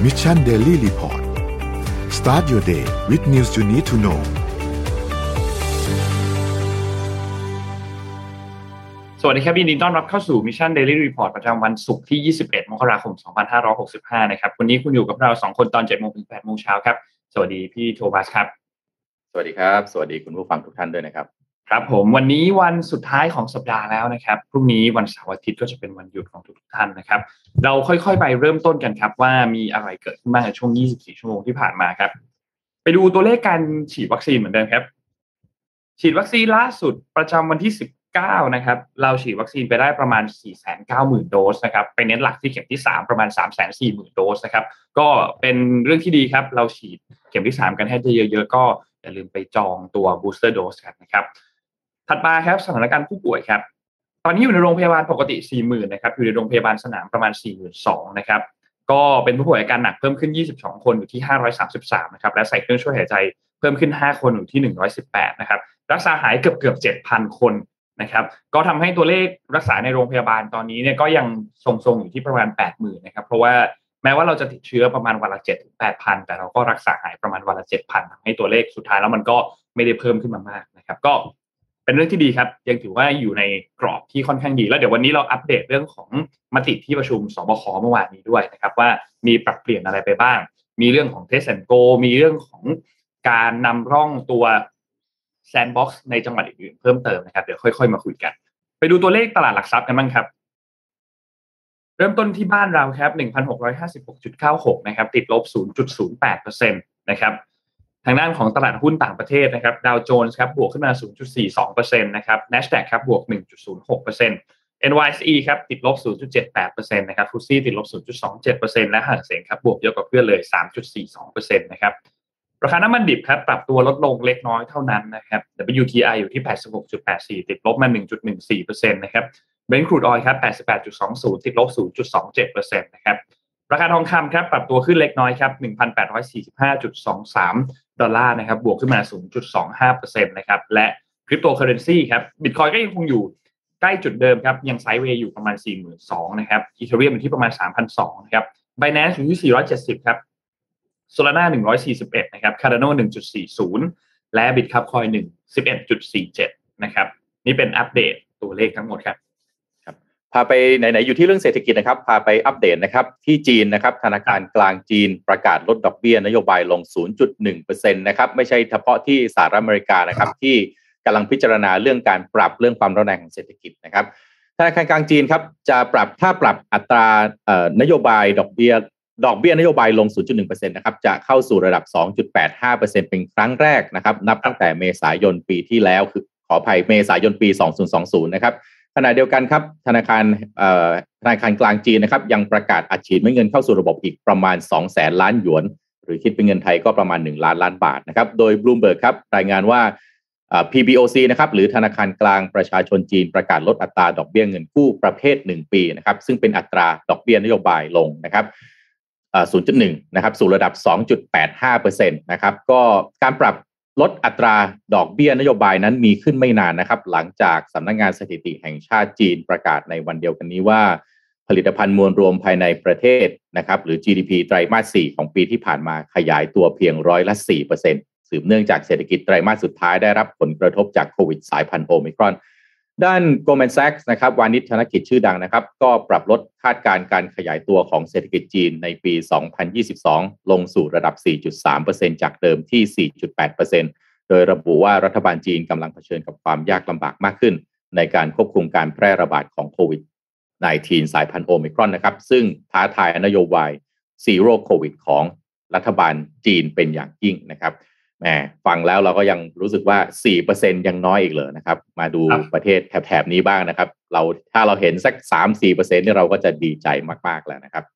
Mission Daily Report Start your day with news you need to know สวัสดีครับยินดีต้อนรับเข้าสู่ Mission Daily Report ประจำวันศุกร์ที่21มกราคม2565นะครับวันนี้คุณอยู่กับเรา2คนตอน 7:00 นถึง 8:00 นเช้าครับสวัสดีพี่โทมัสครับสวัสดีครับสวัสดีคุณผู้ฟังทุกท่านด้วยนะครับครับผมวันนี้วันสุดท้ายของสัปดาห์แล้วนะครับพรุ่งนี้วันเสาร์อาทิตย์ก็จะเป็นวันหยุดของทุกท่านนะครับเราค่อยๆไปเริ่มต้นกันครับว่ามีอะไรเกิดขึ้นบ้างในช่วง24ชั่วโมงที่ผ่านมาครับไปดูตัวเลขการฉีดวัคซีนเหมือนเดิมครับฉีดวัคซีนล่าสุดประจำวันที่19นะครับเราฉีดวัคซีนไปได้ประมาณ 490,000 โดสนะครับไปเน้นหลักที่เข็มที่3ประมาณ 340,000 โดสนะครับก็เป็นเรื่องที่ดีครับเราฉีดเข็มที่3กันให้เยอะๆก็อย่าลืมไปจองตัว booster dose กันนะครับถัดมาครับสถานการณ์ผู้ป่วยครับตอนนี้อยู่ในโรงพยาบาลปกติ 40,000 นะครับอยู่ในโรงพยาบาลสนามประมาณ 42,000 นะครับก็เป็นผู้ป่วยอาการหนักเพิ่มขึ้น22คนอยู่ที่533นะครับและใส่เครื่องช่วยหายใจเพิ่มขึ้น5คนอยู่ที่118นะครับรักษาหายเกือบ 7,000 คนนะครับก็ทำให้ตัวเลขรักษาในโรงพยาบาลตอนนี้เนี่ยก็ยังทรงๆอยู่ที่ประมาณ 80,000 นะครับเพราะว่าแม้ว่าเราจะติดเชื้อประมาณวันละ 7-8,000 แต่เราก็รักษาหายประมาณวันละ 7,000 ทำให้ตัวเลขสุดท้ายแล้วมันก็ไม่ได้เพิ่มขึ้นมามากนะครับก็เป็นเรื่องที่ดีครับยังถือว่าอยู่ในกรอบที่ค่อนข้างดีแล้วเดี๋ยววันนี้เราอัปเดตเรื่องของมติที่ประชุมสบคเมื่อวานนี้ด้วยนะครับว่ามีปรับเปลี่ยนอะไรไปบ้างมีเรื่องของ Test and Go มีเรื่องของการนำร่องตัวแซนด์บ็อกซ์ในจังหวัดอื่นๆเพิ่มเติมนะครับเดี๋ยวค่อยๆมาคุยกันไปดูตัวเลขตลาดหลักทรัพย์กันบ้างครับเริ่มต้นที่บ้านเราครับ 1,656.96 นะครับติดลบ 0.08% นะครับทางด้านของตลาดหุ้นต่างประเทศนะครับดาวโจนส์ครับบวกขึ้นมา 0.42% นะครับ NASDAQ ครับบวก 1.06% NYSE ครับติดลบ 0.78% นะครับฟุตซี่ติดลบ 0.27% และหางเส็งครับบวกเยอะกว่าเพื่อนเลย 3.42% นะครับราคาน้ำมันดิบครับปรับตัวลดลงเล็กน้อยเท่านั้นนะครับ WTI อยู่ที่ 86.84 ติดลบมา 1.14% นะครับ Brent crude oil ครับ 88.20 ติดลบ 0.27% นะครับราคาทองคำครับปรับตัวขึ้นเล็กน้อยครับ 1,845.23 ดอลลาร์นะครับบวกขึ้นมา 0.25% นะครับและคริปโตเคอเรนซีครับ Bitcoin ก็ยังคงอยู่ใกล้จุดเดิมครับยังไซด์เวย์อยู่ประมาณ 42,000 นะครับ Ethereum อยู่ที่ประมาณ 3,200 นะครับ Binance อยู่ที่470ครับSolana 141นะครับ Cardano 1.40 และ Bitcoin 11.47 นะครับนี่เป็นอัปเดตตัวเลขทั้งหมดครับพาไปไหนๆอยู่ที่เรื่องเศรษฐกิจนะครับพาไปอัปเดตนะครับที่จีนนะครับธนาคารกลางจีนประกาศลดดอกเบี้ยนโยบายลง 0.1% นะครับไม่ใช่เฉพาะที่สหรัฐอเมริกานะครับที่กำลังพิจารณาเรื่องการปรับเรื่องความร้อนแรงของเศรษฐกิจนะครับธนาคารกลางจีนครับจะปรับอัตรานโยบายดอกเบี้ยนโยบายลง 0.1% นะครับจะเข้าสู่ระดับ 2.85% เป็นครั้งแรกนะครับนับตั้งแต่เมษายนปีที่แล้วคือขออภัยเมษายนปี2020นะครับขณะเดียวกันครับธนาคารกลางจีนนะครับยังประกาศอัดฉีดเม็ดเงินเข้าสู่ระบบอีกประมาณ 200,000 ล้านหยวนหรือคิดเป็นเงินไทยก็ประมาณ1ล้านล้านบาทนะครับโดย Bloomberg ครับรายงานว่าPBOC นะครับหรือธนาคารกลางประชาชนจีนประกาศลดอัตราดอกเบี้ยเงินกู้ประเภท1ปีนะครับซึ่งเป็นอัตราดอกเบี้ยนโยบายลงนะครับ0.1 นะครับสู่ระดับ 2.85% นะครับก็การปรับลดอัตราดอกเบี้ยนโยบายนั้นมีขึ้นไม่นานนะครับหลังจากสำนักงานสถิติแห่งชาติจีนประกาศในวันเดียวกันนี้ว่าผลิตภัณฑ์มวลรวมภายในประเทศนะครับหรือ GDP ไตรมาส 4ของปีที่ผ่านมาขยายตัวเพียง4%สืบเนื่องจากเศรษฐกิจไตรมาสสุดท้ายได้รับผลกระทบจากโควิดสายพันธุ์โอไมครอนด้าน Goldman Sachs นะครับวานิชธนกิจชื่อดังนะครับก็ปรับลดคาดการณ์การขยายตัวของเศรษฐกิจจีนในปี 2022 ลงสู่ระดับ 4.3% จากเดิมที่ 4.8%โดยระบุว่ารัฐบาลจีนกำลังเผชิญกับความยากลำบากมากขึ้นในการควบคุมการแพร่ระบาดของโควิด -19 สายพันธุ์โอไมครอนนะครับซึ่งท้าทายนโยบาย Zero COVID ของรัฐบาลจีนเป็นอย่างยิ่งนะครับแหมฟังแล้วเราก็ยังรู้สึกว่า 4% ยังน้อยอีกเลยนะครับมาดูประเทศแถบนี้บ้างนะครับถ้าเราเห็นสัก 3-4% เนี่ยเราก็จะดีใจมากๆแล้วนะครับ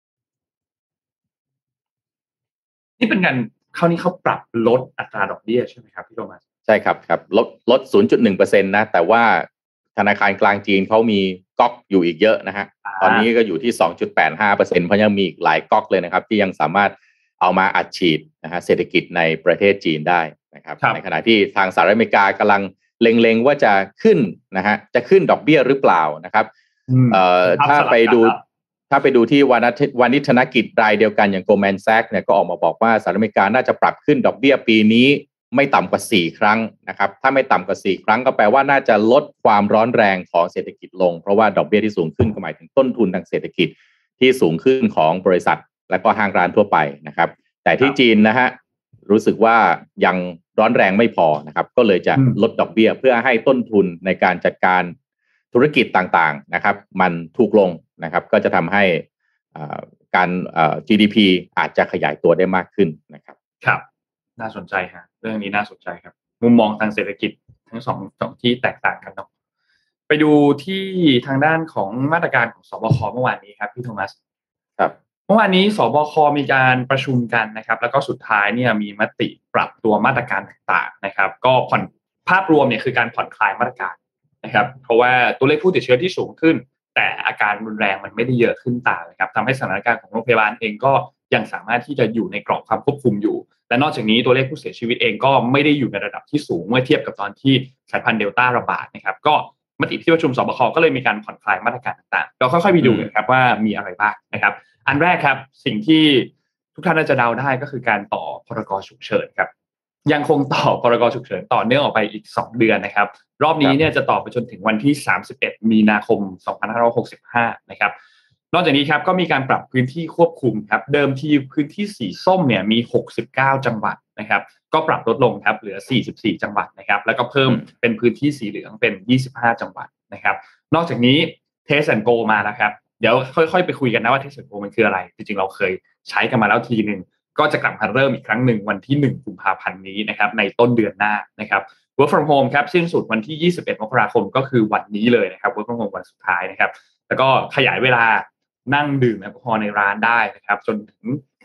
นี่เป็นการคราวนี้เขาปรับลดอัตราดอกเบี้ยใช่ไหมครับพี่โทมัสใช่ครับลด 0.1% นะแต่ว่าธนาคารกลางจีนเขามีก๊อกอยู่อีกเยอะนะฮะตอนนี้ก็อยู่ที่ 2.85% เพราะยังมีอีกหลายก๊อกเลยนะครับที่ยังสามารถเอามาอัดฉีดนะฮะเศรษฐกิจในประเทศจีนได้นะครับในขณะที่ทางสหรัฐอเมริกากำลังเล็งๆว่าจะขึ้นนะฮะจะขึ้นดอกเบี้ยหรือเปล่านะครับถ้าไปดูถ้าไปดูที่วานิชธนกิจรายเดียวกันอย่าง Goldman Sachs เนี่ยก็ออกมาบอกว่าสหรัฐอเมริกาน่าจะปรับขึ้นดอกเบี้ยปีนี้ไม่ต่ำกว่า4ครั้งนะครับถ้าไม่ต่ำกว่า4ครั้งก็แปลว่าน่าจะลดความร้อนแรงของเศรษฐกิจลงเพราะว่าดอกเบี้ยที่สูงขึ้นก็หมายถึงต้นทุนทางเศรษฐกิจที่สูงขึ้นของบริษัทและก็ห้างร้านทั่วไปนะครับแต่ที่จีนนะฮะรู้สึกว่ายังร้อนแรงไม่พอนะครับก็เลยจะลดดอกเบี้ยเพื่อให้ต้นทุนในการจัดการธุรกิจต่างๆนะครับมันถูกลงนะครับก็จะทำให้การGDP อาจจะขยายตัวได้มากขึ้นนะครับครับน่าสนใจฮะเรื่องนี้น่าสนใจครับมุมมองทางเศรษฐกิจทั้งสองที่แตกต่างกันเนาะไปดูที่ทางด้านของมาตรการของสบคเมื่อวานนี้ครับพี่โทมัสครับเมื่อวานนี้สบคมีการประชุมกันนะครับแล้วก็สุดท้ายเนี่ยมีมติปรับตัวมาตรการต่างๆนะครับก็ภาพรวมเนี่ยคือการผ่อนคลายมาตรการนะครับเพราะว่าตัวเลขผู้ติดเชื้อที่สูงขึ้นแต่อาการรุนแรงมันไม่ได้เยอะขึ้นตามนะครับทำให้สถานการณ์ของโรงพยาบาลเองก็ยังสามารถที่จะอยู่ในกรอบความควบคุมอยู่และนอกจากนี้ตัวเลขผู้เสียชีวิตเองก็ไม่ได้อยู่ในระดับที่สูงเมื่อเทียบกับตอนที่สายพันธุ์เดลต้าระบาดนะครับก็มติที่ประชุมสบคก็เลยมีการผ่อนคลายมาตรการต่างๆเราค่อยๆไปดูกันครับว่ามีอะไรบ้างนะครับอันแรกครับสิ่งที่ทุกท่านน่าจะเดาได้ก็คือการต่อพรกฉุกเฉินครับยังคงต่อพรกฉุกเฉินต่อเนื่องออกไปอีก2เดือนนะครับรอบนี้เนี่ยจะต่อไปจนถึงวันที่31มีนาคม2565นะครับนอกจากนี้ครับก็มีการปรับพื้นที่ควบคุมครับเดิมที่พื้นที่สีส้มเนี่ยมี69จังหวัดนะครับก็ปรับลดลงครับเหลือ44จังหวัดนะครับแล้วก็เพิ่มเป็นพื้นที่สีเหลืองเป็น25จังหวัดนะครับนอกจากนี้ Test and Go มาแล้วครับเดี๋ยวค่อยๆไปคุยกันนะว่า Test and Go มันคืออะไรจริงๆเราเคยใช้กันมาแล้วทีนึงก็จะกลับมาเริ่มอีกครั้งหนึ่งวันที่1กุมภาพันธ์นี้นะครับในต้นเดือนหน้านะครับ Work from Home ครับสิ้นสุดวันที่21มกราคมก็คือวันนี้เลยนะครับ Work from Home วันสุดท้ายนะครับแล้วก็ขยายเวลานั่งดื่มแอลกอฮอล์ในร้านได้นะครับจนถึง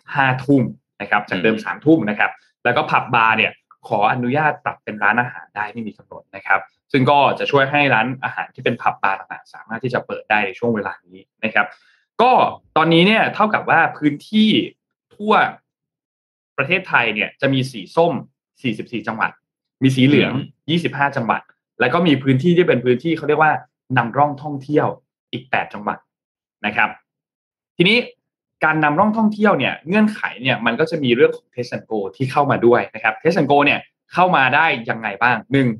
5 ทุ่มนะครับจากเดิม3 ทุ่มนะครับแล้วก็ผับบาร์เนี่ยขออนุญาตปรับเป็นร้านอาหารได้ไม่มีกำหนดนะครับซึ่งก็จะช่วยให้ร้านอาหารที่เป็นผับบาร์ต่างๆสามารถที่จะเปิดได้ในช่วงเวลานี้นะครับก็ตอนนี้เนี่ยเท่ากับว่าพื้นที่ทั่วประเทศไทยเนี่ยจะมีสีส้ม44จังหวัดมีสีเหลือง25จังหวัดแล้วก็มีพื้นที่ที่เป็นพื้นที่เขาเรียกว่านำร่องท่องเที่ยวอีก8จังหวัดนะครับทีนี้การนำร่องท่องเที่ยวเนี่ยเงื่อนไขเนี่ยมันก็จะมีเรื่องของ Test and Go ที่เข้ามาด้วยนะครับ Test and Go เนี่ยเข้ามาได้ยังไงบ้าง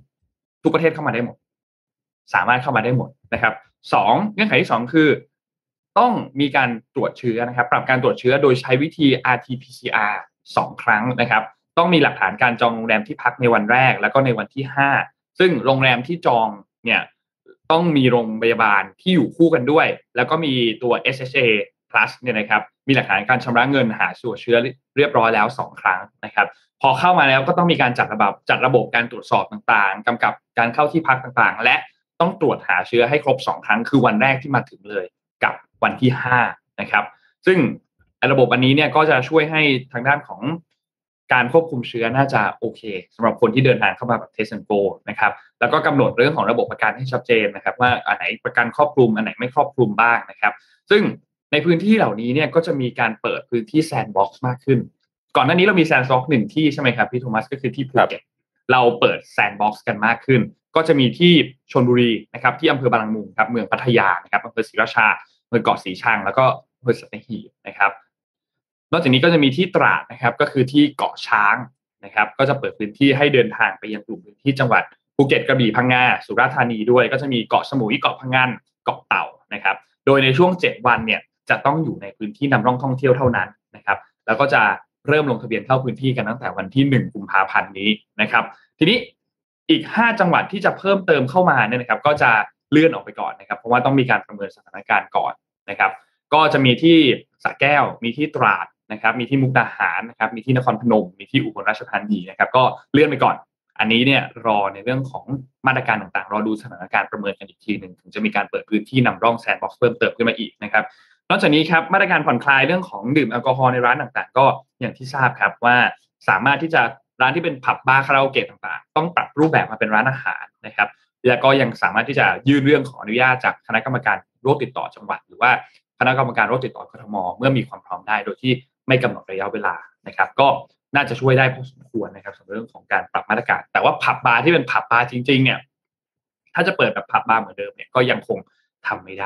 1ทุกประเทศเข้ามาได้หมดสามารถเข้ามาได้หมดนะครับ2เงื่อนไขที่2คือต้องมีการตรวจเชื้อนะครับปรับการตรวจเชื้อโดยใช้วิธี RT-PCR 2 ครั้งนะครับต้องมีหลักฐานการจองโรงแรมที่พักในวันแรกแล้วก็ในวันที่5ซึ่งโรงแรมที่จองเนี่ยต้องมีโรงพยาบาลที่อยู่คู่กันด้วยแล้วก็มีตัว SHA Plus เนี่ยนะครับมีหลักฐานการชำระเงินหาตรวจเชื้อเรียบร้อยแล้ว2ครั้งนะครับพอเข้ามาแล้วก็ต้องมีการจัดระบบการตรวจสอบต่างๆกำกับการเข้าที่พักต่างๆและต้องตรวจหาเชื้อให้ครบ2ครั้งคือวันแรกที่มาถึงเลยกับวันที่5นะครับซึ่งระบบอันนี้เนี่ยก็จะช่วยให้ทางด้านของการควบคุมเชื้อน่าจะโอเคสำหรับคนที่เดินทางเข้ามาแบบ Test and Go นะครับแล้วก็กำหนดเรื่องของระบบประกันให้ชัดเจนนะครับว่าอันไหนประกันครอบคลุมอันไหนไม่ครอบคลุมบ้างนะครับซึ่งในพื้นที่เหล่านี้เนี่ยก็จะมีการเปิดพื้นที่แซนด์บ็อกซ์มากขึ้นก่อนหน้านี้เรามีแซนด์บ็อกซ์1ที่ใช่ไหมครับพี่โทมัสก็คือที่ภูเก็ตเราเปิดแซนด์บ็อกซ์กันมากขึ้นก็จะมีที่ชลบุรีนะครับที่อำเภอบางละมุงครับเมืองพัทยานะครับอำเภอศรีราชาอำเภอเกาะสีชังแล้วก็อำเภอสัตหีบนะครับนอกจากนี้ก็จะมีที่ตราดนะครับก็คือที่เกาะช้างนะครับก็จะเปิดพื้นที่ให้เดินทางไปยังกลุ่มพื้นที่จังหวัดภูเก็ตกระบี่พังงาสุราษฎร์ธานีด้วยก็จะมีเกาะสมุยเกาะพังงานเกาะเต่านะครับโดยในช่วง7วันเนี่ยจะต้องอยู่ในพื้นที่นำร่องท่องเที่ยวเท่านั้นนะครับแล้วก็จะเริ่มลงทะเบียนเข้าพื้นที่กันตั้งแต่วันที่1กุมภาพันธ์นี้นะครับทีนี้อีก5จังหวัดที่จะเพิ่มเติมเข้ามาเนี่ยนะครับก็จะเลื่อนออกไปก่อนนะครับเพราะว่าต้องมีการประเมินสถานการณ์ก่อนนะครับก็จะมีที่สระแก้วมีที่ตราดนะครับมีที่มุกดาหารนะครับมีที่นครพนมมีที่อุบลราชธานีนะครับก็เลื่อนไปก่อนอันนี้เนี่ยรอในเรื่องของมาตรการต่างๆรอดูสถานการณ์ประเมินกันอีกทีนึงถึงจะมีการเปิดพื้นที่นำร่องแซนด์บ็อกซ์เพิ่มเติมขึ้นมาอีกนะครับนอกจากนี้ครับมาตรการผ่อนคลายเรื่องของดื่มแอลกอฮอล์ในร้านต่างๆก็อย่างที่ทราบครับว่าสามารถที่จะร้านที่เป็นผับบาร์คาราโอเกะต่างๆต้องปรับรูปแบบมาเป็นร้านอาหารนะครับแล้วก็ยังสามารถที่จะยื่นเรื่องขออนุญาตจากคณะกรรมการโรคติดต่อจังหวัดหรือว่าคณะกรรมการโรคติดต่อกทมเมื่อมีความพร้อมได้โดยที่ไม่กำหนดระยะเวลานะครับก็น่าจะช่วยได้พอสมควรนะครับสำหรับเรื่องของการปรับมาตรการแต่ว่าผับบาร์ที่เป็นผับบาร์จริงๆเนี่ยถ้าจะเปิดแบบผับบาร์เหมือนเดิมเนี่ยก็ยังคงทำไม่ได้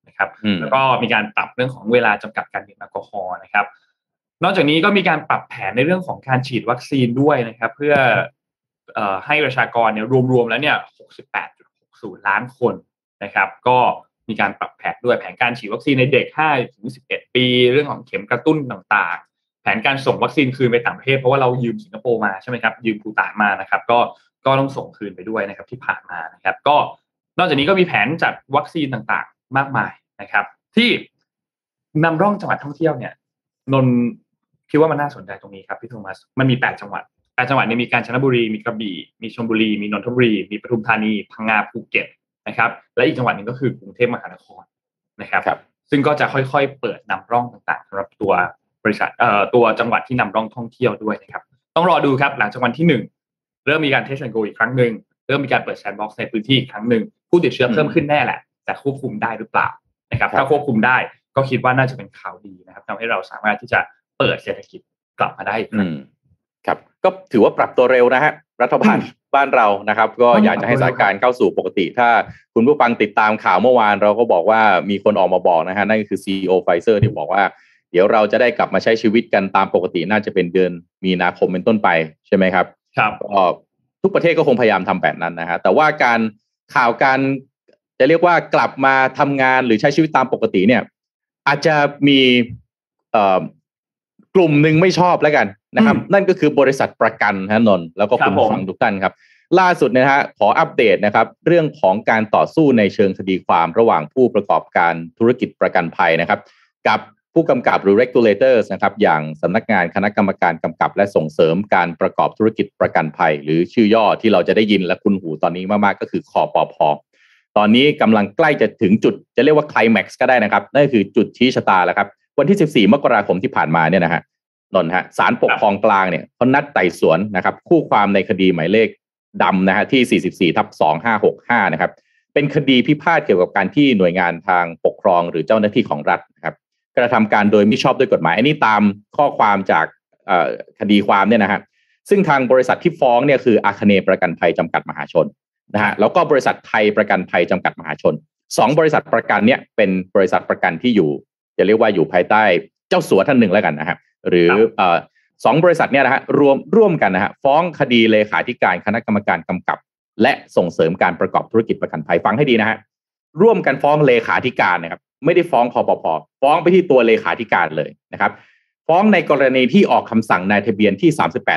นะครับแล้วก็มีการปรับเรื่องของเวลาจำกัดการดื่มแอลกอฮอล์นะครับนอกจากนี้ก็มีการปรับแผนในเรื่องของการฉีดวัคซีนด้วยนะครับเพื่อให้ประชากรเนี่ยรวมๆแล้วเนี่ย 68.60 ล้านคนนะครับก็มีการปรับแผนด้วยแผนการฉีดวัคซีนในเด็ก 5-11 ปีเรื่องของเข็มกระตุ้นต่างๆแผนการส่งวัคซีนคืนไปต่างประเทศเพราะว่าเรายืมสิงคโปร์มาใช่ไหมครับยืมภูฏานมานะครับก็ต้องส่งคืนไปด้วยนะครับที่ผ่านมานะครับก็นอกจากนี้ก็มีแผนจัดวัคซีนต่างๆมากมายนะครับที่นำร่องจังหวัดท่องเที่ยวเนี่ยนนคิดว่ามันน่าสนใจตรงนี้ครับพี่โทมัสมันมี8จังหวัดนี้มีกาญจนบุรีมีกระบี่มีชลบุรีมีนนทบุรีมีปทุมธานีพังงาภูเก็ตนะครับและอีกจังหวัดนึงก็คือกรุงเทพมหานครนะครับซึ่งก็จะค่อยๆเปิดนำร่องต่างๆสำหรับตัวบริษัทตัวจังหวัดที่นำร่องท่องเที่ยวด้วยนะครับต้องรอดูครับหลังจากวันที่1เริ่มมีการเทสต์แอนด์โกอีกครั้งนึงเริ่มมีการเปิดแซนด์บ็อกซ์ในพื้นที่อีกครั้งนึงผู้ติดเชื้อเพิ่มขึ้นแน่แหละแต่ควบคุมได้หรือเปล่านะครับถ้าควบคุมได้ก็คิดว่าน่าจะเป็นข่าวดีนะครับทำให้เราสามารถที่จะเปิดเศรษฐกิจกลับมาได้อีกครั้งครับก็ถือว่าปรับตัวเร็วนะฮะรัฐบาลบ้านเรานะครับก็อยากจะให้สถานการณ์เข้าสู่ปกติถ้าคุณผู้ฟังติดตามข่าวเมื่อวานเราก็บอกว่ามีคนออกมาบอกนะฮะนั่นก็คือ CEO Pfizer ที่บอกว่าเดี๋ยวเราจะได้กลับมาใช้ชีวิตกันตามปกติน่าจะเป็นเดือนมีนาคมเป็นต้นไปใช่ไหมครับครับก็ทุกประเทศก็คงพยายามทำแบบนั้นนะฮะแต่ว่าการข่าวการจะเรียกว่ากลับมาทำงานหรือใช้ชีวิตตามปกติเนี่ยอาจจะมีกลุ่มหนึ่งไม่ชอบแล้วกันนะครับนั่นก็คือบริษัทประกันฮะนนท์แล้วก็คุณผู้ฟังทุกท่านครับล่าสุดนะฮะขออัปเดตนะครับเรื่องของการต่อสู้ในเชิงคดีความระหว่างผู้ประกอบการธุรกิจประกันภัยนะครับกับผู้กำกับหรือ regulators นะครับอย่างสำนักงานคณะกรรมการกำกับและส่งเสริมการประกอบธุรกิจประกันภัยหรือชื่อย่อที่เราจะได้ยินและคุ้นหูตอนนี้มากๆก็คือคปภ.ตอนนี้กำลังใกล้จะถึงจุดจะเรียกว่าไคลแม็กซ์ก็ได้นะครับนั่นคือจุดชี้ชะตาแล้วครับวันที่14มกราคมที่ผ่านมาเนี่ยนะฮะนนท์ฮะศาลปกครองกลางเนี่ยเขานัดไต่สวนนะครับคู่ความในคดีหมายเลขดำนะฮะที่44/2565นะครับเป็นคดีพิพาทเกี่ยวกับการที่หน่วยงานทางปกครองหรือเจ้าหน้าที่ของรัฐนะครับกระทำการโดยมิชอบด้วยกฎหมายอันนี้ตามข้อความจากคดีความเนี่ยนะฮะซึ่งทางบริษัทที่ฟ้องเนี่ยคืออาคเนย์ประกันภัยจำกัดมหาชนนะฮะแล้วก็บริษัทไทยประกันภัยจำกัดมหาชน2บริษัทประกันเนี่ยเป็นบริษัทประกันที่อยู่จะเรียกว่าอยู่ภายใต้เจ้าสัวท่านหนึ่งแล้วกันนะฮะหรือ2บริษัทเนี่ยนะฮะร่วมกันนะฮะฟ้องคดีเลขาธิการคณะกรรมการกำกับและส่งเสริมการประกอบธุรกิจประกันภัยฟังให้ดีนะฮะร่วมกันฟ้องเลขาธิการนะครับไม่ได้ฟ้องคปภ.ฟ้องไปที่ตัวเลขาธิการเลยนะครับฟ้องในกรณีที่ออกคำสั่งนายทะเบียนที่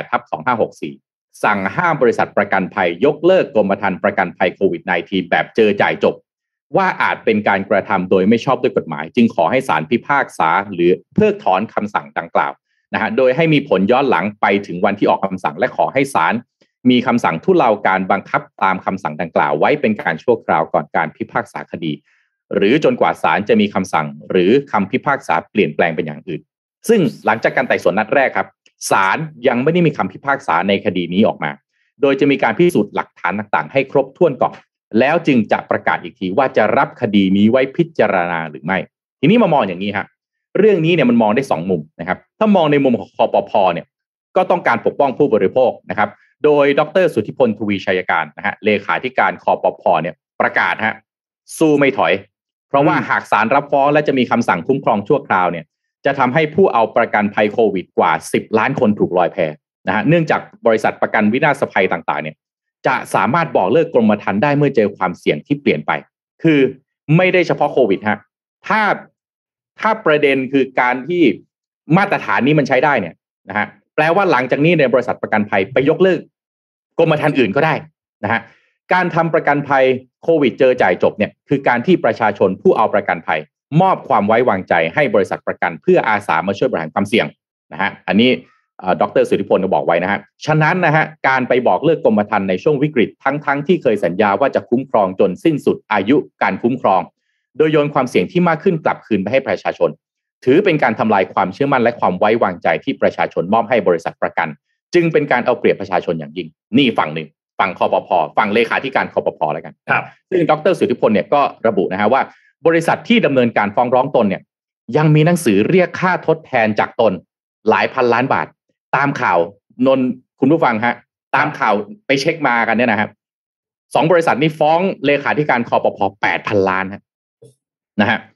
38/2564สั่งห้ามบริษัทประกันภัยยกเลิกกรมธรรม์ประกันภัยโควิด -19 แบบเจอจ่ายจบว่าอาจเป็นการกระทำโดยไม่ชอบด้วยกฎหมายจึงขอให้ศาลพิพากษาหรือเพิกถอนคำสั่งดังกล่าวนะฮะโดยให้มีผลย้อนหลังไปถึงวันที่ออกคำสั่งและขอให้ศาลมีคำสั่งทุเลาการบังคับตามคำสั่งดังกล่าวไว้เป็นการชั่วคราวก่อนการพิพากษาคดีหรือจนกว่าศาลจะมีคำสั่งหรือคำพิพากษาเปลี่ยนแปลงเป็นอย่างอื่นซึ่งหลังจากการไต่สวนนัดแรกครับศาลยังไม่ได้มีคำพิพากษาในคดีนี้ออกมาโดยจะมีการพิสูจน์หลักฐานต่างๆให้ครบถ้วนก่อนแล้วจึงจะประกาศอีกทีว่าจะรับคดีนี้ไว้พิจารณาหรือไม่ทีนี้มามองอย่างนี้ครับเรื่องนี้เนี่ยมันมองได้2มุมนะครับถ้ามองในมุมของคปภ.เนี่ยก็ต้องการปกป้องผู้บริโภคนะครับโดยดร.สุทธิพลทวีชัยการนะฮะเลขาธิการคปภ.เนี่ยประกาศฮะสู้ไม่ถอยเพราะว่าหากศาลรับฟ้องและจะมีคำสั่งคุ้มครองชั่วคราวเนี่ยจะทำให้ผู้เอาประกันภัยโควิดกว่า10ล้านคนถูกลอยแพนะฮะเนื่องจากบริษัทประกันวินาศภัยต่างๆเนี่ยจะสามารถบอกเลิกกรมธรรม์ได้เมื่อเจอความเสี่ยงที่เปลี่ยนไปคือไม่ได้เฉพาะโควิดฮะถ้าประเด็นคือการที่มาตรฐานนี้มันใช้ได้เนี่ยนะฮะแปลว่าหลังจากนี้ในบริษัทประกันภัยไปยกเลิกกรมธรรม์อื่นก็ได้นะฮะการทำประกันภัยโควิดเจอจ่ายจบเนี่ยคือการที่ประชาชนผู้เอาประกันภัยมอบความไว้วางใจให้บริษัทประกันเพื่ออาสามาช่วยบริหารความเสี่ยงนะฮะอันนี้ดร.สุทธิพลก็บอกไว้นะฮะฉะนั้นนะฮะการไปบอกเลิกกรมธรรม์ในช่วงวิกฤตทั้งที่เคยสัญญาว่าจะคุ้มครองจนสิ้นสุดอายุการคุ้มครองโดยโยนความเสี่ยงที่มากขึ้นกลับคืนไปให้ประชาชนถือเป็นการทำลายความเชื่อมั่นและความไว้วางใจที่ประชาชนมอบให้บริษัทประกันจึงเป็นการเอาเปรียบประชาชนอย่างยิ่งนี่ฝั่งหนึ่งฝั่งคปภ.ฝั่งเลขาธิการคปภ.แล้วกันซึ่งดร.สุทธิพลเนี่ยก็ระบุนะฮะว่าบริษัทที่ดำเนินการฟ้องร้องตนเนี่ยยังมีหนังสือเรียกค่าทดแทนจากตนหลายพันล้านบาทตามข่าวนนคุณผู้ฟังฮะตามข่าวไปเช็คมากันเนี่ยนะครับ2บริษัทนี้ฟ้องเลขาธิการคปภ. 8,000 ล้านนะฮะ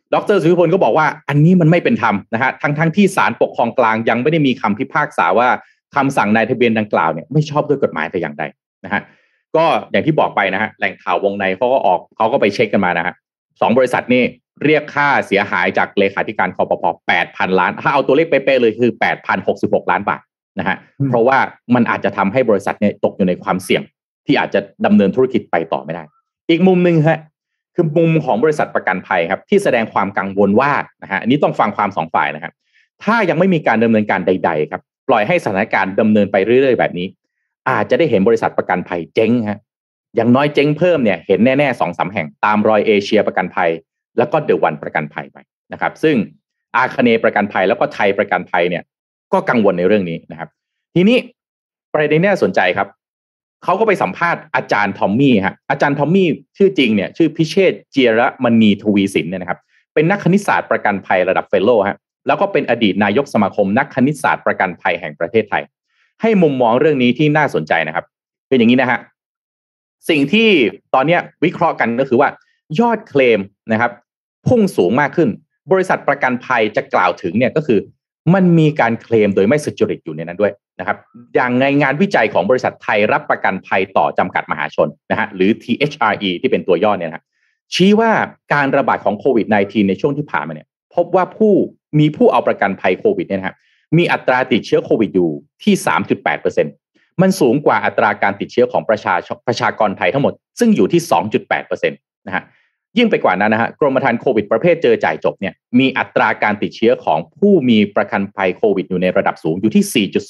ดร.สุวิพลก็บอกว่าอันนี้มันไม่เป็นธรรมนะฮะทั้งที่ศาลปกครองกลางยังไม่ได้มีคำพิพากษาว่าคำสั่งนายทะเบียนดังกล่าวเนี่ยไม่ชอบด้วยกฎหมายแต่อย่างใดนะฮะก็อย่างที่บอกไปนะฮะแหล่งข่าววงในเขาก็ไปเช็คกันมานะฮะ2 บริษัทนี่เรียกค่าเสียหายจากเลขาธิการคปภ. 8,000 ล้านถ้าเอาตัวเลขเป๊ะๆเลยคือ 8,066 ล้านบาทนะฮะเพราะว่ามันอาจจะทำให้บริษัทเนี่ยตกอยู่ในความเสี่ยงที่อาจจะดำเนินธุรกิจไปต่อไม่ได้อีกมุมนึงฮะคือมุมของบริษัทประกันภัยครับที่แสดงความกังวลว่านะฮะอันนี้ต้องฟังความ2 ฝ่ายนะครับถ้ายังไม่มีการดำเนินการใดๆครับปล่อยให้สถานการณ์ดำเนินไปเรื่อยๆแบบนี้อาจจะได้เห็นบริษัทประกันภัยเจ๊งฮะอย่างน้อยเจ๊งเพิ่มเนี่ยเห็นแน่ๆ 2-3 แห่งตามรอยเอเชียประกันภัยแล้วก็เดอะวันประกันภัยไปนะครับซึ่งอาคเนย์ประกันภัยแล้วก็ไทยประกันภัยเนี่ยก็กังวลในเรื่องนี้นะครับทีนี้ประเด็นนี้น่าสนใจครับเขาก็ไปสัมภาษณ์อาจารย์ทอมมี่ฮะอาจารย์ทอมมี่ชื่อจริงเนี่ยชื่อพิเชษฐ์เจียรมณีทวีสินเนี่ยนะครับเป็นนักคณิตศาสตร์ประกันภัยระดับเฟลโลฮะแล้วก็เป็นอดีตนายกสมาคมนักคณิตศาสตร์ประกันภัยแห่งประเทศไทยให้มุมมองเรื่องนี้ที่น่าสนใจนะครับเป็นอย่างนี้นะฮะสิ่งที่ตอนนี้วิเคราะห์กันก็คือว่ายอดเคลมนะครับพุ่งสูงมากขึ้นบริษัทประกันภัยจะกล่าวถึงเนี่ยก็คือมันมีการเคลมโดยไม่สุจริตอยู่ในนั้นด้วยนะครับอย่างในงานวิจัยของบริษัทไทยรับประกันภัยต่อจำกัดมหาชนนะฮะหรือ THRE ที่เป็นตัวย่อเนี่ยนะชี้ว่าการระบาดของโควิด -19 ในช่วงที่ผ่านมาเนี่ยพบว่าผู้เอาประกันภัยโควิดเนี่ยนะครับมีอัตราติดเชื้อโควิดอยู่ที่ 3.8% มันสูงกว่าอัตราการติดเชื้อของประชากรไทยทั้งหมดซึ่งอยู่ที่ 2.8% นะฮะยิ่งไปกว่านั้นนะฮะกรมธรรม์โควิดประเภทเจอจ่ายจบเนี่ยมีอัตราการติดเชื้อของผู้มีประกันภัยโควิดอยู่ในระดับสูงอยู่ที่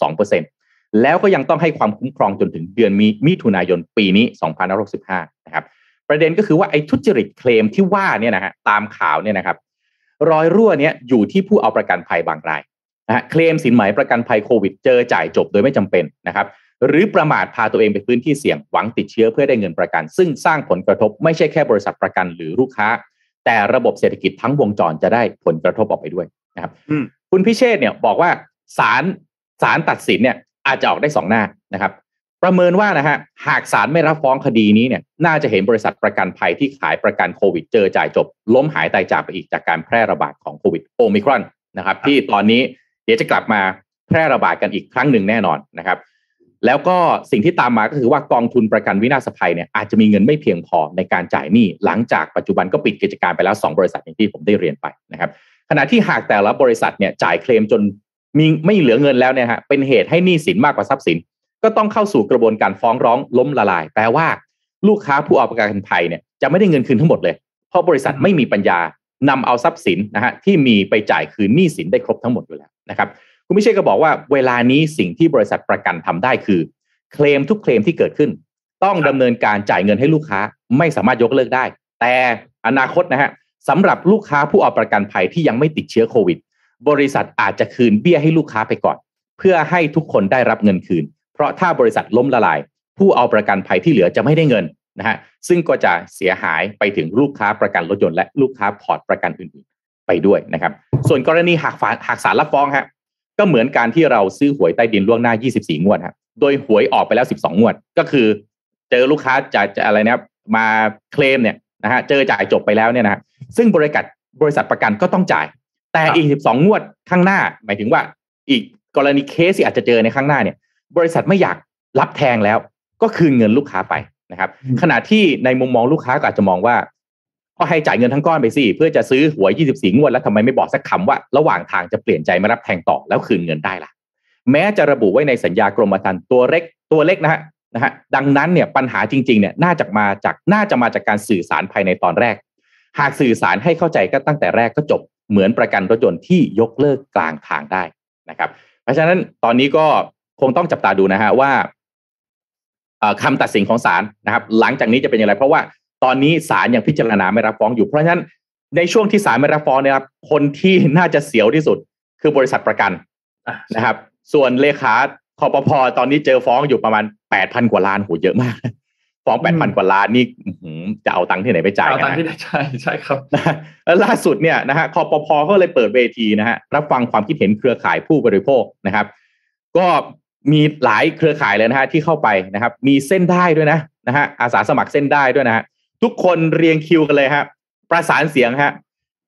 4.2% แล้วก็ยังต้องให้ความคุ้มครองจนถึงเดือนมิถุนายนปีนี้2565นะครับประเด็นก็คือว่าไอ้ทุจริตเคลมที่ว่าเนี่ยนะฮะตามข่าวเนี่ยนะครับรอยรั่วเนี่ยอยู่ที่ผู้เอาประกันภัยบางรายนะฮะเคลมสินไหมประกันภัยโควิดเจอจ่ายจบโดยไม่จำเป็นนะครับหรือประมาทพาตัวเองไปพื้นที่เสี่ยงหวังติดเชื้อเพื่อได้เงินประกันซึ่งสร้างผลกระทบไม่ใช่แค่บริษัทประกันหรือลูกค้าแต่ระบบเศรษฐกิจทั้งวงจรจะได้ผลกระทบออกไปด้วยนะครับคุณพิเชษฐ์เนี่ยบอกว่าศาลตัดสินเนี่ยอาจจะออกได้2 หน้านะครับประเมินว่านะฮะหากศาลไม่รับฟ้องคดีนี้เนี่ยน่าจะเห็นบริษัทประกันภัยที่ขายประกันโควิดเจอจ่ายจบล้มหายตายจากไปอีกจากการแพร่ระบาดของโควิดโอมิครอนนะครับที่ตอนนี้เดี๋ยวจะกลับมาแพร่ระบาดกันอีกครั้งหนึ่งแน่นอนนะครับแล้วก็สิ่งที่ตามมาก็คือว่ากองทุนประกันวินาศภัยเนี่ยอาจจะมีเงินไม่เพียงพอในการจ่ายหนี้หลังจากปัจจุบันก็ปิดกิจการไปแล้ว2 บริษัทอย่างที่ผมได้เรียนไปนะครับขณะที่หากแต่ละบริษัทเนี่ยจ่ายเคลมจนมีไม่เหลือเงินแล้วเนี่ยฮะเป็นเหตุให้หนี้สินมากกว่าทรัพย์สินก็ต้องเข้าสู่กระบวนการฟ้องร้องล้มละลายแปลว่าลูกค้าผู้เอาประกันภัยเนี่ยจะไม่ได้เงินคืนทั้งหมดเลยเพราะบริษัทไม่มีปัญญานำเอาทรัพย์สินนะฮะที่มีไปจ่ายคืนหนี้สินได้ครบทั้งหมดอยู่แล้วนะครับคุณพิเชษฐ์ก็บอกว่าเวลานี้สิ่งที่บริษัทประกันทำได้คือเคลมทุกเคลมที่เกิดขึ้นต้องดำเนินการจ่ายเงินให้ลูกค้าไม่สามารถยกเลิกได้แต่อนาคตนะฮะสำหรับลูกค้าผู้เอาประกันภัยที่ยังไม่ติดเชื้อโควิดบริษัทอาจจะคืนเบี้ยให้ลูกค้าไปก่อนเพื่อให้ทุกคนได้รับเงินคืนเพราะถ้าบริษัทล้มละลายผู้เอาประกันภัยที่เหลือจะไม่ได้เงินนะฮะซึ่งก็จะเสียหายไปถึงลูกค้าประกันรถยนต์และลูกค้าพอร์ตประกันอื่นๆไปด้วยนะครับส่วนกรณีหากศาลรับฟ้องฮะก็เหมือนการที่เราซื้อหวยใต้ดินล่วงหน้า24 งวดครับโดยหวยออกไปแล้ว12 งวดก็คือเจอลูกค้าจะอะไรนะมาเคลมเนี่ยนะฮะเจอจ่ายจบไปแล้วเนี่ยนะซึ่งบริษัทประกันก็ต้องจ่ายแต่อีก12 งวดข้างหน้าหมายถึงว่าอีกกรณีเคสที่อาจจะเจอในข้างหน้าเนี่ยบริษัทไม่อยากรับแทงแล้วก็คืนเงินลูกค้าไปนะครับขณะที่ในมุมมองลูกค้าก็อาจจะมองว่าก็ให้จ่ายเงินทั้งก้อนไปสิเพื่อจะซื้อหวย24 งวดแล้วทำไมไม่บอกสักคำว่าระหว่างทางจะเปลี่ยนใจมารับแทงต่อแล้วคืนเงินได้ล่ะแม้จะระบุไว้ในสัญญากรมธรรม์ตัวเล็กนะฮะดังนั้นเนี่ยปัญหาจริงๆเนี่ยน่าจะมาจากการสื่อสารภายในตอนแรกหากสื่อสารให้เข้าใจก็ตั้งแต่แรกก็จบเหมือนประกันรถยนต์ที่ยกเลิกกลางทางได้นะครับเพราะฉะนั้นตอนนี้ก็คงต้องจับตาดูนะฮะว่าคำตัดสินของศาลนะครับหลังจากนี้จะเป็นอย่างไรเพราะว่าตอนนี้ศาลยังพิจารณาไม่รับฟ้องอยู่เพราะฉะนั้นในช่วงที่ศาลไม่รับฟ้องเนี่ยครับคนที่น่าจะเสียวที่สุดคือบริษัทประกันนะครับส่วนเลขาคปภ.ตอนนี้เจอฟ้องอยู่ประมาณ 8,000 กว่าล้านโหเยอะมากฟ้อง 8,000 กว่าล้านนี่จะเอาตังค์ที่ไหนไปจ่ายกันนะใช่ครับแล้วล่าสุดเนี่ยนะฮะคปภ.ก็เลยเปิดเวทีนะฮะรับฟังความคิดเห็นเครือข่ายผู้บริโภคนะครับก็มีหลายเครือข่ายเลยนะฮะที่เข้าไปนะครับมีเส้นได้ด้วยนะฮะอาสาสมัครเส้นได้ด้วยนะฮะทุกคนเรียงคิวกันเลยฮะประสานเสียงฮะ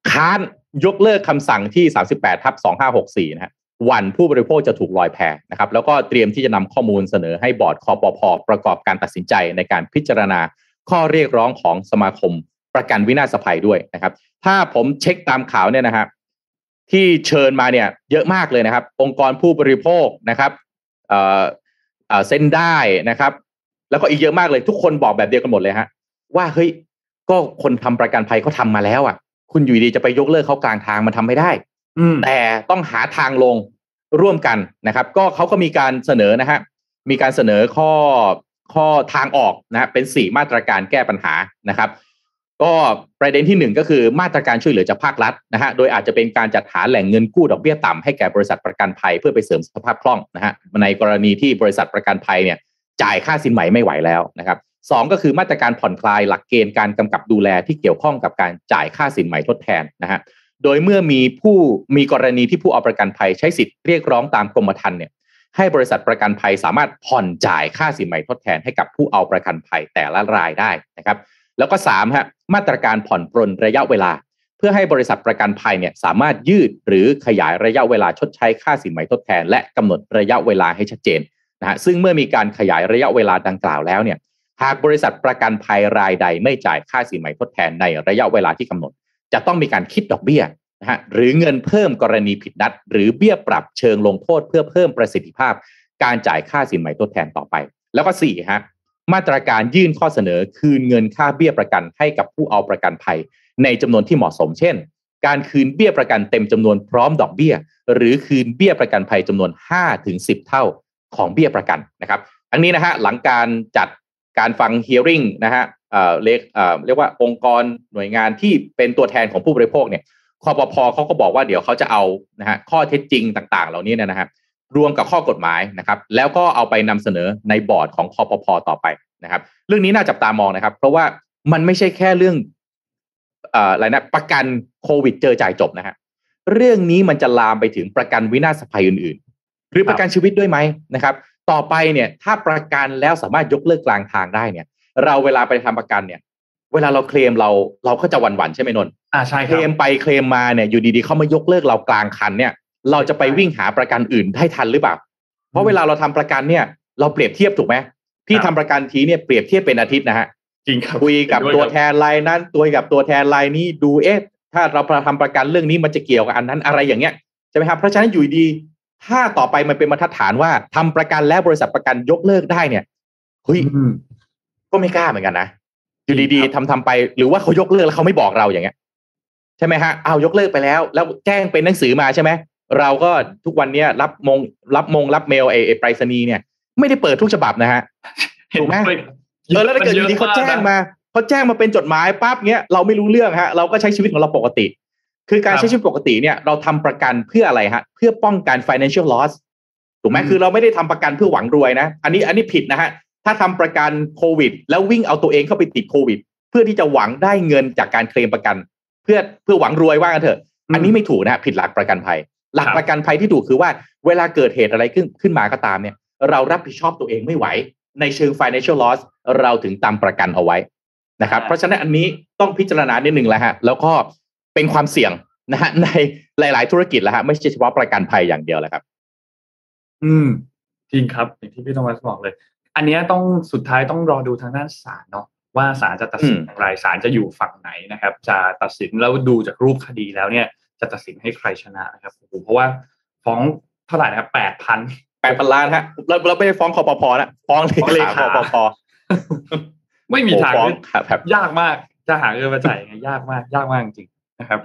ค้านยกเลิกคำสั่งที่ 38/2564 นะฮะวันผู้บริโภคจะถูกลอยแพนะครับแล้วก็เตรียมที่จะนำข้อมูลเสนอให้บอร์ดคปภ.ประกอบการตัดสินใจในการพิจารณาข้อเรียกร้องของสมาคมประกันวินาศภัยด้วยนะครับถ้าผมเช็คตามข่าวเนี่ยนะครับที่เชิญมาเนี่ยเยอะมากเลยนะครับองค์กรผู้บริโภคนะครับเส้นได้นะครับแล้วก็อีกเยอะมากเลยทุกคนบอกแบบเดียวกันหมดเลยฮะว่าเฮ้ยก็คนทำประกันภัยเขาทำมาแล้วอ่ะคุณอยู่ดีจะไปยกเลิกเขากลางทางมันทำไม่ได้แต่ต้องหาทางลงร่วมกันนะครับก็เขาก็มีการเสนอนะฮะมีการเสนอข้อทางออกนะเป็น4มาตรการแก้ปัญหานะครับก็ประเด็นที่1ก็คือมาตรการช่วยเหลือจากภาครัฐนะฮะโดยอาจจะเป็นการจัดหาแหล่งเงินกู้ดอกเบี้ยต่ำให้แก่บริษัทประกันภัยเพื่อไปเสริมสภาพคล่องนะฮะในกรณีที่บริษัทประกันภัยเนี่ยจ่ายค่าสินไหมไม่ไหวแล้วนะครับ2ก็คือมาตรการผ่อนคลายหลักเกณฑ์การกำกับดูแลที่เกี่ยวข้องกับการจ่ายค่าสินไหมทดแทนนะฮะโดยเมื่อมีกรณีที่ผู้เอาประกันภัยใช้สิทธิ์เรียกร้องตามกรมธรรม์เนี่ยให้บริษัทประกันภัยสามารถผ่อนจ่ายค่าสินไหมทดแทนให้กับผู้เอาประกันภัยแต่ละรายได้นะครับแล้วก็3ฮะมาตรการผ่อนปรนระยะเวลาเพื่อให้บริษัทประกันภัยเนี่ยสามารถยืดหรือขยายระยะเวลาชดใช้ค่าสินไหมทดแทนและกำหนดระยะเวลาให้ชัดเจนนะฮะซึ่งเมื่อมีการขยายระยะเวลาดังกล่าวแล้วเนี่ยหากบริษัทประกันภัยรายใดไม่จ่ายค่าสินไหมทดแทนในระยะเวลาที่กำหนดจะต้องมีการคิดดอกเบี้ยนะฮะหรือเงินเพิ่มกรณีผิดนัดหรือเบี้ยปรับเชิงลงโทษเพื่อเพิ่มประสิทธิภาพการจ่ายค่าสินไหมทดแทนต่อไปแล้วก็4ฮะมาตรการยื่นข้อเสนอคืนเงินค่าเบี้ยประกันให้กับผู้เอาประกันภัยในจำนวนที่เหมาะสมเช่นการคืนเบี้ยประกันเต็มจำนวนพร้อมดอกเบี้ยหรือคืนเบี้ยประกันภัยจำนวน 5-10 เท่าของเบี้ยประกันนะครับอันนี้นะฮะหลังการจัดการฟัง hearing นะฮะเรียกว่าองค์กรหน่วยงานที่เป็นตัวแทนของผู้บริโภคเนี่ยคปภ.เขาก็บอกว่าเดี๋ยวเขาจะเอานะฮะข้อเท็จจริงต่างๆเหล่านี้นะฮะรวมกับข้อกฎหมายนะครับแล้วก็เอาไปนำเสนอในบอร์ดของคปภ.ต่อไปนะครับเรื่องนี้น่าจับตามองนะครับเพราะว่ามันไม่ใช่แค่เรื่องอะไรนะประกันโควิดเจอจ่ายจบนะฮะเรื่องนี้มันจะลามไปถึงประกันวินาศภัยอื่นๆหรือประกันชีวิตด้วยไหมนะครับต่อไปเนี่ยถ้าประกันแล้วสามารถยกเลิกกลางทางได้เนี่ยเราเวลาไปทำประกันเนี่ยเวลาเราเคลมเราก็จะหวั่นๆใช่ไหมนนท์ใช่เคลมไปเคลมมาเนี่ยอยู่ดีๆเขามายกเลิกเรากลางคันเนี่ยเราจะไปวิ่งหาประกันอื่นได้ทันหรือเปล่าเพราะเวลาเราทำประกันเนี่ยเราเปรียบเทียบถูกไหมพี่ทำประกันทีเนี่ยเปรียบเทียบเป็นอาทิตย์นะฮะจริงครับคุยกับตัวแทนรายนั้นตัวกับตัวแทนรายนี้ดูถ้าเราทำประกันเรื่องนี้มันจะเกี่ยวกับอันนั้นอะไรอย่างเงี้ยใช่ไหมครับเพราะฉะนั้นอยู่ดีถ้าต่อไปมันเป็นบรรทัดฐานว่าทำประกันแล้วบริษัทประกันยกเลิกได้เนี่ยเฮ้ยก็ไม่กล้าเหมือนกันนะอยู่ดีๆทำไปหรือว่าเขายกเลิกแล้วเขาไม่บอกเราอย่างเงี้ยใช่ไหมฮะเอายกเลิกไปแล้วแจ้งเป็นหนังสือมาใช่ไหมเราก็ทุกวันนี้รับเมลไปรษณีย์เนี่ยไม่ได้เปิดทุกฉบับนะฮะถูกไหมแล้วถ้าเกิดอยู่ดีเขาแจ้งมาเป็นจดหมายปั๊บเงี้ยเราไม่รู้เรื่องฮะเราก็ใช้ชีวิตของเราปกติคือการใช้ชีวิตปกติเนี่ยเราทำประกันเพื่ออะไรฮะเพื่อป้องกัน financial loss ถูกไหมคือเราไม่ได้ทำประกันเพื่อหวังรวยนะอันนี้ผิดนะฮะถ้าทำประกันโควิดแล้ววิ่งเอาตัวเองเข้าไปติดโควิดเพื่อที่จะหวังได้เงินจากการเคลมประกันเพื่อหวังรวยว่ากันเถอะอันนี้ไม่ถูกนะผิดหลักประกันภัยหลักประกันภัยที่ถูกคือว่าเวลาเกิดเหตุอะไรขึ้นมาก็ตามเนี่ยเรารับผิดชอบตัวเองไม่ไหวในเชิง financial loss เราถึงตามประกันเอาไว้นะครับเพราะฉะนั้นอันนี้ต้องพิจารณานิดนึงแล้วฮะแล้วก็เป็นความเสี่ยงนะฮะในหลายๆธุรกิจแล้วฮะไม่ใช่เฉพาะประกันภัยอย่างเดียวแหละครับจริงครับอย่างที่พี่โทมัสบอกเลยอันนี้ต้องสุดท้ายต้องรอดูทางด้านศาลเนาะว่าศาลจะตัดสินอย่างไรศาลจะอยู่ฝั่งไหนนะครับจะตัดสินแล้วดูจากรูปคดีแล้วเนี่ยจะตัดสินให้ใครชนะนะครับเพราะว่าฟ้องเท่าไหร่นะครับ8,000 ล้านฮะเราไม่ได้ฟ้องคปภนะฟ้องเลขาคปภไม่มีทางยากมากจะหาเงินมาจ่ายไงยากมากจริงนะครับ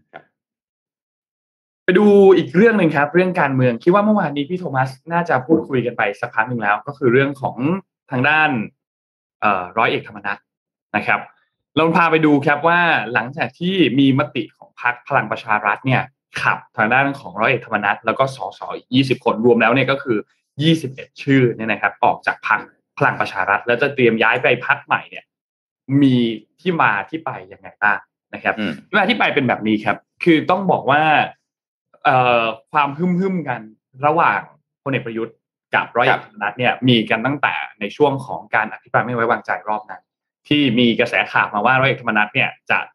ไปดูอีกเรื่องนึงครับเรื่องการเมืองคิดว่าเมื่อวานนี้พี่โทมัสน่าจะพูดคุยกันไปสักพักนึงแล้วก็คือเรื่องของทางด้านร้อยเอกธรรมนัสนะครับเราพาไปดูครับว่าหลังจากที่มีมติของพรรคพลังประชารัฐเนี่ยขับทางด้านของร้อยเอกธรรมนัสแล้วก็สสอีก20 คนรวมแล้วเนี่ยก็คือ21ชื่อเนี่ยนะครับออกจากพรรคพลังประชารัฐแล้วจะเตรียมย้ายไปพรรคใหม่เนี่ยมีที่มาที่ไปยังไงบ้างนะครับที่มาที่ไปเป็นแบบนี้ครับคือต้องบอกว่าความฮึ่มกันระหว่างพลเอกประยุทธ์กับร้อยเอกธรรมนัสเนี่ยมีกันตั้งแต่ในช่วงของการอภิปรายไม่ไว้วางใจรอบนั้นที่มีกระแสข่าวมาว่าร้อยเอกธรรมนัสเนี่ยจะ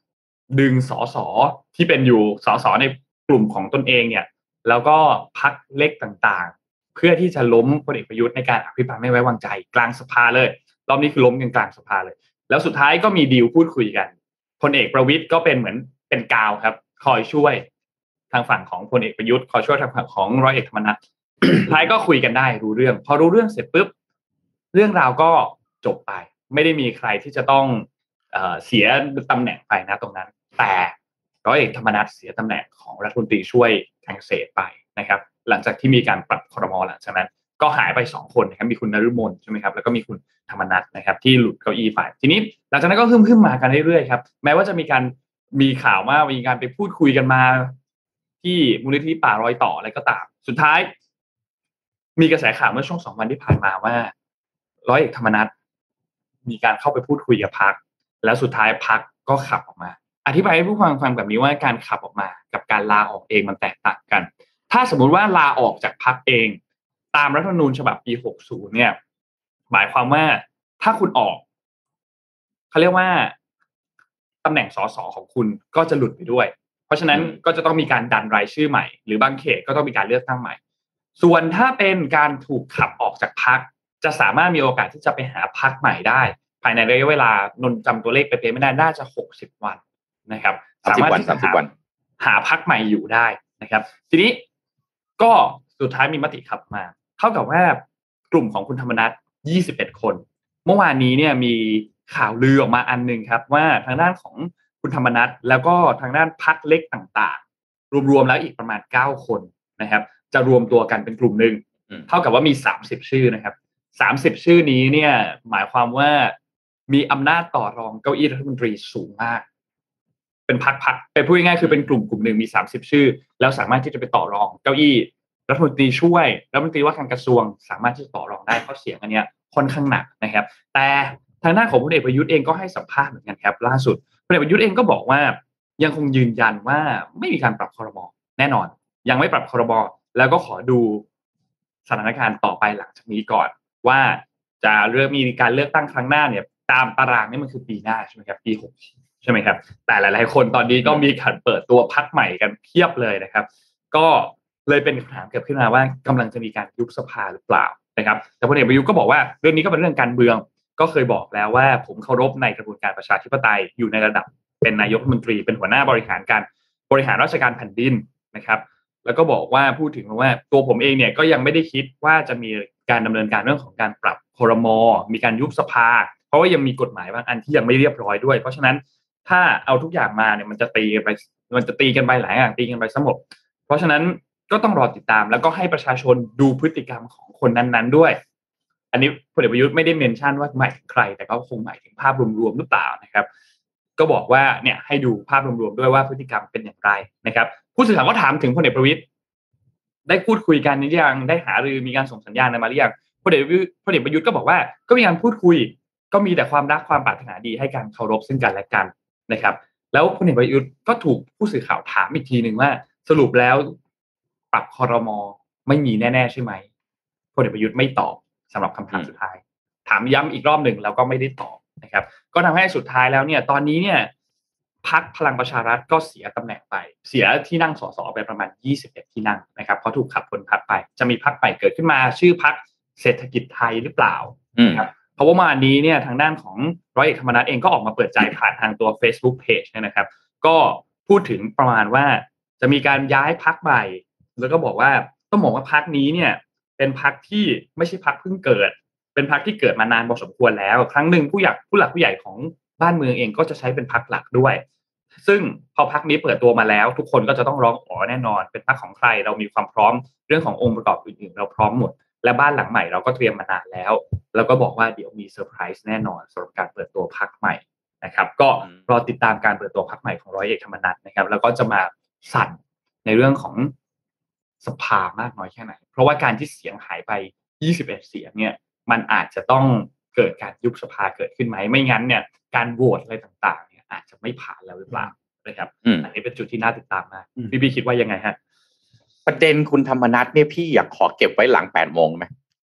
ดึงสสที่เป็นอยู่สสในกลุ่มของตนเองเนี่ยแล้วก็พรรคเล็กต่างๆเพื่อที่จะล้มพลเอกประยุทธ์ในการอภิปรายไม่ไว้วางใจกลางสภาเลยรอบนี้คือล้มกันกลางสภาเลยแล้วสุดท้ายก็มีดีลพูดคุยกันพลเอกประวิตรก็เป็นเหมือนเป็นกาวครับคอยช่วยทางฝั่งของพลเอกประยุทธ์คอยช่วยทางฝั่งของร้อยเอกธรรมนัสสุดท้ายก็คุยกันได้รู้เรื่องพอรู้เรื่องเสร็จปุ๊บเรื่องราวก็จบไปไม่ได้มีใครที่จะต้องเสียตำแหน่งไปนะตรงนั้นแต่ร้อยเอกธรรมนัสเสียตำแหน่งของรัฐมนตรีช่วยการเกษตรไปนะครับหลังจากที่มีการปรับครม.หลังจากนั้นก็หายไป2คนนะครับมีคุณนฤมลใช่ไหมครับแล้วก็มีคุณธรรมนัสนะครับที่หลุดเก้าอี้ไปทีนี้หลังจากนั้นก็ขึ้นมากันเรื่อยๆครับแม้ว่าจะมีข่าวว่ามีการไปพูดคุยกันมาที่มูลนิธิป่ารอยต่ออะไรก็ตามสุดท้ายมีกระแสข่าวเมื่อช่วง2 วันที่ผ่านมาว่าร้อยเอกธรรมนัสมีการเข้าไปพูดคุยกับพรรคแล้วสุดท้ายพรรคก็ขับออกมาอธิบายให้ผู้ฟังแบบนี้ว่าการขับออกมากับการลาออกเองมันแตกต่างกันถ้าสมมุติว่าลาออกจากพรรคเองตามรัฐธรรมนูญฉบับปี60เนี่ยหมายความว่าถ้าคุณออกเขาเรียกว่าตำแหน่งสสของคุณก็จะหลุดไปด้วยเพราะฉะนั้นก็จะต้องมีการดันรายชื่อใหม่หรือบางเขตก็ต้องมีการเลือกตั้งใหม่ส่วนถ้าเป็นการถูกขับออกจากพรรคจะสามารถมีโอกาสที่จะไปหาพรรคใหม่ได้ภายในระยะเวลานนจำตัวเลขไปไม่ได้น่าจะ60 วันนะครับสามารถที่จะหาพรรคใหม่อยู่ได้นะครับทีนี้ก็สุดท้ายมีมติขับมาเท่ากับว่ากลุ่มของคุณธรรมนัส21 คนเมื่อวานนี้เนี่ยมีข่าวลือออกมาอันนึงครับว่าทางด้านของคุณธรรมนัสแล้วก็ทางด้านพรรคเล็กต่างๆรวมๆแล้วอีกประมาณ9 คนนะครับจะรวมตัวกันเป็นกลุ่มนึงเท่ากับว่ามี30 ชื่อนะครับ30 ชื่อนี้เนี่ยหมายความว่ามีอำนาจต่อรองเก้าอี้รัฐมนตรีสูงมากเป็นพรรคไปพูดง่ายๆคือเป็นกลุ่มหนึ่งมี30 ชื่อแล้วสามารถที่จะไปต่อรองเก้าอี้รัฐมนตรีช่วยรัฐมนตรีว่าการกระทรวงสามารถที่จะต่อรองได้เพราะเสียงอันเนี้ยค่อนข้างหนักนะครับแต่ทางด้านของพลเอกประยุทธ์เองก็ให้สัมภาษณ์เหมือนกันครับล่าสุดพลเอกประยุทธ์เองก็บอกว่ายังคงยืนยันว่าไม่มีการปรับครม.แน่นอนยังไม่ปรับครม.แล้วก็ขอดูสถานการณ์ต่อไปหลังจากนี้ก่อนว่าจะมีการเลือกตั้งครั้งหน้าเนี่ยตามตารางนี่มันคือปีหน้าใช่ไหมครับปี6ใช่ไหมครับแต่หลายๆคนตอนนี้ก็มีการเปิดตัวพรรคใหม่กันเพียบเลยนะครับก็เลยเป็นคำถามเกิดขึ้นมาว่ากำลังจะมีการยุบสภาหรือเปล่านะครับแต่พลเอกประยุทธ์ก็บอกว่าเรื่องนี้ก็เป็นเรื่องการเมืองก็เคยบอกแล้วว่าผมเคารพในกระบวนการประชาธิปไตยอยู่ในระดับเป็นนายกรัฐมนตรีเป็นหัวหน้าบริหารราชการแผ่นดินนะครับแล้วก็บอกว่าพูดถึงว่าตัวผมเองเนี่ยก็ยังไม่ได้คิดว่าจะมีการดำเนินการเรื่องของการปรับครม.มีการยุบสภาเพราะว่ายังมีกฎหมายบางอันที่ยังไม่เรียบร้อยด้วยเพราะฉะนั้นถ้าเอาทุกอย่างมาเนี่ยมันจะตีกันไปหลายอย่างตีกันไปซะหมดเพราะฉะนั้นก็ต้องรอติดตามแล้วก็ให้ประชาชนดูพฤติกรรมของคนนั้นๆด้วยอันนี้พลเอกประยุทธ์ไม่ได้เมนชั่นว่าหมายถึงใครแต่ก็คงหมายถึงภาพรวมๆหรือเปล่านะครับก็บอกว่าเนี่ยให้ดูภาพรวมๆด้วยว่าพฤติกรรมเป็นอย่างไรนะครับผู้สื่อข่าวก็ถามถึงพลเอกประวิตรได้พูดคุยกันหรือยังได้หารือมีการส่งสัญญาณอะไรมาหรือยังพลเอกประยุทธ์ก็บอกว่าก็มีการพูดคุยก็มีแต่ความรักความปรารถนาดีให้การเคารพซึ่งกันและกันนะครับแล้วพลเอกประยุทธ์ก็ถูกผู้สื่อข่าวถามอีกทีนึงว่าสรุปแล้วปรับครม.ไม่มีแน่ๆใช่ไหมพลเอกประยุทธ์ไม่ตอบสำหรับคำถามสุดท้ายถามย้ำอีกรอบหนึ่งแล้วก็ไม่ได้ตอบนะครับก็ทำให้สุดท้ายแล้วเนี่ยตอนนี้เนี่ยพรรคพลังประชารัฐก็เสียตำแหน่งไปเสียที่นั่งสสไปประมาณ21ที่นั่งนะครับเพราะถูกขับพ้นพรรคไปจะมีพรรคใหม่เกิดขึ้นมาชื่อพรรคเศรษฐกิจไทยหรือเปล่านะครับเพราะว่ามานี้เนี่ยทางด้านของร้อยเอกธรรมนัสเองก็ออกมาเปิดใจผ่านทางตัว Facebook Page นะครับก็พูดถึงประมาณว่าจะมีการย้ายพรรคใหม่แล้วก็บอกว่าต้องบอกว่าพรรคนี้เนี่ยเป็นพรรคที่ไม่ใช่พรรคเพิ่งเกิดเป็นพรรคที่เกิดมานานพอสมควรแล้วครั้งหนึ่งผู้หลักผู้ใหญ่ของบ้านเมืองเองก็จะใช้เป็นพรรคหลักด้วยซึ่งพอพรรคนี้เปิดตัวมาแล้วทุกคนก็จะต้องร้องอ๋อแน่นอนเป็นพรรคของใครเรามีความพร้อมเรื่องขององค์ประกอบอื่นๆเราพร้อมหมดและบ้านหลังใหม่เราก็เตรียมมานานแล้วแล้วก็บอกว่าเดี๋ยวมีเซอร์ไพรส์แน่นอนสำหรับการเปิดตัวพรรคใหม่นะครับก็รอติดตามการเปิดตัวพรรคใหม่ของร้อยเอกธรรมนัสนะครับแล้วก็จะมาสั่นในเรื่องของสภามากน้อยแค่ไหนเพราะว่าการที่เสียงหายไป21เสียงเนี่ยมันอาจจะต้องเกิดการยุบสภาเกิดขึ้นไหมไม่งั้นเนี่ยการโหวตอะไรต่างๆเนี่ยอาจจะไม่ผ่านแล้วหรือเปล่านะครับอันนี้เป็นจุดที่น่าติดตามมากพี่คิดว่ายังไงฮะประเด็นคุณธรรมนัสเนี่ยพี่อยากขอเก็บไว้หลัง8 โมงไหม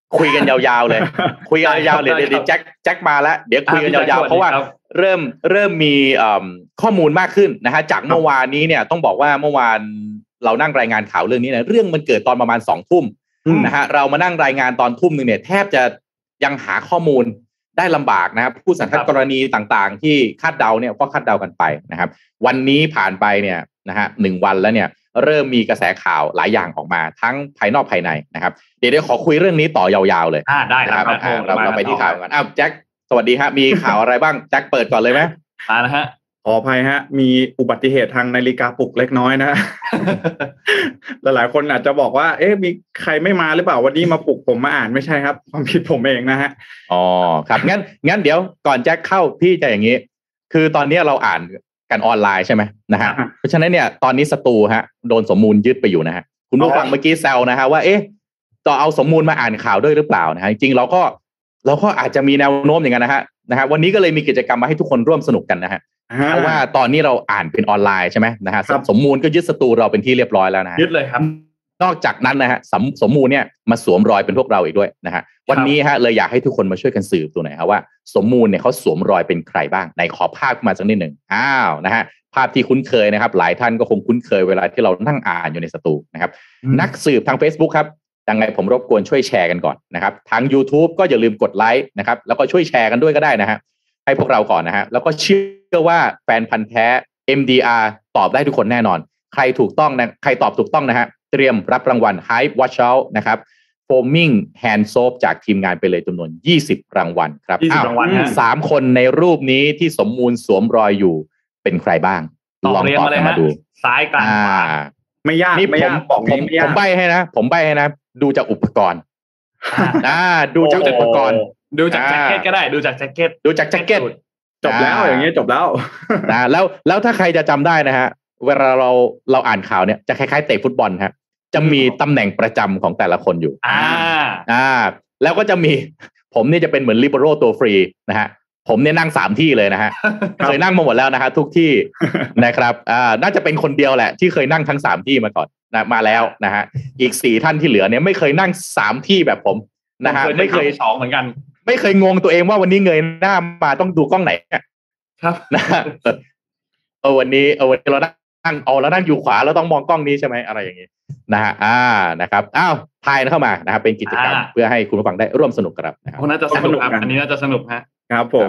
คุยกันยาวๆเลยคุยกันยาวๆเลยเดี๋ยวแจ็คมาแล้วเดี๋ยวคุยกันยาวๆเพราะว่าเริ่มมีข้อมูลมากขึ้นนะฮะจากเมื่อวานนี้เนี่ยต้องบอกว่าเมื่อวานเรานั่งรายงานข่าวเรื่องนี้นะเรื่องมันเกิดตอนประมาณ2 ทุ่มนะฮะเรามานั่งรายงานตอนทุ่มนึงเนี่ยแทบจะยังหาข้อมูลได้ลำบากนะครับผู้สันทัดกรณีต่างๆที่คาดเดาเนี่ยก็คาดเดากันไปนะครับวันนี้ผ่านไปเนี่ยนะฮะ1 วันแล้วเนี่ยเริ่มมีกระแสข่าวหลายอย่างออกมาทั้งภายนอกภายในนะครับเดี๋ยวขอคุยเรื่องนี้ต่อยาวๆเลยได้ครับเราไปที่ข่าวกันแจ็คสวัสดีฮะมีข่าวอะไรบ้างแจ็คเปิดก่อนเลยไหมมานะฮะขออภัยฮะมีอุบัติเหตุทางนาฬิกาปลุกเล็กน้อยนะ หลายคนอาจจะบอกว่ามีใครไม่มาหรือเปล่าวันนี้มาปลุกผมมาอ่านไม่ใช่ครับความผิดผมเองนะฮะอ๋อครับงั้นเดี๋ยวก่อนแจ็คเข้าพี่จะอย่างนี้คือตอนนี้เราอ่านกันออนไลน์ใช่ไหมนะฮะเพราะฉะนั้นเนี่ยตอนนี้สตูฮะโดนสมมูลยึดไปอยู่นะฮะคุณผู้ฟังเมื่อกี้แซวนะฮะว่าต่อเอาสมมูลมาอ่านข่าวด้วยหรือเปล่านะฮะจริงๆเราก็อาจจะมีแนวโน้มอย่างนั้นนะฮะวันนี้ก็เลยมีกิจกรรมมาให้ทุกคนร่วมสนุกกันนะฮะเพราะว่าตอนนี้เราอ่านเป็นออนไลน์ใช่ไหมนะฮะสมมูลก็ยึดสตูเราเป็นที่เรียบร้อยแล้วนะฮะยึดเลยครับนอกจากนั้นนะฮะสมมูลเนี่ยมาสวมรอยเป็นพวกเราอีกด้วยนะฮะวันนี้ฮะเลยอยากให้ทุกคนมาช่วยกันสืบตัวหน่อยครับว่าสมมูลเนี่ยเขาสวมรอยเป็นใครบ้างในขอภาพมาสักนิดหนึ่งนะฮะภาพที่คุ้นเคยนะครับหลายท่านก็คงคุ้นเคยเวลาที่เรานั่งอ่านอยู่ในสตูนะครับนักสืบทาง Facebook ครับยังไงผมรบกวนช่วยแชร์กันก่อนนะครับทาง YouTube ก็อย่าลืมกดไลค์นะครับแล้วก็ช่วยแชร์กันด้วยก็ได้นะฮะให้พวกเราก่อนนะฮะแล้วก็เชื่อว่าแฟนพันธุ์แท้ MDR ตอบได้ทุกคนแน่นอนใครถูกต้องนะใครตอบถูกต้องนะฮะเตรียมรับรางวัล Hype Watch Out นะครับ Foaming Hand Soap จากทีมงานไปเลยจำนวน20 รางวัลครับ 20 รางวัล 3 คนในรูปนี้ที่สมมูลสวมรอยอยู่เป็นใครบ้างลองตอบกันมาดูซ้ายกลางขวาไม่ยากนี่ผมใบ้ให้นะดูจากอุปกรณ์ดูจากอุปกรณ์ดูจากแจ็คเก็ตก็ได้ดูจากแจ็คเก็ตจบแล้วอย่างเงี้ยจบแล้วแล้วถ้าใครจะจำได้นะฮะเวลาเราอ่านข่าวเนี่ยจะคล้ายๆเตะฟุตบอลฮะจะมีตำแหน่งประจำของแต่ละคนอยู่แล้วก็จะมีผมนี่จะเป็นเหมือนลิเบโร่ตัวฟรีนะฮะผมเนี่ยนั่ง3 ที่เลยนะฮะเคยนั่งมาหมดแล้วนะฮะทุกที่นะครับน่าจะเป็นคนเดียวแหละที่เคยนั่งทั้ง3 ที่มาก่อนนะมาแล้วนะฮะอีก4 ท่านที่เหลือเนี่ยไม่เคยนั่ง3 ที่แบบผมนะฮะไม่เคย 2เหมือนกันไม่เคยงงตัวเองว่าวันนี้เงยหน้ามาต้องดูกล้องไหนครับนะวันนี้เรานั่งอยู่ขวาเราต้องมองกล้องนี้ใช่ไหมอะไรอย่างนี้นะฮะนะครับทายเข้ามานะครับเป็นกิจกรรมเพื่อให้คุณผู้ฟังได้ร่วมสนุกกันนะครับน่าจะสนุกครับอันนี้น่าจะสนุกฮะครับผม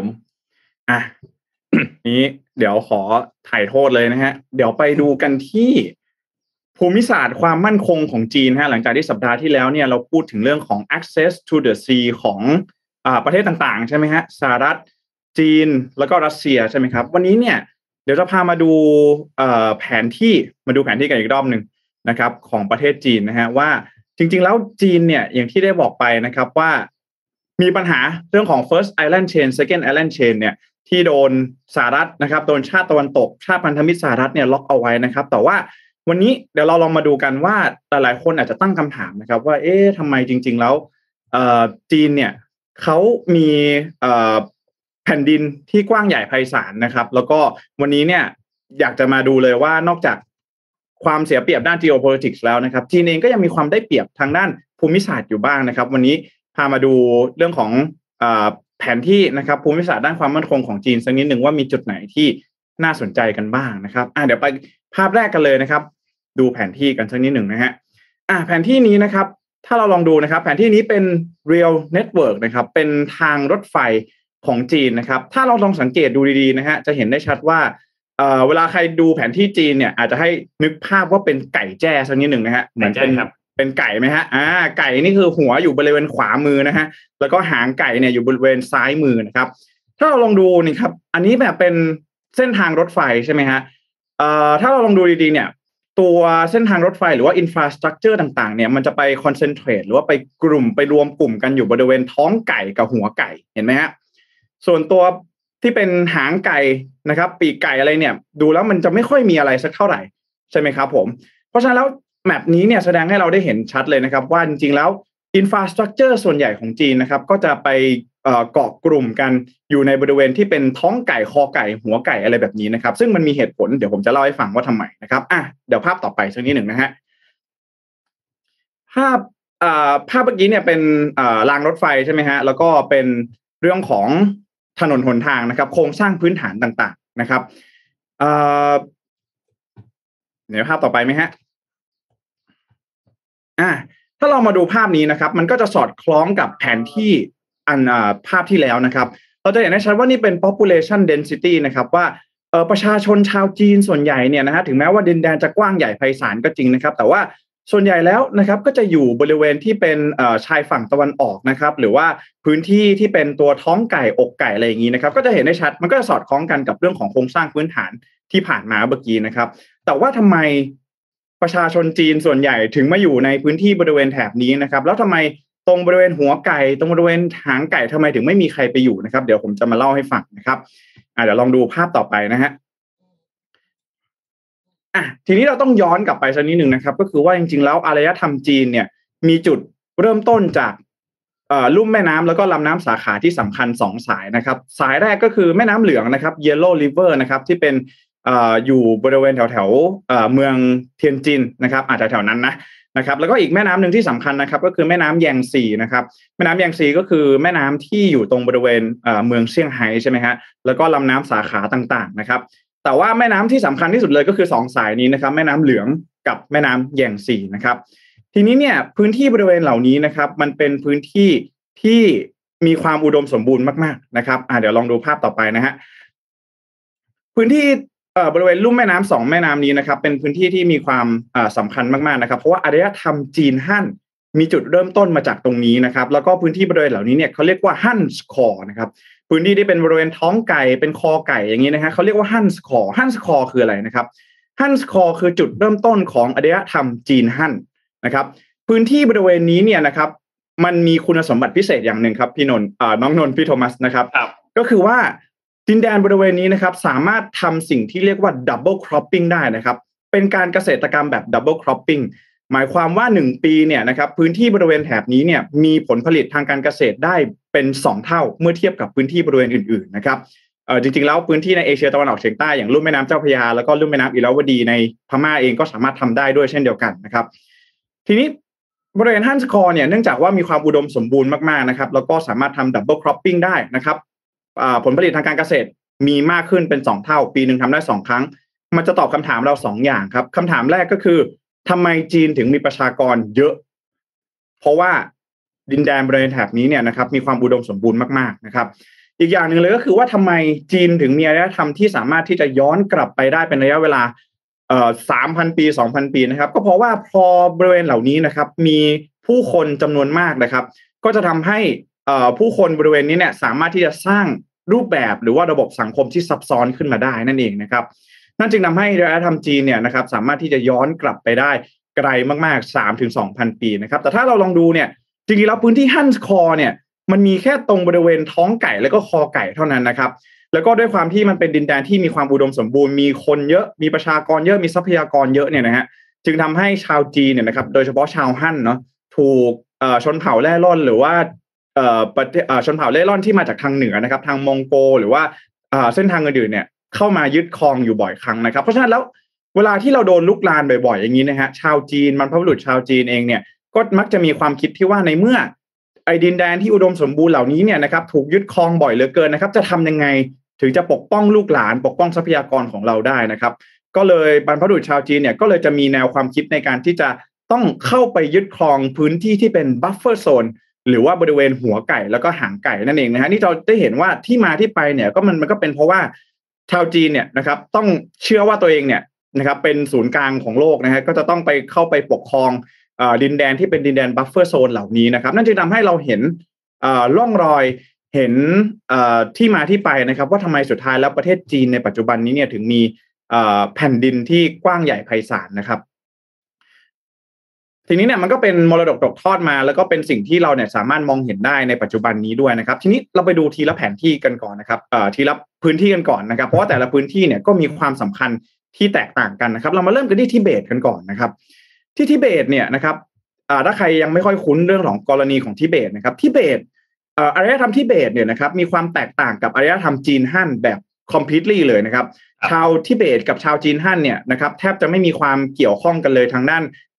นี้เดี๋ยวขอถ่ายโทษเลยนะฮะเดี๋ยวไปดูกันที่ภูมิศาสตร์ความมั่นคงของจีนฮะหลังจากที่สัปดาห์ที่แล้วเนี่ยเราพูดถึงเรื่องของ access to the sea ของประเทศต่างๆใช่ไหมฮะสหรัฐจีนแล้วก็รัสเซียใช่ไหมครับวันนี้เนี่ยเดี๋ยวจะพามาดูแผนที่กันอีกรอบหนึ่งนะครับของประเทศจีนนะฮะว่าจริงๆแล้วจีนเนี่ยอย่างที่ได้บอกไปนะครับว่ามีปัญหาเรื่องของ first island chain second island chain เนี่ยที่โดนสหรัฐนะครับโดนชาติตะวันตกชาติพันธมิตรสหรัฐเนี่ยล็อกเอาไว้นะครับแต่ว่าวันนี้เดี๋ยวเราลองมาดูกันว่าหลายๆคนอาจจะตั้งคำถามนะครับว่าทำไมจริงๆแล้วจีนเนี่ยเขามีแผ่นดินที่กว้างใหญ่ไพศาลนะครับแล้วก็วันนี้เนี่ยอยากจะมาดูเลยว่านอกจากความเสียเปรียบด้าน geopolitics แล้วนะครับจีนเองก็ยังมีความได้เปรียบทางด้านภูมิศาสตร์อยู่บ้างนะครับวันนี้พามาดูเรื่องของแผนที่นะครับภูมิศาสตร์ด้านความมั่นคงของจีนสักนิดหนึ่งว่ามีจุดไหนที่น่าสนใจกันบ้างนะครับเดี๋ยวไปภาพแรกกันเลยนะครับดูแผนที่กันสักนิดหนึ่งนะฮะแผนที่นี้นะครับถ้าเราลองดูนะครับแผนที่นี้เป็น Rail Network นะครับเป็นทางรถไฟของจีนนะครับถ้าเราลองสังเกตดูดีๆนะฮะจะเห็นได้ชัดว่าเวลาใครดูแผนที่จีนเนี่ยอาจจะให้นึกภาพว่าเป็นไก่แจ้สักนิดหนึ่งนะฮะเหมือนเป็นไก่ไหมฮะไก่นี่คือหัวอยู่บริเวณขวามือนะฮะแล้วก็หางไก่เนี่ยอยู่บริเวณซ้ายมือนะครับถ้าเราลองดูนี่ครับอันนี้แบบเป็นเส้นทางรถไฟใช่ไหมฮะถ้าเราลองดูดีๆเนี่ยตัวเส้นทางรถไฟหรือว่าอินฟราสตรัคเจอร์ต่างๆเนี่ยมันจะไปคอนเซนเทรตหรือว่าไปรวมกลุ่มกันอยู่บริเวณท้องไก่กับหัวไก่เห็นไหมฮะส่วนตัวที่เป็นหางไก่นะครับปีกไก่อะไรเนี่ยดูแล้วมันจะไม่ค่อยมีอะไรสักเท่าไหร่ใช่ไหมครับผมเพราะฉะนั้นแล้วแมปนี้เนี่ยแสดงให้เราได้เห็นชัดเลยนะครับว่าจริงๆแล้วอินฟราสตรัคเจอร์ส่วนใหญ่ของจีนนะครับก็จะไปเกาะกลุ่มกันอยู่ในบริเวณที่เป็นท้องไก่คอไก่หัวไก่อะไรแบบนี้นะครับซึ่งมันมีเหตุผลเดี๋ยวผมจะเล่าให้ฟังว่าทำไมนะครับเดี๋ยวภาพต่อไปสักนิดหนึ่งนะฮะภาพภาพเมื่อกี้เนี่ยเป็นรางรถไฟใช่ไหมฮะแล้วก็เป็นเรื่องของถนนหนทางนะครับโครงสร้างพื้นฐานต่างๆนะครับเดี๋ยวภาพต่อไปไหมฮะถ้าเรามาดูภาพนี้นะครับมันก็จะสอดคล้องกับแผนที่ภาพที่แล้วนะครับเราจะเห็นได้ชัดว่านี่เป็น population density นะครับว่าประชาชนชาวจีนส่วนใหญ่เนี่ยนะฮะถึงแม้ว่าดินแดนจะกว้างใหญ่ไพศาลก็จริงนะครับแต่ว่าส่วนใหญ่แล้วนะครับก็จะอยู่บริเวณที่เป็นชายฝั่งตะวันออกนะครับหรือว่าพื้นที่ที่เป็นตัวท้องไก่อกไก่อะไรอย่างนี้นะครับก็จะเห็นได้ชัดมันก็จะสอดคล้องกันกับเรื่องของโครงสร้างพื้นฐานที่ผ่านมาเมื่อกี้นะครับแต่ว่าทำไมประชาชนจีนส่วนใหญ่ถึงมาอยู่ในพื้นที่บริเวณแถบนี้นะครับแล้วทำไมตรงบริเวณหัวไก่ตรงบริเวณหางไก่ทำไมถึงไม่มีใครไปอยู่นะครับเดี๋ยวผมจะมาเล่าให้ฟังนะครับเดี๋ยวลองดูภาพต่อไปนะฮะทีนี้เราต้องย้อนกลับไปสักนิดนึงนะครับก็คือว่าจริงๆแล้วอารยธรรมจีนเนี่ยมีจุดเริ่มต้นจากลุ่มแม่น้ำแล้วก็ลำน้ำสาขาที่สำคัญ2สายนะครับสายแรกก็คือแม่น้ำเหลืองนะครับ Yellow River นะครับที่เป็นอยู่บริเวณแถวเมืองเทียนจินนะครับอาจจะแถวนั้นนะครับแล้วก็อีกแม่น้ำหนึ่งที่สำคัญนะครับก็คือแม่น้ำแยงซีนะครับแม่น้ำแยงซีก็คือแม่น้ำที่อยู่ตรงบริเวณเมืองเซี่ยงไฮ้ใช่ไหมฮะแล้วก็ลำน้ำสาขาต่างๆนะครับแต่ว่าแม่น้ำที่สำคัญที่สุดเลยก็คือ2สายนี้นะครับแม่น้ำเหลืองกับแม่น้ำแยงซีนะครับทีนี้เนี่ยพื้นที่บริเวณเหล่านี้นะครับมันเป็นพื้นที่ที่มีความอุดมสมบูรณ์มากๆนะครับเดี๋ยวลองดูภาพต่อไปนะฮะพื้นที่บริเวณลุ่มแม่น้ำ2แม่น้ำนี้นะครับเป็นพื้นที่ที่มีความสำคัญมากๆนะครับเพราะว่าอารยธรรมจีนฮั่นมีจุดเริ่มต้นมาจากตรงนี้นะครับแล้วก็พื้นที่บริเวณเหล่านี้เนี่ยเขาเรียกว่าฮั่นสคอร์นะครับพื้นที่ที่เป็นบริเวณท้องไก่เป็นคอไก่อย่างนี้นะฮะเขาเรียกว่าฮั่นสคอร์คืออะไรนะครับฮั่นสคอร์คือจุดเริ่มต้นของอารยธรรมจีนฮั่นนะครับพื้นที่บริเวณนี้เนี่ยนะครับมันมีคุณสมบัติพิเศษอย่างหนึ่งครับพี่นนท์น้องนนท์พี่โทมัสนะครับก็คือว่าดินแดนบริเวณนี้นะครับสามารถทำสิ่งที่เรียกว่า double cropping ได้นะครับเป็นการเกษตรกรรมแบบ double cropping หมายความว่า1ปีเนี่ยนะครับพื้นที่บริเวณแถบนี้เนี่ยมีผลผลิตทางการเกษตรได้เป็น2เท่าเมื่อเทียบกับพื้นที่บริเวณอื่นๆนะครับจริงๆแล้วพื้นที่ในเอเชียตะวันออกเฉียงใต้อย่างลุ่มแม่น้ำเจ้าพระยาแล้วก็ลุ่มแม่น้ำอิราวดีในพม่าเองก็สามารถทำได้ด้วยเช่นเดียวกันนะครับทีนี้บริเวณฮั่นสคอร์เนี่ยเนื่องจากว่ามีความอุดมสมบูรณ์มากๆนะครับแล้วก็สามารถทำ double cropping ได้นะครับผลผลิตทางการเกษตรมีมากขึ้นเป็น2เท่าปีนึงทำได้2ครั้งมันจะตอบคำถามเรา2อย่างครับคำถามแรกก็คือทำไมจีนถึงมีประชากรเยอะเพราะว่าดินแดนบริเวณแถบนี้เนี่ยนะครับมีความอุดมสมบูรณ์มากๆนะครับอีกอย่างหนึ่งเลยก็คือว่าทำไมจีนถึงมีอารยธรรมที่สามารถที่จะย้อนกลับไปได้เป็นระยะเวลา3,000 ปี 2,000 ปีนะครับก็เพราะว่าพอบริเวณเหล่านี้นะครับมีผู้คนจำนวนมากนะครับก็จะทำให้ผู้คนบริเวณนี้เนี่ยสามารถที่จะสร้างรูปแบบหรือว่าระบบสังคมที่ซับซ้อนขึ้นมาได้นั่นเองนะครับนั่นจึงทำให้อารยธรรมจีนเนี่ยนะครับสามารถที่จะย้อนกลับไปได้ไกลมากๆ 3-2,000 ปีนะครับแต่ถ้าเราลองดูเนี่ยจริงๆแล้วพื้นที่ฮั่นสคอร์เนี่ยมันมีแค่ตรงบริเวณท้องไก่แล้วก็คอไก่เท่านั้นนะครับแล้วก็ด้วยความที่มันเป็นดินแดนที่มีความอุดมสมบูรณ์มีคนเยอะมีประชากรเยอะมีทรัพยากรเยอะเนี่ยนะฮะจึงทำให้ชาวจีนเนี่ยนะครับโดยเฉพาะชาวฮั่นเนาะถูกชนเผ่าแร่ร่อนหรือว่าชนเผ่าเร่ร่อนที่มาจากทางเหนือนะครับทางมองโกหรือว่าเส้นทางอื่นๆเนี่ยเข้ามายึดครองอยู่บ่อยครั้งนะครับเพราะฉะนั้นแล้วเวลาที่เราโดนลุกลานบ่อยๆอย่างนี้นะฮะชาวจีนบรรพบุรุษชาวจีนเองเนี่ยก็มักจะมีความคิดที่ว่าในเมื่อไอ้ดินแดนที่อุดมสมบูรณ์เหล่านี้เนี่ยนะครับถูกยึดครองบ่อยเหลือเกินนะครับจะทำยังไงถึงจะปกป้องลูกหลานปกป้องทรัพยากรของเราได้นะครับก็เลยบรรพบุรุษชาวจีนเนี่ยก็เลยจะมีแนวความคิดในการที่จะต้องเข้าไปยึดครองพื้นที่ที่เป็นบัฟเฟอร์โซนหรือว่าบริเวณหัวไก่แล้วก็หางไก่นั่นเองนะฮะนี่เราได้เห็นว่าที่มาที่ไปเนี่ยก็มันก็เป็นเพราะว่าชาวจีนเนี่ยนะครับต้องเชื่อว่าตัวเองเนี่ยนะครับเป็นศูนย์กลางของโลกนะฮะก็จะต้องไปเข้าไปปกครองดินแดนที่เป็นดินแดนบัฟเฟอร์โซนเหล่านี้นะครับนั่นจึงทำให้เราเห็นร่องรอยเห็นที่มาที่ไปนะครับว่าทำไมสุดท้ายแล้วประเทศจีนในปัจจุบันนี้เนี่ยถึงมีแผ่นดินที่กว้างใหญ่ไพศาลนะครับทีนี้เนี่ยมันก็เป็นมรดกตกทอดมาแล้วก็เป็นสิ่งที่เราเนี่ยสามารถมองเห็นได้ในปัจจุบันนี้ด้วยนะครับทีนี้เราไปดูทีละแผนที่กันก่อนนะครับทีละพื้นที่กันก่อนนะครับเพราะว่าแต่ละพื้นที่เนี่ยก็มีความสำคัญที่แตกต่างกันนะครับเรามาเริ่มกันที่ทิเบตกันก่อนนะครับที่ทิเบตเนี่ยนะครับถ้าใครยังไม่ค่อยคุ้นเรื่องของกรณีของทิเบตนะครับทิเบตอารยธรรมทิเบตเนี่ยนะครับมีความแตกต่างกับอารยธรรมจีนฮั่นแบบ completely เลยนะครับชาวทิเบตกับชาวจีนฮั่นเนี่ยนะครับแทบจะไม่มีความเกี่ยวข้องกันเลยทางด้าน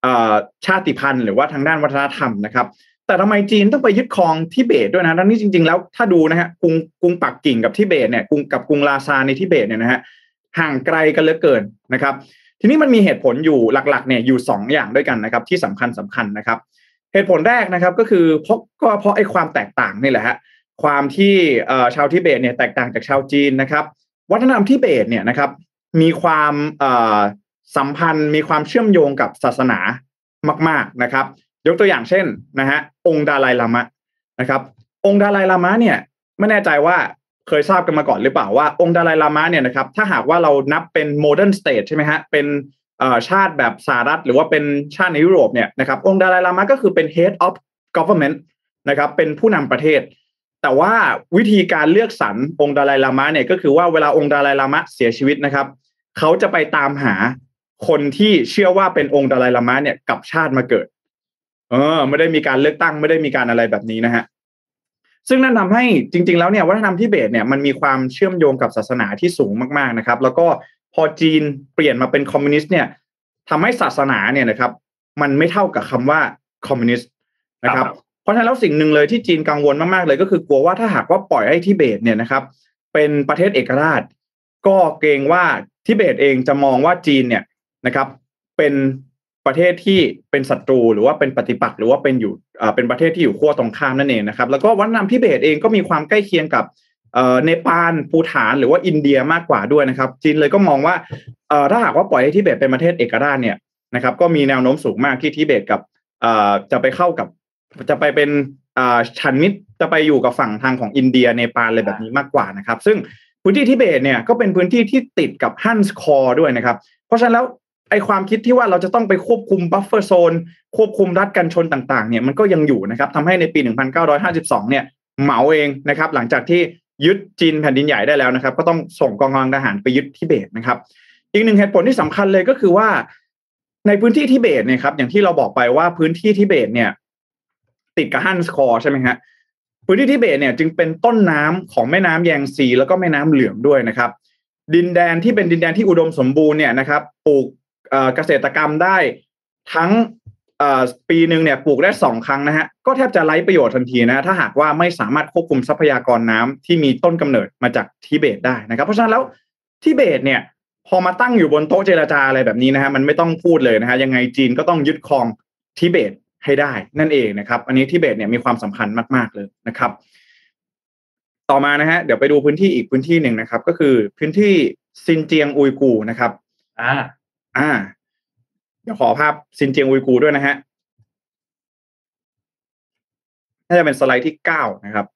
ชาติพันธุ์หรือว่าทางด้านวัฒนธรรมนะครับแต่ทำไมจีนต้องไปยึดครองทิเบตด้วยนะทั้งนี้จริงๆแล้วถ้าดูนะฮะกรุงปักกิ่งกับทิเบตเนี่ยกรุงลาซาในทิเบตเนี่ยนะฮะห่างไกลกันเหลือเกินนะครับทีนี้มันมีเหตุผลอยู่หลักๆเนี่ยอยู่2อย่างด้วยกันนะครับที่สำคัญนะครับเหตุผลแรกนะครับก็คือเพราะไอ้ความแตกต่างนี่แหละฮะความที่ชาวทิเบตเนี่ยแตกต่างจากชาวจีนนะครับวัฒนธรรมทิเบตเนี่ยนะครับมีความสัมพันธ์มีความเชื่อมโยงกับศาสนามากๆนะครับยกตัวอย่างเช่นนะฮะองค์ดาไลลามะนะครับองค์ดาไลลามะเนี่ยไม่แน่ใจว่าเคยทราบกันมาก่อนหรือเปล่าว่าองค์ดาไลลามะเนี่ยนะครับถ้าหากว่าเรานับเป็นโมเดิร์นสเตทใช่ไหมฮะเป็นชาติแบบสหรัฐหรือว่าเป็นชาติในยุโรปเนี่ยนะครับองค์ดาไลลามะก็คือเป็น head of government นะครับเป็นผู้นำประเทศแต่ว่าวิธีการเลือกสรรองค์ดาไลลามะเนี่ยก็คือว่าเวลาองค์ดาไลลามะเสียชีวิตนะครับเขาจะไปตามหาคนที่เชื่อว่าเป็นองค์ดาไลลามะเนี่ยกลับชาติมาเกิดไม่ได้มีการเลือกตั้งไม่ได้มีการอะไรแบบนี้นะฮะซึ่งนั่นทำให้จริงๆแล้วเนี่ยวัฒนธรรมทิเบตเนี่ยมันมีความเชื่อมโยงกับศาสนาที่สูงมากๆนะครับแล้วก็พอจีนเปลี่ยนมาเป็นคอมมิวนิสต์เนี่ยทำให้ศาสนาเนี่ยนะครับมันไม่เท่ากับคำว่าคอมมิวนิสต์นะครับเพราะฉะนั้นแล้วสิ่งหนึ่งเลยที่จีนกังวลมากๆเลยก็คือกลัวว่าถ้าหากว่าปล่อยให้ทิเบตเนี่ยนะครับเป็นประเทศเอกราชก็เกรงว่าทิเบตเองจะมองว่าจีนเนี่ยนะครับเป็นประเทศที่เป็นศัตรูหรือว่าเป็นปฏิปักษ์หรือว่าเป็นประเทศที่อยู่ขั้วตรงข้ามนั่นเองนะครับแล้วก็วัฒนธรรมทิเบตเองก็มีความใกล้เคียงกับเนปาลภูฏานหรือว่าอินเดียมากกว่าด้วยนะครับจีนเลยก็มองว่าถ้าหากว่าปล่อยให้ทิเบตเป็นประเทศเอกราชเนี่ยนะครับก็มีแนวโน้มสูงมากที่ทิเบตกับจะไปเข้ากับจะไปเป็นชันมิตรจะไปอยู่กับฝั่งทางของอินเดียเนปาลอะไรแบบนี้มากกว่านะครับซึ่งพื้นที่ทิเบตเนี่ยก็เป็นพื้นที่ที่ติดกับฮันส์คอร์ด้วยนะครับเพราะฉะนั้นแล้วไอความคิดที่ว่าเราจะต้องไปควบคุมบัฟเฟอร์โซนควบคุมรัฐกันชนต่างๆเนี่ยมันก็ยังอยู่นะครับทำให้ในปี 1952 เนี่ยเหมาเองนะครับหลังจากที่ยึดจีนแผ่นดินใหญ่ได้แล้วนะครับก็ต้องส่งกองกำลังทหารไปยึดทิเบตนะครับอีกหนึ่งเหตุผลที่สำคัญเลยก็คือว่าในพื้นที่ทิเบตเนี่ยครับอย่างที่เราบอกไปว่าพื้นที่ทิเบตเนี่ยติดกับฮันส์คอร์ใช่ไหมฮะพื้นที่ทิเบตเนี่ยจึงเป็นต้นน้ำของแม่น้ำแยงซีแล้วก็แม่น้ำเหลืองด้วยนะครับดินแดนที่เป็นดินแดนที่อุดมสมบูรณ์เนี่ยนะครับปลูกเกษตรกรรมได้ทั้งปีหนึ่งเนี่ยปลูกได้2 ครั้งนะฮะก็แทบจะไร้ประโยชน์ทันทีนะถ้าหากว่าไม่สามารถควบคุมทรัพยากรน้ำที่มีต้นกำเนิดมาจากทิเบตได้นะครับเพราะฉะนั้นแล้วทิเบตเนี่ยพอมาตั้งอยู่บนโต๊ะเจรจาอะไรแบบนี้นะฮะมันไม่ต้องพูดเลยนะฮะยังไงจีนก็ต้องยึดครองทิเบตให้ได้นั่นเองนะครับอันนี้ทิเบตเนี่ยมีความสำคัญมากๆเลยนะครับต่อมานะฮะเดี๋ยวไปดูพื้นที่อีกพื้นที่หนึ่งนะครับก็คือพื้นที่ซินเจียงอุยกูร์นะครับเดี๋ยวขอภาพซินเจียงอุยกูร์ด้วยนะฮะน่าจะเป็นสไลด์ที่9นะครับ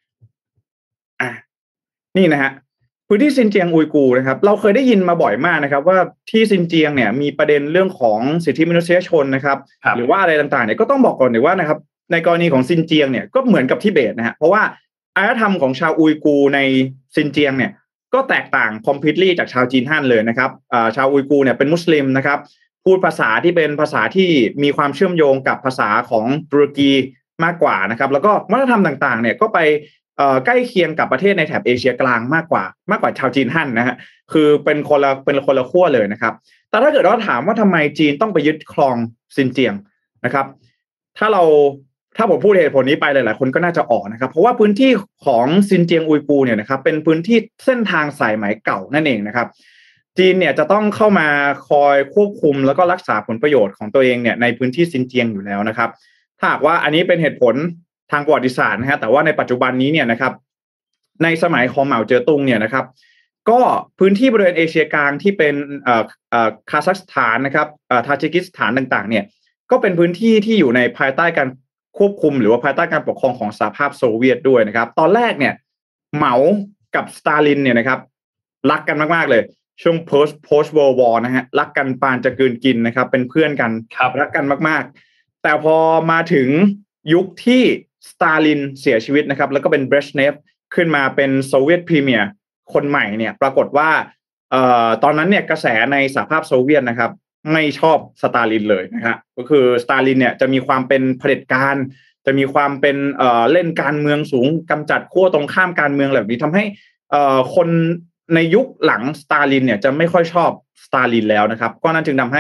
นี่นะฮะพื้นที่ซินเจียงอุยกูร์นะครับเราเคยได้ยินมาบ่อยมากนะครับว่าที่ซินเจียงเนี่ยมีประเด็นเรื่องของสิทธิมนุษยชนนะครับหรือว่าอะไรต่างๆเนี่ยก็ต้องบอกก่อนเลยว่านะครับในกรณีของซินเจียงเนี่ยก็เหมือนกับทิเบตนะฮะเพราะว่าอารยธรรมของชาวอุยกูร์ในซินเจียงเนี่ยก็แตกต่าง completely จากชาวจีนฮั่นเลยนะครับชาวอุยกูร์เนี่ยเป็นมุสลิมนะครับพูดภาษาที่เป็นภาษาที่มีความเชื่อมโยงกับภาษาของตุรกีมากกว่านะครับแล้วก็วัฒนธรรมต่างๆเนี่ยก็ไปใกล้เคียงกับประเทศในแถบเอเชียกลางมากกว่าชาวจีนฮั่นนะฮะคือเป็นคนละขั้วเลยนะครับแต่ถ้าเกิดว่าถามว่าทำไมจีนต้องไปยึดครองซินเจียงนะครับถ้าผมพูดเหตุผลนี้ไปหลายๆคนก็น่าจะออกนะครับเพราะว่าพื้นที่ของซินเจียงอุยกูร์เนี่ยนะครับเป็นพื้นที่เส้นทางสายไหมเก่านั่นเองนะครับจีนเนี่ยจะต้องเข้ามาคอยควบคุมแล้วก็รักษาผลประโยชน์ของตัวเองเนี่ยในพื้นที่ซินเจียงอยู่แล้วนะครับถ้าหากว่าอันนี้เป็นเหตุผลทางประวัติศาสตร์นะฮะแต่ว่าในปัจจุบันนี้เนี่ยนะครับในสมัยของเหมาเจ๋อตุงเนี่ยนะครับก็พื้นที่บริเวณเอเชียกลางที่เป็นคาซัคสถานนะครับทาจิกิสถานต่างๆเนี่ยก็เป็นพื้นที่ที่อยู่ในภายใต้การควบคุมหรือว่าภายใต้การปกครองของสหภาพโซเวียตด้วยนะครับตอนแรกเนี่ยเหมากับสตาลินเนี่ยนะครับรักกันมากๆเลยช่วง post world war นะฮะรักกันปานจะกลืนกินนะครับเป็นเพื่อนกันรักกันมากๆแต่พอมาถึงยุคที่สตาลินเสียชีวิตนะครับแล้วก็เป็นเบรชเนฟขึ้นมาเป็นโซเวียตพรีเมียร์คนใหม่เนี่ยปรากฏว่าตอนนั้นเนี่ยกระแสในสหภาพโซเวียตนะครับไม่ชอบสตาลินเลยนะครับก็คือสตาลินเนี่ยจะมีความเป็นเผด็จการจะมีความเป็นเล่นการเมืองสูงกำจัดขั้วตรงข้ามการเมืองแบบนี้ทำให้คนในยุคหลังสตาลินเนี่ยจะไม่ค่อยชอบสตาลินแล้วนะครับก็นั่นจึงทำให้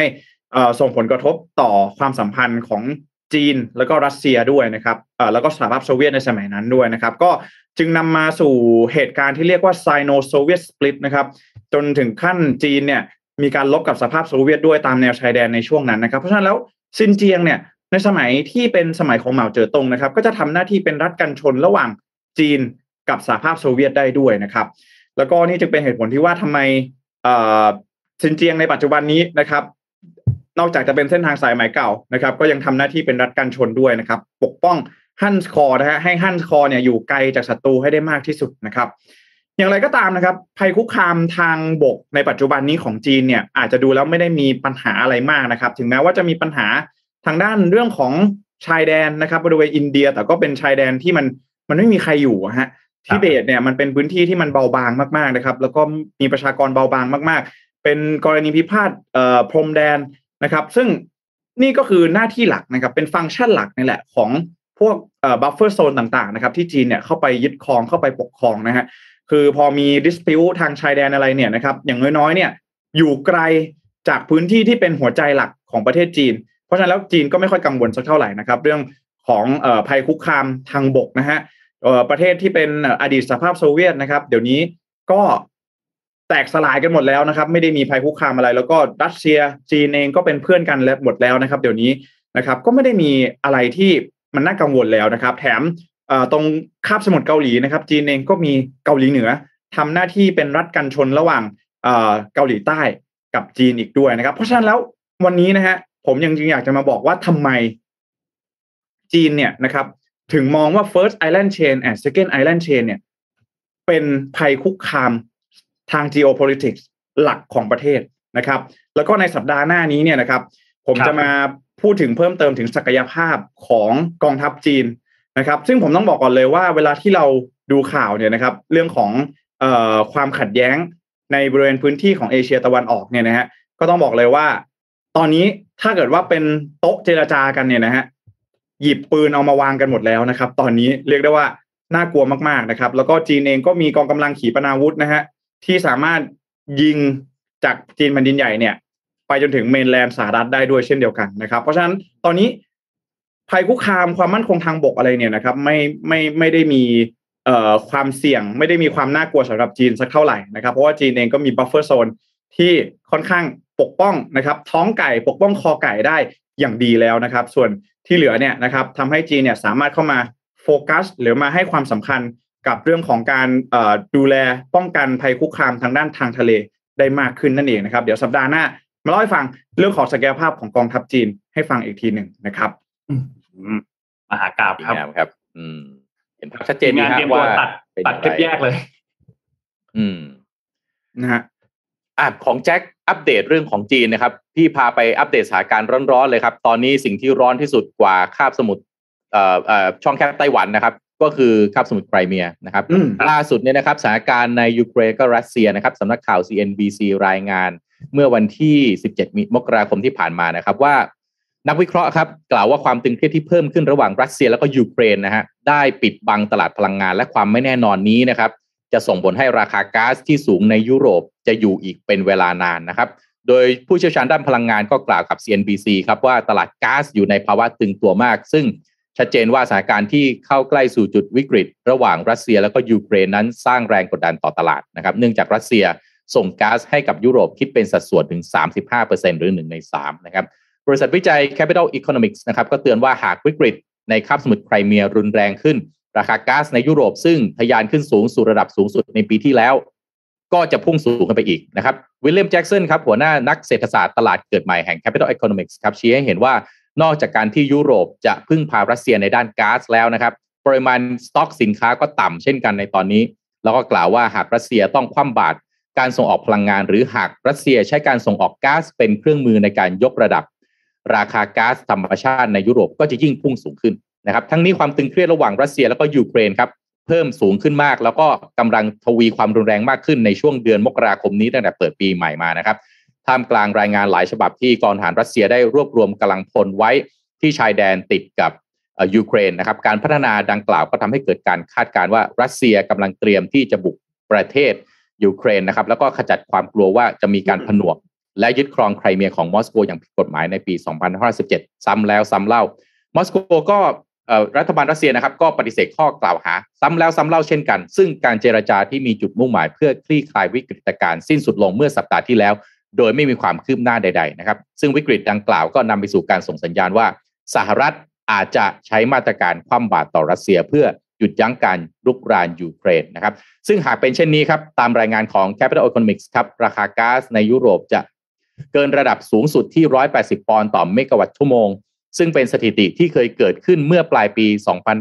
ส่งผลกระทบต่อความสัมพันธ์ของจีนแล้วก็รัสเซียด้วยนะครับแล้วก็สหภาพโซเวียตในสมัยนั้นด้วยนะครับก็จึงนำมาสู่เหตุการณ์ที่เรียกว่า Sino-Soviet Split นะครับจนถึงขั้นจีนเนี่ยมีการลบกับสหภาพโซเวียตด้วยตามแนวชายแดนในช่วงนั้นนะครับเพราะฉะนั้นแล้วซินเจียงเนี่ยในสมัยที่เป็นสมัยของเหมาเจ๋อตงนะครับก็จะทำหน้าที่เป็นรัฐกันชนระหว่างจีนกับสหภาพโซเวียตได้ด้วยนะครับแล้วก็นี่จึงเป็นเหตุผลที่ว่าทำไมซินเจียงในปัจจุบันนี้นะครับนอกจากจะเป็นเส้นทางสายไหมเก่านะครับก็ยังทำหน้าที่เป็นรัฐกันชนด้วยนะครับปกป้องฮั่นส์คอร์นะฮะให้ฮั่นส์คอร์เนี่ยอยู่ไกลจากศัตรูให้ได้มากที่สุดนะครับอย่างไรก็ตามนะครับภัยคุกคามทางบกในปัจจุบันนี้ของจีนเนี่ยอาจจะดูแล้วไม่ได้มีปัญหาอะไรมากนะครับถึงแม้ว่าจะมีปัญหาทางด้านเรื่องของชายแดนนะครับบริเวณอินเดียแต่ก็เป็นชายแดนที่มันไม่มีใครอยู่ฮะทิเบตเนี่ยมันเป็นพื้นที่ที่มันเบาบางมากๆนะครับแล้วก็มีประชากรเบาบางมากๆเป็นกรณีพิพาทพรมแดนนะครับซึ่งนี่ก็คือหน้าที่หลักนะครับเป็นฟังก์ชันหลักนี่แหละของพวกบัฟเฟอร์โซนต่างๆนะครับที่จีนเนี่ยเข้าไปยึดครองเข้าไปปกครองนะฮะคือพอมี dispute ทางชายแดนอะไรเนี่ยนะครับอย่างน้อยๆเนี่ยอยู่ไกลจากพื้นที่ที่เป็นหัวใจหลักของประเทศจีนเพราะฉะนั้นแล้วจีนก็ไม่ค่อยกังวลสักเท่าไหร่นะครับเรื่องของภัยคุกคามทางบกนะฮะประเทศที่เป็นอดีตสหภาพโซเวียตนะครับเดี๋ยวนี้ก็แตกสลายกันหมดแล้วนะครับไม่ได้มีภัยคุกคามอะไรแล้วก็รัสเซียจีนเองก็เป็นเพื่อนกันแล้วหมดแล้วนะครับเดี๋ยวนี้นะครับก็ไม่ได้มีอะไรที่มันน่ากังวลแล้วนะครับแถมตรงคาบสมุทรเกาหลีนะครับจีนเองก็มีเกาหลีเหนือทำหน้าที่เป็นรัฐกันชนระหว่างเกาหลีใต้กับจีนอีกด้วยนะครับเพราะฉะนั้นแล้ววันนี้นะฮะผมยังอยากจะมาบอกว่าทำไมจีนเนี่ยนะครับถึงมองว่า first island chain and second island chain เนี่ยเป็นภัยคุกคามทาง geopolitics หลักของประเทศนะครับแล้วก็ในสัปดาห์หน้านี้เนี่ยนะครับผมจะมาพูดถึงเพิ่มเติมถึงศักยภาพของกองทัพจีนนะครับซึ่งผมต้องบอกก่อนเลยว่าเวลาที่เราดูข่าวเนี่ยนะครับเรื่องของความขัดแย้งในบริเวณพื้นที่ของเอเชียตะวันออกเนี่ยนะฮะก็ต้องบอกเลยว่าตอนนี้ถ้าเกิดว่าเป็นโต๊ะเจรจากันเนี่ยนะฮะหยิบปืนเอามาวางกันหมดแล้วนะครับตอนนี้เรียกได้ว่าน่ากลัวมากๆนะครับแล้วก็จีนเองก็มีกองกำลังขีปนาวุธนะฮะที่สามารถยิงจากจีนแผ่นดินใหญ่เนี่ยไปจนถึงเมนแลนด์สหรัฐได้ด้วยเช่นเดียวกันนะครับเพราะฉะนั้นตอนนี้ภัยคุกคามความมั่นคงทางบกอะไรเนี่ยนะครับไม่ได้มีความเสี่ยงไม่ได้มีความน่ากลัวสำหรับจีนสักเท่าไหร่นะครับเพราะว่าจีนเองก็มีบัฟเฟอร์โซนที่ค่อนข้างปกป้องนะครับท้องไก่ปกป้องคอไก่ได้อย่างดีแล้วนะครับส่วนที่เหลือเนี่ยนะครับทำให้จีนเนี่ยสามารถเข้ามาโฟกัสหรือมาให้ความสำคัญกับเรื่องของการดูแลป้องกันภัยคุกคามทางด้านทางทะเลได้มากขึ้นนั่นเองนะครับเดี๋ยวสัปดาห์หน้ามาเล่าให้ฟังเรื่องของศักยภาพของกองทัพจีนให้ฟังอีกทีหนึ่งนะครับมหากาพย์ครับเห็นภาพชัดเจนนะครับว่าตัดคลิปแยกเลยนะฮะของแจ็คอัปเดตเรื่องของจีนนะครับพี่พาไปอัปเดตสถานการณ์ร้อนๆเลยครับตอนนี้สิ่งที่ร้อนที่สุดกว่าคาบสมุทรช่องแคบไต้หวันนะครับก็คือคาบสมุทรไครเมียนะครับล่าสุดเนี่ยนะครับสถานการณ์ในยูเครนก็รัสเซียนะครับสำนักข่าว CNBC รายงานเมื่อวันที่17มกราคมที่ผ่านมานะครับว่านักวิเคราะห์ครับกล่าวว่าความตึงเครียดที่เพิ่มขึ้นระหว่างรัสเซียแล้วก็ยูเครนนะฮะได้ปิดบังตลาดพลังงานและความไม่แน่นอนนี้นะครับจะส่งผลให้ราคาก๊าซที่สูงในยุโรปจะอยู่อีกเป็นเวลานานนะครับโดยผู้เชี่ยวชาญด้านพลังงานก็กล่าวกับ CNBC ครับว่าตลาดก๊าซอยู่ในภาวะตึงตัวมากซึ่งชัดเจนว่าสถานการณ์ที่เข้าใกล้สู่จุดวิกฤตระหว่างรัสเซียแล้วก็ยูเครนนั้นสร้างแรงกดดันต่อตลาดนะครับเนื่องจากรัสเซียส่งก๊าซให้กับยุโรปคิดเป็นสัดส่วนถึง 35% หรือ1ใน3นะครับบริษัทวิจัย Capital Economics นะครับก็เตือนว่าหากวิกฤตในคาบสมุทรไครเมียรุนแรงขึ้นราคาก๊าซในยุโรปซึ่งทะยานขึ้นสูงสู่ระดับสูงสุดในปีที่แล้วก็จะพุ่งสูงขึ้นไปอีกนะครับวิลเลียมแจ็กสันครับหัวหน้านักเศรษฐศาสตร์ตลาดเกิดใหม่แห่ง Capital Economics ครับชี้ให้เห็นว่านอกจากการที่ยุโรปจะพึ่งพารัสเซียในด้านก๊าซแล้วนะครับปริมาณสต็อกสินค้าก็ต่ำเช่นกันในตอนนี้แล้วก็กล่าวว่าหากรัสเซียต้องคว่ำบาตรการส่งออกพลังงานหรือหากรัสเซียใช้การส่งออกก๊าซเป็นเครื่องมือในการยกระดับราคาก๊าซธรรมชาติในยุโรปก็จะยิ่งพุ่งสูงขึ้นนะครับทั้งนี้ความตึงเครียดระหว่างรัสเซียแล้วก็ยูเครนครับเพิ่มสูงขึ้นมากแล้วก็กำลังทวีความรุนแรงมากขึ้นในช่วงเดือนมกราคมนี้ตั้งแต่เปิดปีใหม่มานะครับท่ามกลางรายงานหลายฉบับที่กองทหารรัสเซียได้รวบรวมกำลังพลไว้ที่ชายแดนติดกับยูเครนนะครับการพัฒนาดังกล่าวก็ทำให้เกิดการคาดการณ์ว่ารัสเซียกำลังเตรียมที่จะบุกประเทศยูเครนนะครับแล้วก็ขจัดความกลัวว่าจะมีการผนวกและยึดครองไครเมียของมอสโกอย่างผิดกฎหมายในปี 2517 ซ้ำแล้วซ้ำเล่ามอสโกก็รัฐบาลรัสเซียนะครับก็ปฏิเสธข้อกล่าวหาซ้ำแล้วซ้ำเล่าเช่นกันซึ่งการเจรจาที่มีจุดมุ่งหมายเพื่อคลี่คลายวิกฤตการณ์สิ้นสุดลงเมื่อสัปดาห์ที่แล้วโดยไม่มีความคืบหน้าใดๆนะครับซึ่งวิกฤตดังกล่าวก็นำไปสู่การส่งสัญญาณว่าสหรัฐอาจจะใช้มาตรการคว่ำบาตรต่อรัสเซียเพื่อหยุดยั้งการรุกรานยูเครนนะครับซึ่งหากเป็นเช่นนี้ครับตามรายงานของ Capital Economics ครับราคาก๊าซในยุโรปจะเกินระดับสูงสุดที่180ปอนด์ต่อเมกะวัตต์ชั่วโมงซึ่งเป็นสถิติที่เคยเกิดขึ้นเมื่อปลายปี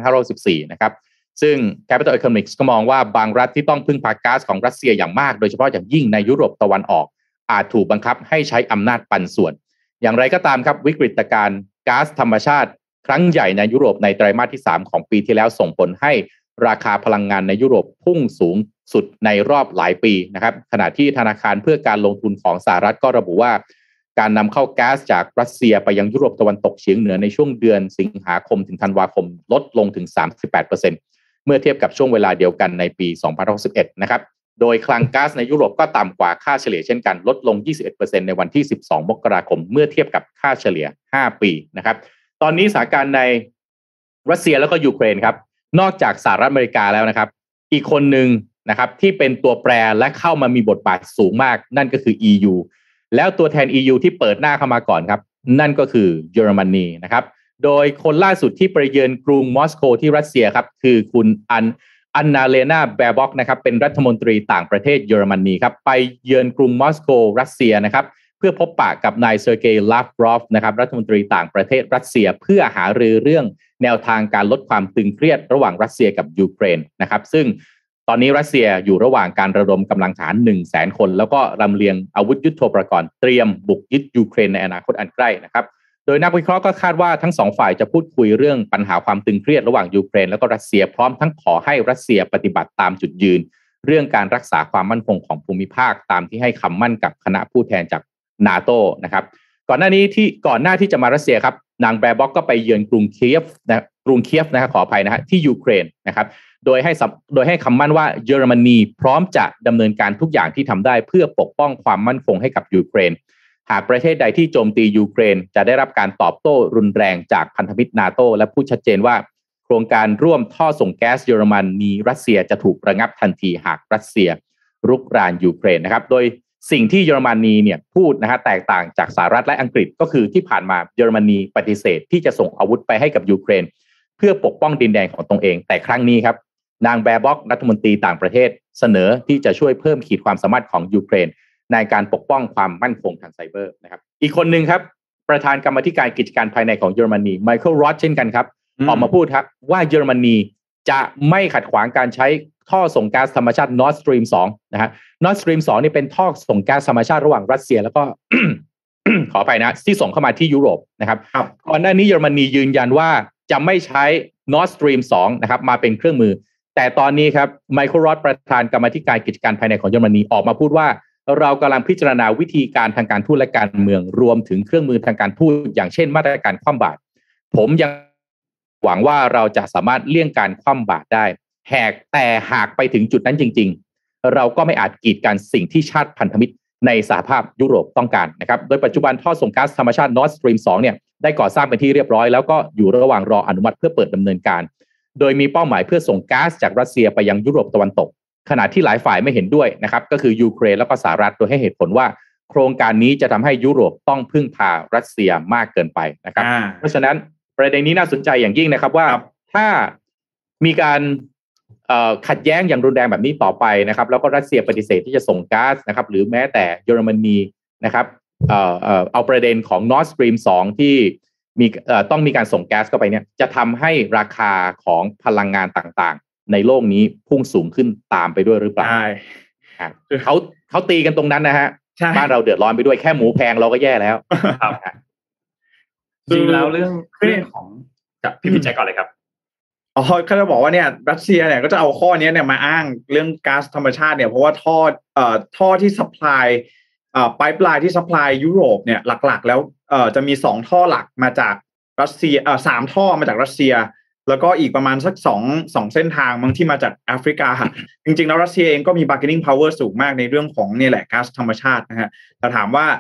2514 นะครับซึ่ง Capital Economics ก็มองว่าบางรัฐที่ต้องพึ่งพาก๊าซของรัสเซียอย่างมากโดยเฉพาะอย่างยิ่งในยุโรปตะวันออกอาจถูกบังคับให้ใช้อำนาจปันส่วนอย่างไรก็ตามครับวิกฤตการณ์ก๊าซธรรมชาติครั้งใหญ่ในยุโรปในไตรมาสที่3ของปีที่แล้วส่งผลให้ราคาพลังงานในยุโรปพุ่งสูงสุดในรอบหลายปีนะครับขณะที่ธนาคารเพื่อการลงทุนของสหรัฐก็ระบุว่าการนำเข้าก๊าซจากรัสเซียไปยังยุโรปตะวันตกเฉียงเหนือในช่วงเดือนสิงหาคมถึงธันวาคมลดลงถึง 38% เมื่อเทียบกับช่วงเวลาเดียวกันในปี 2011 นะครับโดยคลังก๊าซในยุโรปก็ต่ำกว่าค่าเฉลี่ยเช่นกันลดลง 21% ในวันที่ 12 มกราคมเมื่อเทียบกับค่าเฉลี่ย 5 ปีนะครับตอนนี้สถานการณ์ในรัสเซียแล้วก็ยูเครนครับนอกจากสหรัฐอเมริกาแล้วนะครับอีกคนหนึ่งนะครับที่เป็นตัวแปรและเข้ามามีบทบาทสูงมากนั่นก็คือ EU แล้วตัวแทน EU ที่เปิดหน้าเข้ามาก่อนครับนั่นก็คือเยอรมนีนะครับโดยคนล่าสุดที่ไปเยือนกรุงมอสโกที่รัสเซียครับคือคุณอันนาเลนาแบร์บ็อกนะครับเป็นรัฐมนตรีต่างประเทศเยอรมนีครับไปเยือนกรุงมอสโกรัสเซียนะครับเพื่อพบปะกับนายเซอร์เกย์ลาฟรอฟนะครับรัฐมนตรีต่างประเทศรัสเซียเพื่อหารือเรื่องแนวทางการลดความตึงเครียดระหว่างรัสเซียกับยูเครนนะครับซึ่งตอนนี้รัสเซียอยู่ระหว่างการระดมกำลังทหาร 100,000 คนแล้วก็ลำเลียงอาวุธยุทโธปกรณ์เตรียมบุกยึดยูเครนในอนาคตอันใกล้นะครับโดยนักวิเคราะห์ก็คาดว่าทั้งสองฝ่ายจะพูดคุยเรื่องปัญหาความตึงเครียดระหว่างยูเครนแล้วก็รัสเซียพร้อมทั้งขอให้รัสเซียปฏิบัติตามจุดยืนเรื่องการรักษาความมั่นคงของภูมิภาคตามที่ให้คำมั่นกับคณะผู้แทนจากNATO นะครับก่อนหน้าที่จะมารัสเซียครับนางแบร์บ็อกก็ไปเยือนกรุงเคียฟนะครับขออภัยนะฮะที่ยูเครนนะครับโดยให้คำมั่นว่าเยอรมนีพร้อมจะดำเนินการทุกอย่างที่ทำได้เพื่อปกป้องความมั่นคงให้กับยูเครนหากประเทศใดที่โจมตียูเครนจะได้รับการตอบโต้รุนแรงจากพันธมิตร NATO และพูดชัดเจนว่าโครงการร่วมท่อส่งแก๊สเยอรมนีรัสเซียจะถูกระงับทันทีหากรัสเซียรุกรานยูเครนนะครับโดยสิ่งที่เยอรมนีเนี่ยพูดนะฮะแตกต่างจากสหรัฐและอังกฤษก็คือที่ผ่านมาเยอรมนีปฏิเสธที่จะส่งอาวุธไปให้กับยูเครนเพื่อปกป้องดินแดนของตนเองแต่ครั้งนี้ครับนางแบร์บ็อกรัฐมนตรีต่างประเทศเสนอที่จะช่วยเพิ่มขีดความสามารถของยูเครนในการปกป้องความมั่นคงทางไซเบอร์นะครับอีกคนหนึ่งครับประธานกรรมธิการกิจการภายในของเยอรมนีไมเคิลรอธเช่นกันครับออกมาพูดครับว่าเยอรมนีจะไม่ขัดขวางการใช้ท่อส่งก๊าซธรรมชาติ Nord Stream 2 นะฮะ Nord Stream 2 นี่เป็นท่อส่งก๊าซธรรมชาติระหว่างรัสเซียแล้วก็ ขออภัยนะที่ส่งเข้ามาที่ยุโรปนะครับก่อนหน้านี้เยอรมนียืนยันว่าจะไม่ใช้ Nord Stream 2 นะครับมาเป็นเครื่องมือแต่ตอนนี้ครับไมเคิลรอธประธานกรรมธิการกิจการภายในของเยอรมนีออกมาพูดว่าเรากำลังพิจารณาวิธีการทางการทูตและการเมืองรวมถึงเครื่องมือทางการทูตอย่างเช่นมาตรการคว่ำบาตรผมยังหวังว่าเราจะสามารถเลี่ยงการคว่ำบาตรได้แต่หากไปถึงจุดนั้นจริงๆเราก็ไม่อาจกีดกันสิ่งที่ชาติพันธมิตรในสหภาพยุโรปต้องการนะครับโดยปัจจุบันท่อส่งก๊าซธรรมชาติ Nord Stream 2 เนี่ยได้ก่อสร้างเป็นที่เรียบร้อยแล้วก็อยู่ระหว่างรออนุมัติเพื่อเปิดดำเนินการโดยมีเป้าหมายเพื่อส่งก๊าซจากรัสเซียไปยังยุโรปตะวันตกขณะที่หลายฝ่ายไม่เห็นด้วยนะครับก็คือยูเครนแล้วก็สหรัฐโดยให้เหตุผลว่าโครงการนี้จะทำให้ยุโรปต้องพึ่งพารัสเซียมากเกินไปนะครับเพราะฉะนั้นประเด็นนี้น่าสนใจอย่างยิ่งนะครับว่าถ้ามีการขัดแย้งอย่างรุนแรงแบบนี้ต่อไปนะครับแล้วก็รัสเซียปฏิเสธที่จะส่งก๊าซนะครับหรือแม้แต่เยอรมนีนะครับเอาประเด็นของ Nord Stream 2 ที่มีต้องมีการส่งแก๊สเข้าไปเนี่ยจะทำให้ราคาของพลังงานต่างๆในโลกนี้พุ่งสูงขึ้นตามไปด้วยหรือเปล่าใช่เขาตีกันตรงนั้นนะฮะบ้านเราเดือดร้อนไปด้วยแค่หมูแพงเราก็แย่แล้วครับจริงแล้วเรื่องของกับพี่พิจัยก่อนเลยครับเขาจะบอกว่าเนี่ยรัสเซียเนี่ยก็จะเอาข้อนี้เนี่ยมาอ้างเรื่องก๊าซธรรมชาติเนี่ยเพราะว่าท่อที่ซัพพลายไพป์ไลน์ที่ซัพพลายยุโรปเนี่ยหลักๆแล้วจะมี2ท่อหลักมาจากรัสเซีย3ท่อมาจากรัสเซียแล้วก็อีกประมาณสัก2เส้นทางบางที่มาจากแอฟริกาจริงๆแล้วรัสเซียเองก็มี bargaining power สูงมากในเรื่องของเนี่ยแหละก๊าซธรรมชาตินะฮะแต่ถามว่า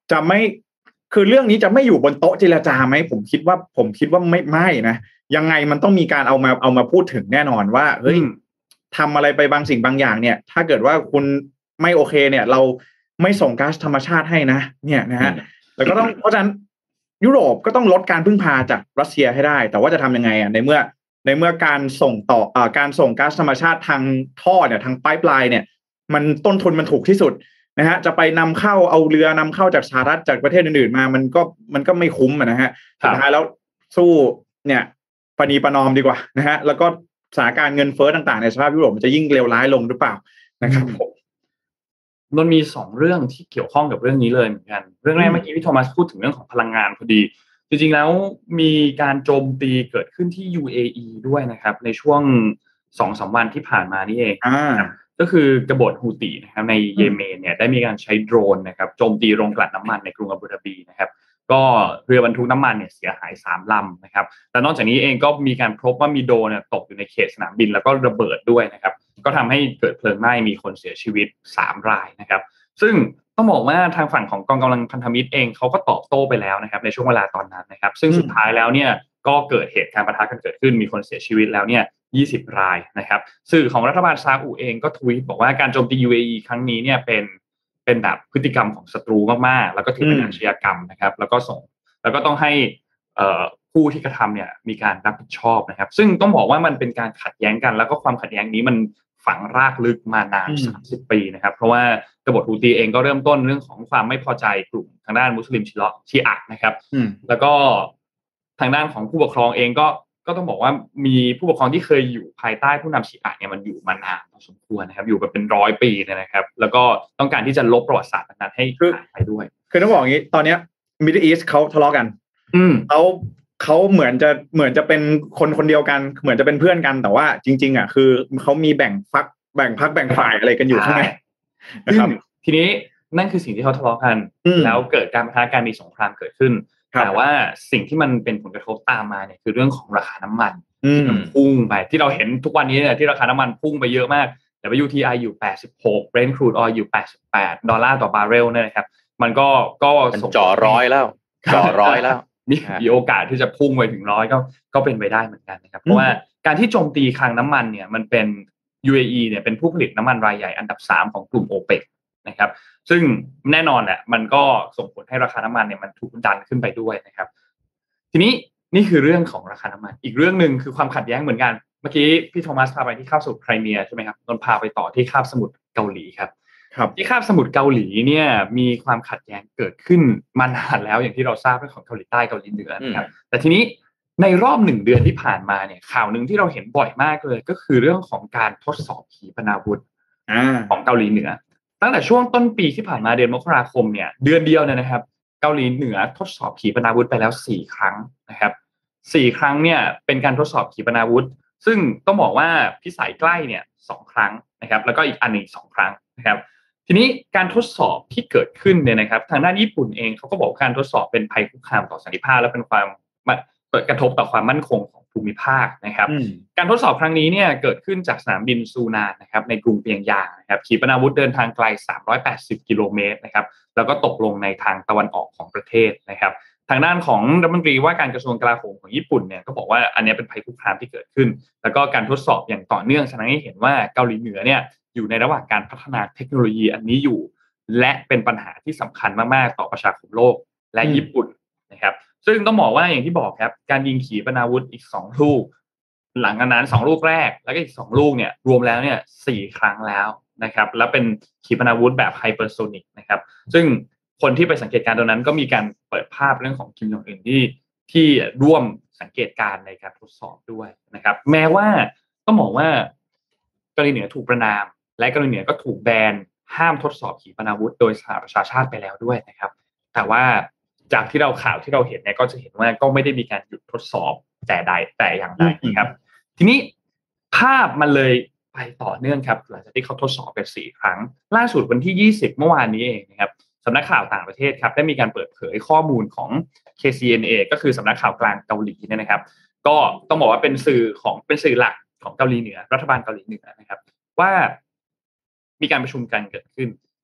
จะไม่คือเรื่องนี้จะไม่อยู่บนโต๊ะเจรจาไหมผมคิดว่าไม่นะยังไงมันต้องมีการเอามาพูดถึงแน่นอนว่าเฮ้ยทำอะไรไปบางสิ่งบางอย่างเนี่ยถ้าเกิดว่าคุณไม่โอเคเนี่ยเราไม่ส่งก๊าซธรรมชาติให้นะเนี่ยนะฮะแล้วก็ต้องเพราะฉะนั้นยุโรปก็ต้องลดการพึ่งพาจากรัสเซียให้ได้แต่ว่าจะทำยังไงอ่ะในเมื่อการส่งต่อการส่งก๊าซธรรมชาติทางท่อเนี่ยทางไพป์ไลน์เนี่ยมันต้นทุนมันถูกที่สุดนะฮะจะไปนำเข้าเอาเรือนำเข้าจากสหรัฐจากประเทศอื่นๆมามันก็ไม่คุ้มนะฮะสุดท้ายแล้วสู้เนี่ยปณีประนอมดีกว่านะฮะแล้วก็สถานการณ์เงินเฟ้อต่างๆในสภาพยุโรปมันจะยิ่งเลวร้ายลงหรือเปล่านะครับผมมันมี2เรื่องที่เกี่ยวข้องกับเรื่องนี้เลยเหมือนกันเรื่องแรกเมื่อกี้พี่โทมัสพูดถึงเรื่องของพลังงานพอดีจริงๆแล้วมีการโจมตีเกิดขึ้นที่ UAE ด้วยนะครับในช่วง 2-3 วันที่ผ่านมานี่เองก็คือกบฏฮูตีนะครับในเยเมนเนี่ยได้มีการใช้โดรนนะครับโจมตีโรงกลั่นน้ำมันในกรุงอาบูดาบีนะครับก็เรือบรรทุกน้ำมันเนี่ยเสียหาย3ลำนะครับแต่นอกจากนี้เองก็มีการพบว่ามีโดรนตกอยู่ในเขตสนามบินแล้วก็ระเบิดด้วยนะครับก็ทำให้เกิดเพลิงไหม้มีคนเสียชีวิต3รายนะครับซึ่งต้องบอกว่าทางฝั่งของกองกำลังพันธมิตรเองเขาก็ตอบโต้ไปแล้วนะครับในช่วงเวลาตอนนั้นนะครับซึ่งสุดท้ายแล้วเนี่ยก็เกิดเหตุการณ์ปะทะกันเกิดขึ้นมีคนเสียชีวิตแล้วเนี่ย20 รายนะครับสื่อของรัฐบาลซาอุเองก็ทวีตบอกว่าการโจมตี UAE ครั้งนี้เนี่ยเป็นแบบพฤติกรรมของศัตรูมากๆแล้วก็ถือเป็นอาชญากรรมนะครับแล้วก็ต้องให้ผู้ที่กระทำเนี่ยมีการรับผิดชอบนะครับซึ่งต้องบอกว่ามันเป็นการขัดแย้งกันแล้วก็ความขัดแย้งนี้มันฝังรากลึกมานาน30 ปีนะครับเพราะว่ากบฏฮูตีเองก็เริ่มต้นเรื่องของความไม่พอใจกลุ่มทางด้านมุสลิมชีอะห์นะครับแล้วก็ทางด้านของผู้ปกครองเองก็ต้องบอกว่ามีผู้ปกครองที่เคยอยู่ภายใต้ผู้นำชีอะห์เนี่ยมันอยู่มานานพอสมควรนะครับอยู่มาเป็น100 ปีนะครับแล้วก็ต้องการที่จะลบประวัติศาสตร์นั้นให้หายไปด้วยคือต้องบอกอย่างนี้ตอนนี้ Middle East เขาทะเลาะกันเขาเหมือนจะเป็นคนเดียวกันเหมือนจะเป็นเพื่อนกันแต่ว่าจริงๆอ่ะคือเขามีแบ่งพรรคแบ่งฝ่ายอะไรกันอยู่ข้างในนะครับทีนี้นั่นคือสิ่งที่เขาทะเลาะกันแล้วเกิดการปะทะกันมีสงครามเกิดขึ้นแต่ว่าสิ่งที่มันเป็นผลกระทบตามมาเนี่ยคือเรื่องของราคาน้ำมันที่มันพุ่งไปที่เราเห็นทุกวันนี้เนี่ยที่ราคาน้ำมันพุ่งไปเยอะมาก WTI อยู่86 Brent crude oil อยู่88 ดอลลาร์ต่อบาร์เรลเนี่ยนะครับมันก็จ่อร้อยแล้วมีโอกาสที่จะพุ่งไปถึง100ก็เป็นไปได้เหมือนกันนะครับเพราะว่าการที่โจมตีคลังน้ำมันเนี่ยมันเป็น UAE เนี่ยเป็นผู้ผลิตน้ำมันรายใหญ่อันดับ3ของกลุ่ม OPEC นะครับซึ่งแน่นอนแหละมันก็ส่งผลให้ราคาน้ำมันเนี่ยมันถูกดันขึ้นไปด้วยนะครับทีนี้นี่คือเรื่องของราคาน้ำมันอีกเรื่องนึงคือความขัดแย้งเหมือนกันเมื่อกี้พี่โทมัสพาไปที่คาบสมุทรไครเมียใช่ไหมครับนนพาไปต่อที่คาบสมุทรเกาหลีครับที่คาบสมุทรเกาหลีเนี่ยมีความขัดแย้งเกิดขึ้นมานานแล้วอย่างที่เราทราบเรื่องของเกาหลีใต้เกาหลีเหนือนะครับแต่ทีนี้ในรอบ1 เดือนที่ผ่านมาเนี่ยข่าวนึงที่เราเห็นบ่อยมากเลยก็คือเรื่องของการทดสอบขีปนาวุธของเกาหลีเหนือตั้งแต่ช่วงต้นปีที่ผ่านมาเดือนมกราคมเนี่ยเดือนเดียวเนี่ยนะครับเกาหลีเหนือทดสอบขีปนาวุธไปแล้ว4 ครั้งนะครับ4 ครั้งเนี่ยเป็นการทดสอบขีปนาวุธซึ่งต้องบอกว่าพิสัยใกล้เนี่ย2 ครั้งนะครับแล้วก็อีกอันนึง2 ครั้งนะครับทีนี้การทดสอบที่เกิดขึ้นเนี่ยนะครับทางด้านญี่ปุ่นเองเขาก็บอกการทดสอบเป็นภัยคุกคามต่อสันติภาพและเป็นความกระทบต่อความมั่นคงของภูมิภาคนะครับการทดสอบครั้งนี้เนี่ยเกิดขึ้นจากสนามบินซูนานนะครับในกรุงเปียงยางนะครับขีปนาวุธเดินทางไกล380 กิโลเมตรนะครับแล้วก็ตกลงในทางตะวันออกของประเทศนะครับทางด้านของรัฐมนตรีว่าการกระทรวงกลาโหมของญี่ปุ่นเนี่ยก็บอกว่าอันนี้เป็นภัยคุกคามที่เกิดขึ้นแล้วก็การทดสอบอย่างต่อเนื่องแสดงให้เห็นว่าเกาหลีเหนือเนี่ยอยู่ในระหว่างการพัฒนาเทคโนโลยีอันนี้อยู่และเป็นปัญหาที่สำคัญมากๆต่อประชาคมโลกและญี่ปุ่นนะครับซึ่งต้องบอกว่าอย่างที่บอกครับการยิงขีปนาวุธอีก2 ลูกหลังจากนั้น2 ลูกแรกแล้วก็อีก2 ลูกเนี่ยรวมแล้วเนี่ย4 ครั้งแล้วนะครับและเป็นขีปนาวุธแบบไฮเปอร์โซนิกนะครับซึ่งคนที่ไปสังเกตการณ์ตรงนั้นก็มีการเปิดภาพเรื่องของคิมยองอึนที่ร่วมสังเกตการณ์ในการทดสอบด้วยนะครับแม้ว่าต้องบอกว่าเกาหลีเหนือถูกประณามและเกาหลีเหนือก็ถูกแบนห้ามทดสอบขีปนาวุธโดยสหประชาชาติไปแล้วด้วยนะครับแต่ว่าจากที่เราข่าวที่เราเห็นเนี่ยก็จะเห็นว่าก็ไม่ได้มีการหยุดทดสอบแต่อย่างใดนะครับทีนี้ภาพมันเลยไปต่อเนื่องครับหลังจากที่เขาทดสอบไป4 ครั้งล่าสุดวันที่20เมื่อวานนี้เองนะครับสำนักข่าวต่างประเทศครับได้มีการเปิดเผยข้อมูลของ KCNA ก็คือสำนักข่าวกลางเกาหลีเนี่ยนะครับก็ต้องบอกว่าเป็นสื่อหลักของเกาหลีเหนือรัฐบาลเกาหลีเหนือนะครับว่ามีการประชุมกันเกิดขึ้น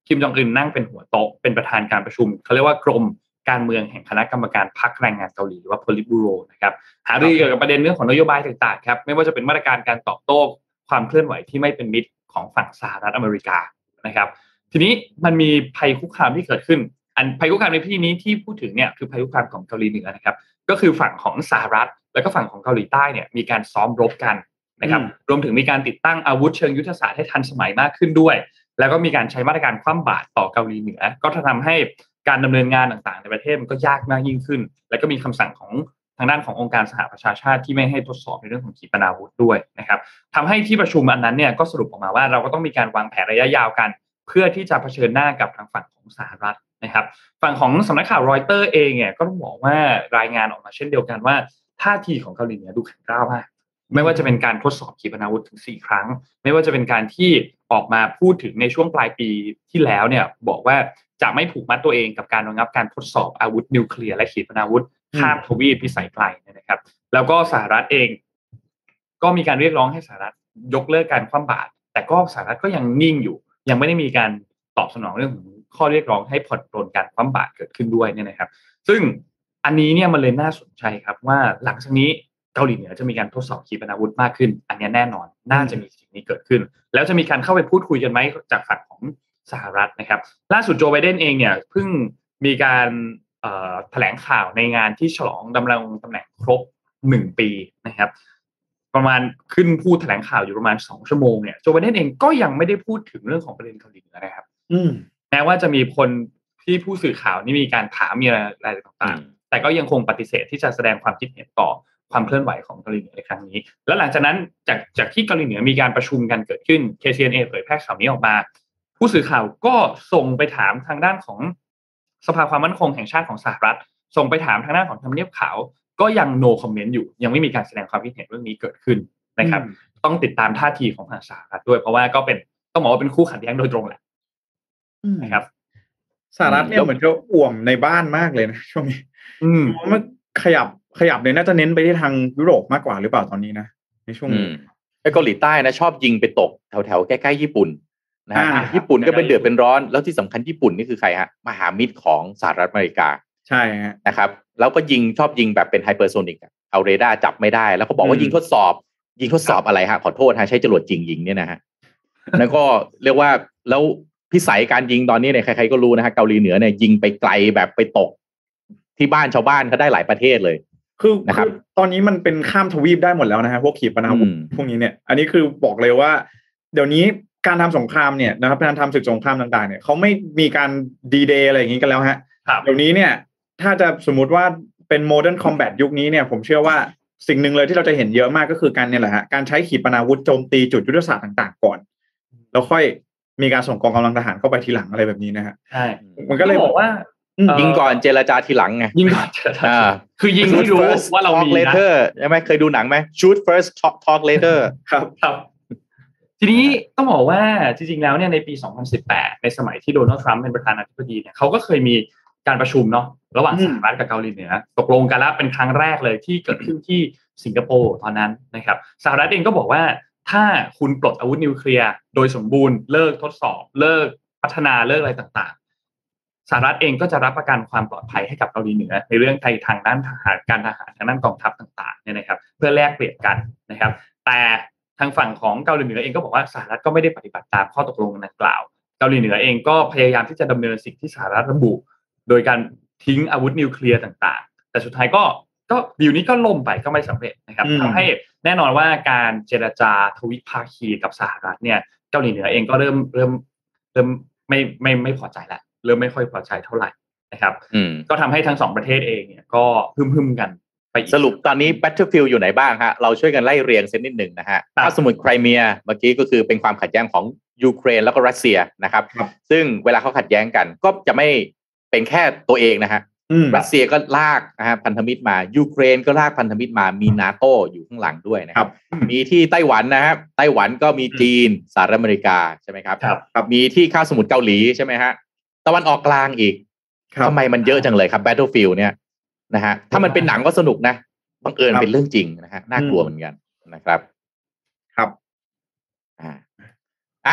คิมจองอึนนั่งเป็นหัวโต๊ะเป็นประธานการประชุมเขาเรียกว่ากรมการเมืองแห่งคณะกรรมการพรรคแรงงานเกาหลีหรือว่า Politburo นะครับหารือเกี่ยวกับประเด็นเรื่องของนโยบายต่างๆครับไม่ว่าจะเป็นมาตรการการตอบโต้ความเคลื่อนไหวที่ไม่เป็นมิตรของฝั่งสหรัฐอเมริกานะครับทีนี้มันมีภัยคุกคามที่เกิดขึ้นภัยคุกคามในที่นี้ที่พูดถึงเนี่ยคือภัยคุกคามของเกาหลีเหนือนะครับก็คือฝั่งของสหรัฐแล้วก็ฝั่งของเกาหลีใต้เนี่ยมีการซ้อมรบกันนะครับรวมถึงมีการติดตั้งอาวุธเชิงยุทธศาสตร์ให้ทันสมัยมากขึ้นด้วยแล้วก็มีการใช้มาตรการคว่ำบาตรต่อเกาหลีเหนือก็ทำให้การดำเนินงานต่างๆในประเทศมันก็ยากมากยิ่งขึ้นแล้วก็มีคำสั่งของทางด้านขององค์การสหประชาชาติที่ไม่ให้ทดสอบในเรื่องของขีปนาวุธด้วยนะครับทำให้ที่ประชุมอันนั้นเนี่ยก็สรุปออกมาว่าเราก็ต้องมีการวางแผนระยะยาวกันเพื่อที่จะเผชิญหน้ากับทางฝั่งของสหรัฐนะครับฝั่งของสำนักข่าวรอยเตอร์เองเนี่ยก็ต้องบอกว่ารายงานออกมาเช่นเดียวกันว่าท่าทีของเกาหลีเหนือดูแข็งกร้าวมากไม่ว่าจะเป็นการทดสอบขีปนาวุธถึง4ครั้งไม่ว่าจะเป็นการที่ออกมาพูดถึงในช่วงปลายปีที่แล้วเนี่ยบอกว่าจะไม่ผูกมัดตัวเองกับการระงับการทดสอบอาวุธนิวเคลียร์และขีปนาวุธข้ามทวีปพิสัยไกลนะครับแล้วก็สหรัฐเองก็มีการเรียกร้องให้สหรัฐยกเลิกการคว่ำบาตรแต่ก็สหรัฐก็ยังนิ่งอยู่ยังไม่ได้มีการตอบสนองเรื่องของข้อเรียกร้องให้ผ่อนปรนการคว่ำบาตรเกิดขึ้นด้วยเนี่ยนะครับซึ่งอันนี้เนี่ยมันเลยน่าสนใจครับว่าหลังจากนี้เกาหลีเหนือจะมีการทดสอบขีปนาวุธมากขึ้นอันนี้แน่นอนน่าจะมีสิ่งนี้เกิดขึ้นแล้วจะมีการเข้าไปพูดคุยกันไหมจากฝั่งของสหรัฐนะครับล่าสุดโจไบเดนเองเนี่ยเพิ่งมีการแถลงข่าวในงานที่ฉลองดำรงตำแหน่งครบ1 ปีนะครับประมาณขึ้นพูดแถลงข่าวอยู่ประมาณ2 ชั่วโมงเนี่ยโจไบเดนเองก็ยังไม่ได้พูดถึงเรื่องของประเด็นเกาหลีเหนือนะครับแม้ว่าจะมีคนที่ผู้สื่อข่าวนี่มีการถามมีอะไรต่างๆแต่ก็ยังคงปฏิเสธที่จะแสดงความคิดเห็นต่อความเคลื่อนไหวของเกาหลีเหนือในครั้งนี้แล้วหลังจากนั้นจากที่เกาหลีเหนือมีการประชุมกันเกิดขึ้น KCNA เผยแพร่ข่าวนี้ออกมาผู้สื่อข่าวก็ส่งไปถามทางด้านของสภาความมั่นคงแห่งชาติของสหรัฐส่งไปถามทางด้านของทำเนียบขาวก็ยัง no comment อยู่ยังไม่มีการแสดงความคิดเห็นเรื่องนี้เกิดขึ้นนะครับต้องติดตามท่าทีของทางสหรัฐด้วยเพราะว่าก็เป็นต้องบอกว่าเป็นคู่ขัดแย้งโดยตรงแหละนะครับสหรัฐเนี่ยเหมือนจะอ่วมในบ้านมากเลยนะช่วงนี้มันขยับเนี่ยน่าจะเน้นไปที่ทางยุโรปมากกว่าหรือเปล่าตอนนี้นะในช่วงนี้เกาหลีใต้นะชอบยิงไปตกแถวใกล้ๆญี่ปุ่นนะฮะญี่ปุ่นก็เป็นเดือดเป็นร้อนแล้วที่สำคัญญี่ปุ่นนี่คือใครฮะมหามิตรของสหรัฐอเมริกาใช่ฮะนะครับแล้วก็ชอบยิงแบบเป็นไฮเปอร์โซนิกเอาเรดาร์จับไม่ได้แล้วก็บอกว่ายิงทดสอบอะไรฮะขอโทษฮะใช้จรวดจริงยิงเนี่ยนะฮะแล้วก็เรียกว่าแล้วพิสัยการยิงตอนนี้เนี่ยใครๆก็รู้นะฮะเกาหลีเหนือเนี่ยยิงไปไกลแบบไปตกที่บ้านชาวบ้านเขาได้หลายประเทศเลยคือตอนนี้มันเป็นข้ามทวีปได้หมดแล้วนะฮะพวกขีปนาวุธพวกนี้เนี่ยอันนี้คือบอกเลยว่าเดี๋ยวนี้การทำสงครามเนี่ยนะครับการทำศึกสงครามต่างๆเนี่ยเขาไม่มีการดีเดย์อะไรอย่างนี้กันแล้วฮะเดี๋ยวนี้เนี่ยถ้าจะสมมุติว่าเป็นโมเดิร์นคอมแบทยุคนี้เนี่ยผมเชื่อว่าสิ่งหนึ่งเลยที่เราจะเห็นเยอะมากก็คือการเนี่ยแหละฮะการใช้ขีปนาวุธโจมตีจุดยุทธศาสตร์ต่างๆก่อนแล้วค่อยมีการส่งกองกำลังทหารเข้าไปทีหลังอะไรแบบนี้นะฮะใช่มันก็เลยบอกว่ายิงก่อนเจรจาทีหลังไงยิงก่อนเจรจาคือยิงให้รู้ว่าเรามีนะใช่ไหมเคยดูหนังไหม shoot first talk later ครับทีนี้ต้องบอกว่าจริงๆแล้วเนี่ยในปี2018ในสมัยที่โดนัลด์ทรัมป์เป็นประธานาธิบดีเนี่ยเขาก็เคยมีการประชุมเนาะระหว่างสหรัฐกับเกาหลีเหนือตกลงกันแล้วเป็นครั้งแรกเลยที่เกิดขึ้นที่สิงคโปร์ตอนนั้นนะครับสหรัฐเองก็บอกว่าถ้าคุณปลดอาวุธนิวเคลียร์โดยสมบูรณ์เลิกทดสอบเลิกพัฒนาเลิกอะไรต่างๆสหรัฐเองก็จะรับประกันความปลอดภัยให้กับเกาหลีเหนือในเรื่องทางด้านทหารการทหารทางด้านกองทัพต่างๆเนี่ยนะครับเพื่อแลกเปลี่ยนกันนะครับแต่ทางฝั่งของเกาหลีเหนือเองก็บอกว่าสหรัฐก็ไม่ได้ปฏิบัติตามข้อตกลงดังกล่าวเกาหลีเหนือเองก็พยายามที่จะดำเนินสิ่งที่สหรัฐระบุโดยการทิ้งอาวุธนิวเคลียร์ต่างๆแต่สุดท้ายก็ดีลนี้ก็ล่มไปก็ไม่สำเร็จนะครับทำให้แน่นอนว่าการเจรจาทวิภาคีกับสหรัฐเนี่ยเกาหลีเหนือเองก็เริ่มไม่พอใจแล้วเริ่มไม่ค่อยพอใจเท่าไหร่นะครับก็ทำให้ทั้งสองประเทศเองเนี่ยก็พึ่มกันไปสรุปตอนนี้ Battlefield อยู่ไหนบ้างฮะเราช่วยกันไล่เรียงเส้นนิดหนึ่งนะฮะถ้าสมมุติไครเมียเมื่อกี้ก็คือเป็นความขัดแย้งของยูเครนแล้วก็รัสเซียนะครับซึ่งเวลาเขาขัดแย้งกันก็จะไม่เป็นแค่ตัวเองนะฮะรัสเซียก็ลากนะฮะพันธมิตรมายูเครนก็ลากพันธมิตรมามีนาโต้อยู่ข้างหลังด้วยนะครับมีที่ไต้หวันนะครับไต้หวันก็มีจีนสหรัฐอเมริกาใช่ไหมครับมีที่คาบสมุทรเกาหลีใช่ไหมฮะตะวันออกกลางอีกทำไมมันเยอะจังเลยครับ Battlefield เนี่ยนะฮะถ้ามันเป็นหนังก็สนุกนะบังเอิญเป็นเรื่องจริงนะฮะน่ากลัวเหมือนกันนะครับครับ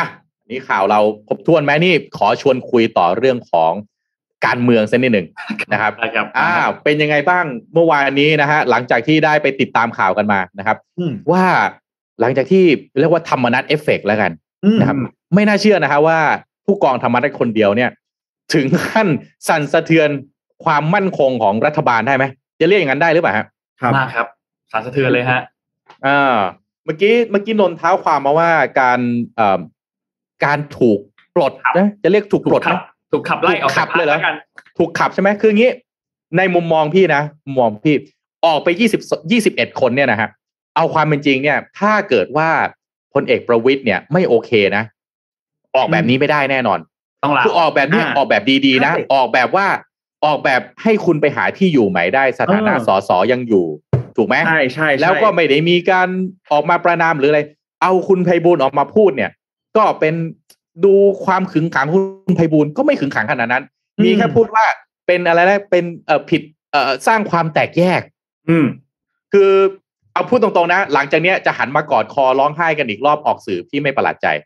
นี่ข่าวเราครบถ้วนไหมนี่ขอชวนคุยต่อเรื่องของการเมืองสักนิดหนึ่งนะครับเป็นยังไงบ้างเมื่อวานนี้นะฮะหลังจากที่ได้ไปติดตามข่าวกันมานะครับว่าหลังจากที่เรียกว่าธรรมนัสเอฟเฟกต์แล้วกันนะครับไม่น่าเชื่อนะฮะว่าผู้กองธรรมนัสคนเดียวเนี่ยถึงขั้นสั่นสะเทือนความมั่นคงของรัฐบาลได้ไหมจะเรียกอย่างนั้นได้หรือเปล่าฮะมากครับสั่นสะเทือนเลยฮะเมื่อกี้นนท์เท้าความมาว่าการถูกปลดนะจะเรียกถูกปลดนะถูกขับไล่ออกขับเลยเหรอถูกขับใช่ไหมคืองี้ในมุมมองพี่นะมุมมองพี่ออกไป21คนเนี่ยนะฮะเอาความเป็นจริงเนี่ยถ้าเกิดว่าพลเอกประวิตรเนี่ยไม่โอเคนะออกแบบนี้ไม่ได้แน่นอนคือออกแบบนี้ออกแบบดีๆนะออกแบบว่าออกแบบให้คุณไปหาที่อยู่ใหม่ได้สถานะสสยังอยู่ถูกไหมใช่แล้วก็ไม่ได้มีการออกมาประณามหรืออะไรเอาคุณไพบูลย์ออกมาพูดเนี่ยก็เป็นดูความขึงขังคุณไพบูลย์ก็ไม่ขึงขังขนาดนั้นมีแค่พูดว่าเป็นอะไรนะเป็นผิดสร้างความแตกแยกคือเอาพูดตรงๆนะหลังจากเนี้ยจะหันมากอดคอร้องไห้กันอีกรอบออกสื่อที่ไม่ประหลาดใจ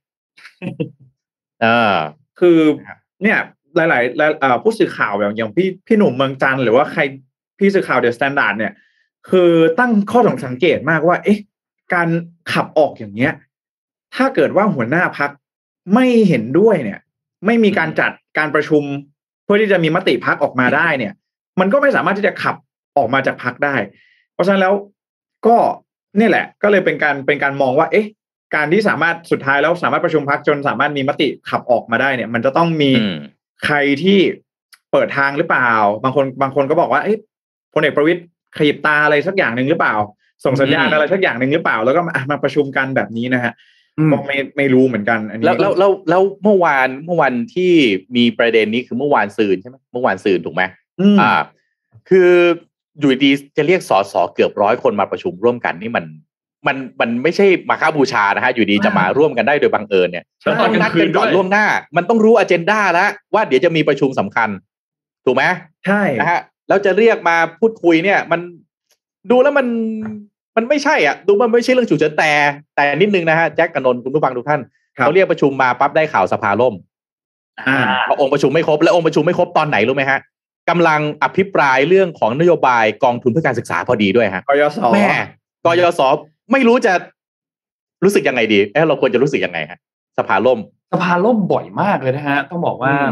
คือเนี่ยหลายผู้สื่อข่าวอย่างพี่หนุ่มเมืองจันทร์หรือว่าใครพี่สื่อข่าวเดอะสแตนดาร์ดเนี่ยคือตั้งข้อสังเกตมากว่าเอ๊ะการขับออกอย่างเงี้ยถ้าเกิดว่าหัวหน้าพรรคไม่เห็นด้วยเนี่ยไม่มีการจัดการประชุมเพื่อที่จะมีมติพรรคออกมาได้เนี่ยมันก็ไม่สามารถที่จะขับออกมาจากพรรคได้เพราะฉะนั้นแล้วก็นี่แหละก็เลยเป็นการมองว่าเอ๊ะการที่สามารถสุดท้ายแล้วสามารถประชุมพรรคจนสามารถมีมติขับออกมาได้เนี่ยมันจะต้องมีใครที่เปิดทางหรือเปล่าบางคนก็บอกว่าเอ๊ะพลเอกประวิตรขยิบตาอะไรสักอย่างหนึ่งหรือเปล่าส่งสัญญาณอะไรสักอย่างหนึ่งหรือเปล่าแล้วก็มาประชุมกันแบบนี้นะฮะก็ไม่รู้เหมือนกันอันนี้แล้วเมื่อวานที่มีประเด็นนี้คือเมื่อวานซืนใช่ไหมเมื่อวานซืนถูกไหมคืออยู่ดีจะเรียกสสเกือบ100คนมาประชุมร่วมกันนี่มันไม่ใช่มาฆบูชานะฮะอยู่ดีจะมาร่วมกันได้โดยบังเอิญเนี่ยต้องนัดกันก่อนล่วงหน้ามันต้องรู้อเจนดาแล้วว่าเดี๋ยวจะมีประชุมสำคัญถูกไหมใช่นะฮะแล้วจะเรียกมาพูดคุยเนี่ยมันดูแล้วมันไม่ใช่อ่ะดูมันไม่ใช่เรื่องฉุกเฉินแต่นิดนึงนะฮะแจ็คกับนนท์คุณผู้ฟังทุกท่านเขาเรียกประชุมมาปั๊บได้ข่าวสภาล่มองค์ประชุมไม่ครบและองค์ประชุมไม่ครบตอนไหนรู้ไหมฮะกำลังอภิปรายเรื่องของนโยบายกองทุนเพื่อการศึกษาพอดีด้วยฮะกยศแม่กยศไม่รู้จะรู้สึกยังไงดีเราควรจะรู้สึกยังไงฮะสภาล่มบ่อยมากเลยนะฮะต้องบอกว่า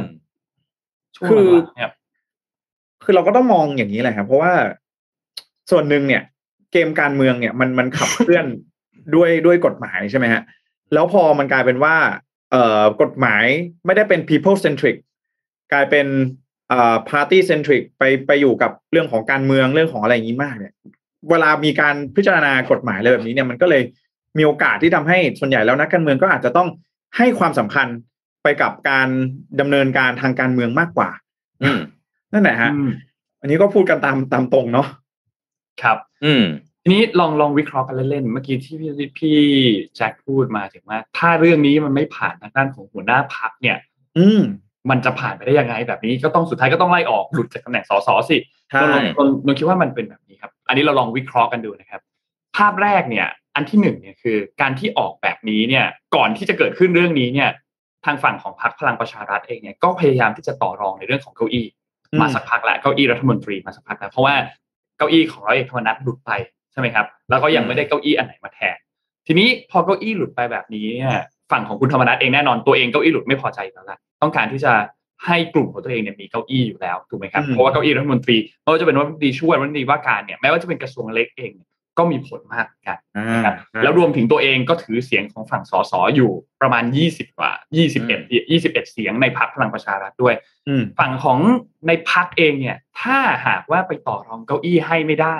คือเราก็ต้องมองอย่างนี้แหละครับเพราะว่าส่วนหนึ่งเนี่ยเกมการเมืองเนี่ยมันขับเคลื่อนด้วยกฎหมายใช่ไหมฮะแล้วพอมันกลายเป็นว่ากฎหมายไม่ได้เป็น people centric กลายเป็นparty centric ไปอยู่กับเรื่องของการเมืองเรื่องของอะไรอย่างนี้มากเนี่ยเวลามีการพิจารณากฎหมายอะไรแบบนี้เนี่ยมันก็เลยมีโอกาสที่ทำให้ส่วนใหญ่แล้วนักการเมืองก็อาจจะต้องให้ความสำคัญไปกับการดำเนินการทางการเมืองมากกว่านั่นแหละฮะอันนี้ก็พูดกันตามตรงเนาะครับทีนี้ลองวิเคราะห์กันเล่นๆเมื่อกี้ที่พี่แจ็คพูดมาถึงว่าถ้าเรื่องนี้มันไม่ผ่านทางด้านของหัวหน้าพรรคเนี่ยมันจะผ่านไปได้ยังไงแบบนี้ก็ต้องสุดท้ายก็ต้องไล่ออกหลุดจากตำแหน่งสสสินนคิดว่ามันเป็นแบบนี้ครับอันนี้เราลองวิเคราะห์กันดูนะครับภาพแรกเนี่ยอันที่1เนี่ยคือการที่ออกแบบนี้เนี่ยก่อนที่จะเกิดขึ้นเรื่องนี้เนี่ยทางฝั่งของพรรคพลังประชารัฐเองเนี่ยก็พยายามที่จะต่อรองในเรื่องของเก้าอี้มาสักพักแล้วเก้าอี้รัฐมนตรีมาสักพักแล้วเพราะว่าเก้าอี้ของร้อยเอกธรรมนัสหลุดไปใช่ไหมครับแล้วก็ยังไม่ได้เก้าอี้อันไหนมาแทนทีนี้พอเก้าอี้หลุดไปแบบนี้เนี่ยฝั่งของคุณธรรมนัสเองแน่นอนตัวเองเก้าอี้หลุดไม่พอใจแล้วล่ะต้องการที่จะให้กลุ่มของตัวเองเนี่ยมีเก้าอี้อยู่แล้วถูกไหมครับเพราะว่าเก้าอี้รัฐมนตรีไม่ว่าจะเป็นรัฐมนตรีช่วยรัฐมนตรีว่าการเนี่ยแม้ว่าจะเป็นกระทรวงเล็กเองก็มีผลมากกันนะครับแล้วรวมถึงตัวเองก็ถือเสียงของฝั่งสสอยู่ประมาณ20กว่า21เสียงในพรรคพลังประชารัฐด้วยฝั่งของในพรรคเองเนี่ยถ้าหากว่าไปต่อรองเก้าอี้ให้ไม่ได้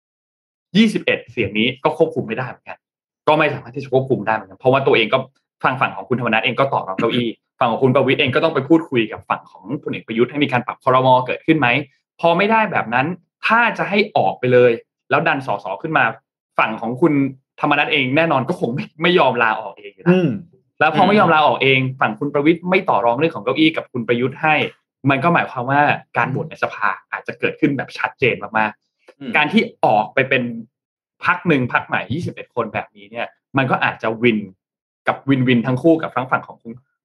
21เสียงนี้ก็ควบคุมไม่ได้เหมือนกันก็ไม่สามารถที่จะควบคุมได้เหมือนกันเพราะว่าตัวเองก็ฝั่งของคุณธรรมนัสเองก็ต่อรองเก้าอี้ฝั่งของคุณประวิตรเองก็ต้องไปพูดคุยกับฝั่งของพลเอกประยุทธ์ให้มีการปรับครม.เกิดขึ้นไหมพอไม่ได้แบบนั้นถ้าจะให้ออกไปเลยแล้วดันสสขึ้นมาฝั่งของคุณธรรมนัสเองแน่นอนก็คงไม่ยอมลาออกเองอยู่แล้วพอไม่ยอมลาออกเองฝั่งคุณประวิตรไม่ต่อรองเรื่องของเก้าอี้กับคุณประยุทธ์ให้มันก็หมายความว่าการโหวตในสภาอาจจะเกิดขึ้นแบบชัดเจนมากๆการที่ออกไปเป็นพรรคหนึ่งพรรคใหม่21คนแบบนี้เนี่ยมันก็อาจจะวินทั้งคู่กับฝั่งของ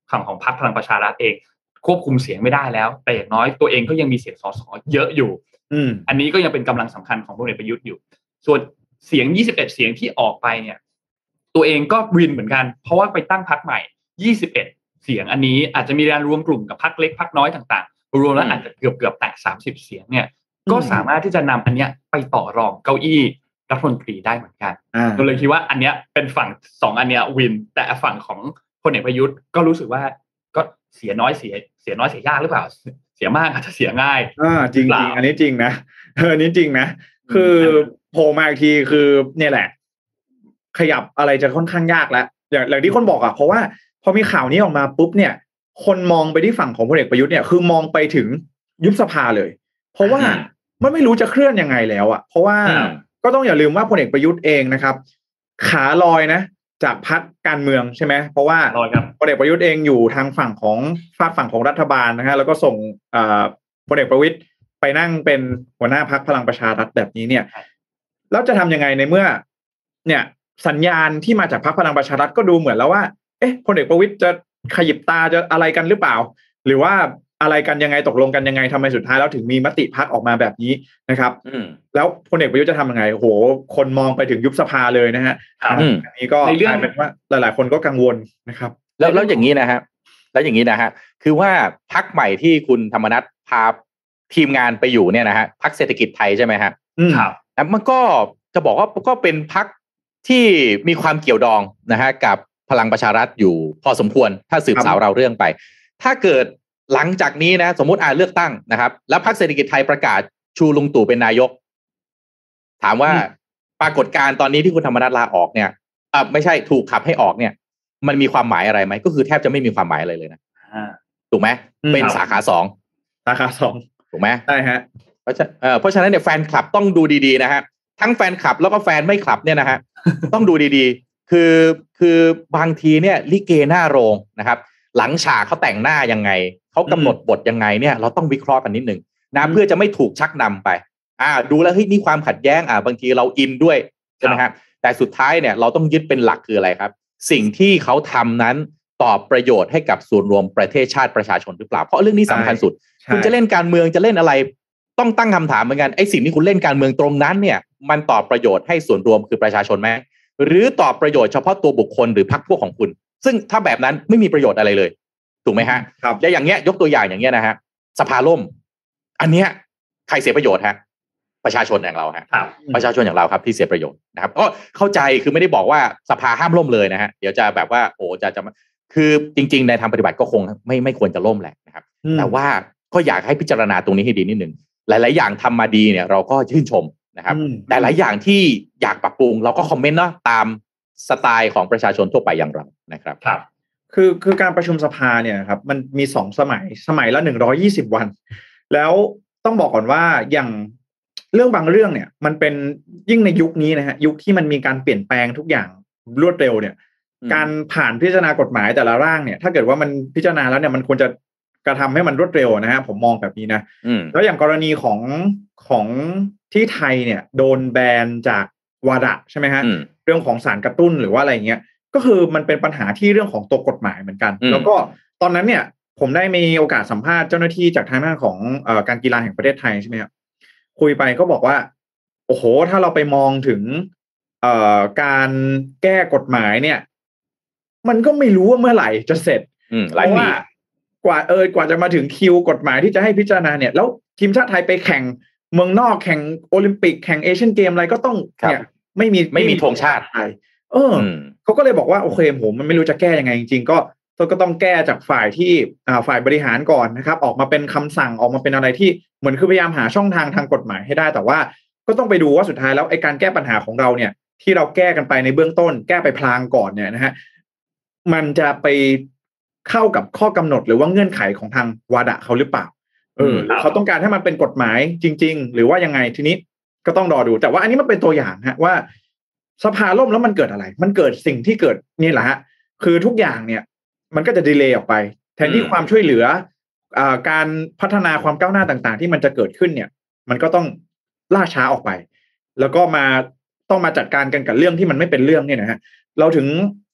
ฝั่งของพรรคพลังประชารัฐเองควบคุมเสียงไม่ได้แล้วแต่อย่างน้อยตัวเองก็ยังมีเสียงสสเยอะอยู่อันนี้ก็ยังเป็นกำลังสำคัญของพลเอกประยุทธ์อยู่ส่วนเสียง21เสียงที่ออกไปเนี่ยตัวเองก็วินเหมือนกันเพราะว่าไปตั้งพรรคใหม่21เสียงอันนี้อาจจะมีการรวมกลุ่มกับพรรคเล็กพรรคน้อยต่างๆรวมแล้วอาจจะเกือบแตะ30เสียงเนี่ยก็สามารถที่จะนำอันเนี้ยไปต่อรองเก้าอี้รัฐมนตรีได้เหมือนกันก็เลยคิดว่าอันเนี้ยเป็นฝั่ง2อันเนี้ยวินแต่ฝั่งของพลเอกประยุทธ์ก็รู้สึกว่าก็เสียน้อยเสียน้อยเสียยากหรือเปล่าเสียมากอาจจะเสียง่ายจริงๆอันนี้จริงนะอันนี้จริงนะคือโผล่มาอีกทีคือเนี่ยแหละขยับอะไรจะค่อนข้างยากแล้วอย่างที่คนบอกเพราะว่าพอมีข่าวนี้ออกมาปุ๊บเนี่ยคนมองไปที่ฝั่งของพลเอกประยุทธ์เนี่ยคือมองไปถึงยุบสภาเลยเพราะว่ามันไม่รู้จะเคลื่อนยังไงแล้วเพราะว่าก็ต้องอย่าลืมว่าพลเอกประยุทธ์เองนะครับขาลอยนะจากพรรคการเมืองใช่ไหมเพราะว่าพลเอกประยุทธ์เองอยู่ทางฝั่งของฝากฝั่งของรัฐบาลนะฮะแล้วก็ส่งพลเอกประวิตรไปนั่งเป็นหัวหน้าพรรคพลังประชารัฐแบบนี้เนี่ยแล้วจะทำยังไงในเมื่อเนี่ยสัญญาณที่มาจากพรรคพลังประชารัฐก็ดูเหมือนแล้วว่าพลเอกประวิตรจะขยิบตาจะอะไรกันหรือเปล่าหรือว่าอะไรกันยังไงตกลงกันยังไงทำไมสุดท้ายแล้วถึงมีมติพรรคออกมาแบบนี้นะครับแล้วพลเอกประยุทธ์จะทำยังไงโหคนมองไปถึงยุบสภาเลยนะฮะอันนี้ก็กลายเป็นว่าหลายๆคนก็กังวลนะครับแล้วอย่างนี้นะฮะแล้วอย่างนี้นะฮะคือว่าพรรคใหม่ที่คุณธรรมนัสพาทีมงานไปอยู่เนี่ยนะฮะพรรคเศรษฐกิจไทยใช่ไหมฮะครับมันก็จะบอกว่าก็เป็นพรรคที่มีความเกี่ยวดองนะฮะกับพลังประชารัฐอยู่พอสมควรถ้าสืบสาวเราเรื่องไปถ้าเกิดหลังจากนี้นะสมมติเลือกตั้งนะครับแล้วพรรคเศรษฐกิจไทยประกาศชูลุงตู่เป็นนายกถามว่าปรากฏการณ์ตอนนี้ที่คุณธรรมนัสลาออกเนี่ยไม่ใช่ถูกขับให้ออกเนี่ยมันมีความหมายอะไรไหมก็คือแทบจะไม่มีความหมายอะไรเลยนะถูกไหมเป็นสาขา2ถูกไหมใช่ฮะเพราะฉะนั้นเนี่ยแฟนคลับต้องดูดีๆนะฮะทั้งแฟนคลับแล้วก็แฟนไม่คลับเนี่ยนะฮะ ต้องดูดีๆคือบางทีเนี่ยลิเกหน้าโรงนะครับหลังฉากเขาแต่งหน้ายังไงเขากำหนดบทยังไงเนี่ยเราต้องวิเคราะห์กันนิดนึงนะเพื่อจะไม่ถูกชักนำไปดูแล้วเฮ้ยนี่ความขัดแย้งบางทีเราอินด้วยใช่ไหมฮะแต่สุดท้ายเนี่ยเราต้องยึดเป็นหลักคืออะไรครับสิ่งที่เขาทำนั้นตอบประโยชน์ให้กับส่วนรวมประเทศชาติประชาชนหรือเปล่าเพราะเรื่องนี้สำคัญสุดคุณจะเล่นการเมืองจะเล่นอะไรต้องตั้งคำถามเหมือนกันไอ้สิ่งที่คุณเล่นการเมืองตรงนั้นเนี่ยมันตอบประโยชน์ให้ส่วนรวมคือประชาชนไหมหรือตอบประโยชน์เฉพาะตัวบุคคลหรือพรรคพวกของคุณซึ่งถ้าแบบนั้นไม่มีประโยชน์อะไรเลยถูกไหมฮะและอย่างเงี้ยยกตัวอย่างอย่างเงี้ยนะฮะสภาล่มอันเนี้ยใครเสียประโยชน์ฮะประชาชนอย่างเราฮะประชาชนอย่างเราครับที่เสียประโยชน์นะครับก็เข้าใจคือไม่ได้บอกว่าสภาห้ามล่มเลยนะฮะเดี๋ยวจะแบบว่าโอ้จะคือจริงๆในทางปฏิบัติก็คงไม่ควรจะล่มแหละนะครับแต่ว่าก็อยากให้พิจารณาตรงนี้ให้ดีนิดนึงหลายๆอย่างทำมาดีเนี่ยเราก็ชื่นชมนะครับแต่หลายอย่างที่อยากปรับปรุงเราก็คอมเมนต์เนาะตามสไตล์ของประชาชนทั่วไปอย่างเรานะครับครับคือการประชุมสภาเนี่ยครับมันมี2สมัยละ120วันแล้วต้องบอกก่อนว่าอย่างเรื่องบางเรื่องเนี่ยมันเป็นยิ่งในยุคนี้นะฮะยุคที่มันมีการเปลี่ยนแปลงทุกอย่างรวดเร็วเนี่ยการผ่านพิจารณากฎหมายแต่ละร่างเนี่ยถ้าเกิดว่ามันพิจารณาแล้วเนี่ยมันควรจะกระทำให้มันรวดเร็วนะฮะผมมองแบบนี้นะแล้วอย่างกรณีของที่ไทยเนี่ยโดนแบนจากวาดะใช่ไหมฮะเรื่องของสารกระตุ้นหรือว่าอะไรเงี้ยก็คือมันเป็นปัญหาที่เรื่องของตัวกฎหมายเหมือนกันแล้วก็ตอนนั้นเนี่ยผมได้มีโอกาสสัมภาษณ์เจ้าหน้าที่จากทางด้านของการกีฬาแห่งประเทศไทยใช่ไหมครับคุยไปก็บอกว่าโอ้โหถ้าเราไปมองถึงการแก้กฎหมายเนี่ยมันก็ไม่รู้ว่าเมื่อไหร่จะเสร็จเพราะว่ากว่าจะมาถึงคิวกฎหมายที่จะให้พิจารณาเนี่ยแล้วทีมชาติไทยไปแข่งเมืองนอกแข่งโอลิมปิกแข่งเอเชียนเกมอะไรก็ต้องเนี่ยไม่มีธงชาติไทยเขาก็เลยบอกว่าโอเคผมมันไม่รู้จะแก้ยังไงจริงๆก็ต้องแก้จากฝ่ายที่ฝ่ายบริหารก่อนนะครับออกมาเป็นคำสั่งออกมาเป็นอะไรที่เหมือนคือพยายามหาช่องทางทางกฎหมายให้ได้แต่ว่าก็ต้องไปดูว่าสุดท้ายแล้วไอ้การแก้ปัญหาของเราเนี่ยที่เราแก้กันไปในเบื้องต้นแก้ไปพลางก่อนเนี่ยนะฮะมันจะไปเข้ากับข้อกำหนดหรือว่าเงื่อนไขของทางวาดะเขาหรือเปล่าเขาต้องการให้มันเป็นกฎหมายจริงๆหรือว่ายังไงทีนี้ก็ต้องรอดูแต่ว่าอันนี้มันเป็นตัวอย่างฮะว่าสภาล่มแล้วมันเกิดอะไรมันเกิดสิ่งที่เกิดนี่แหละฮะคือทุกอย่างเนี่ยมันก็จะดีเลย์ออกไปแทนที่ความช่วยเหลือการพัฒนาความก้าวหน้าต่างๆที่มันจะเกิดขึ้นเนี่ยมันก็ต้องล่าช้าออกไปแล้วก็ต้องมาจัดการกันกับเรื่องที่มันไม่เป็นเรื่องเนี่ยนะฮะเราถึง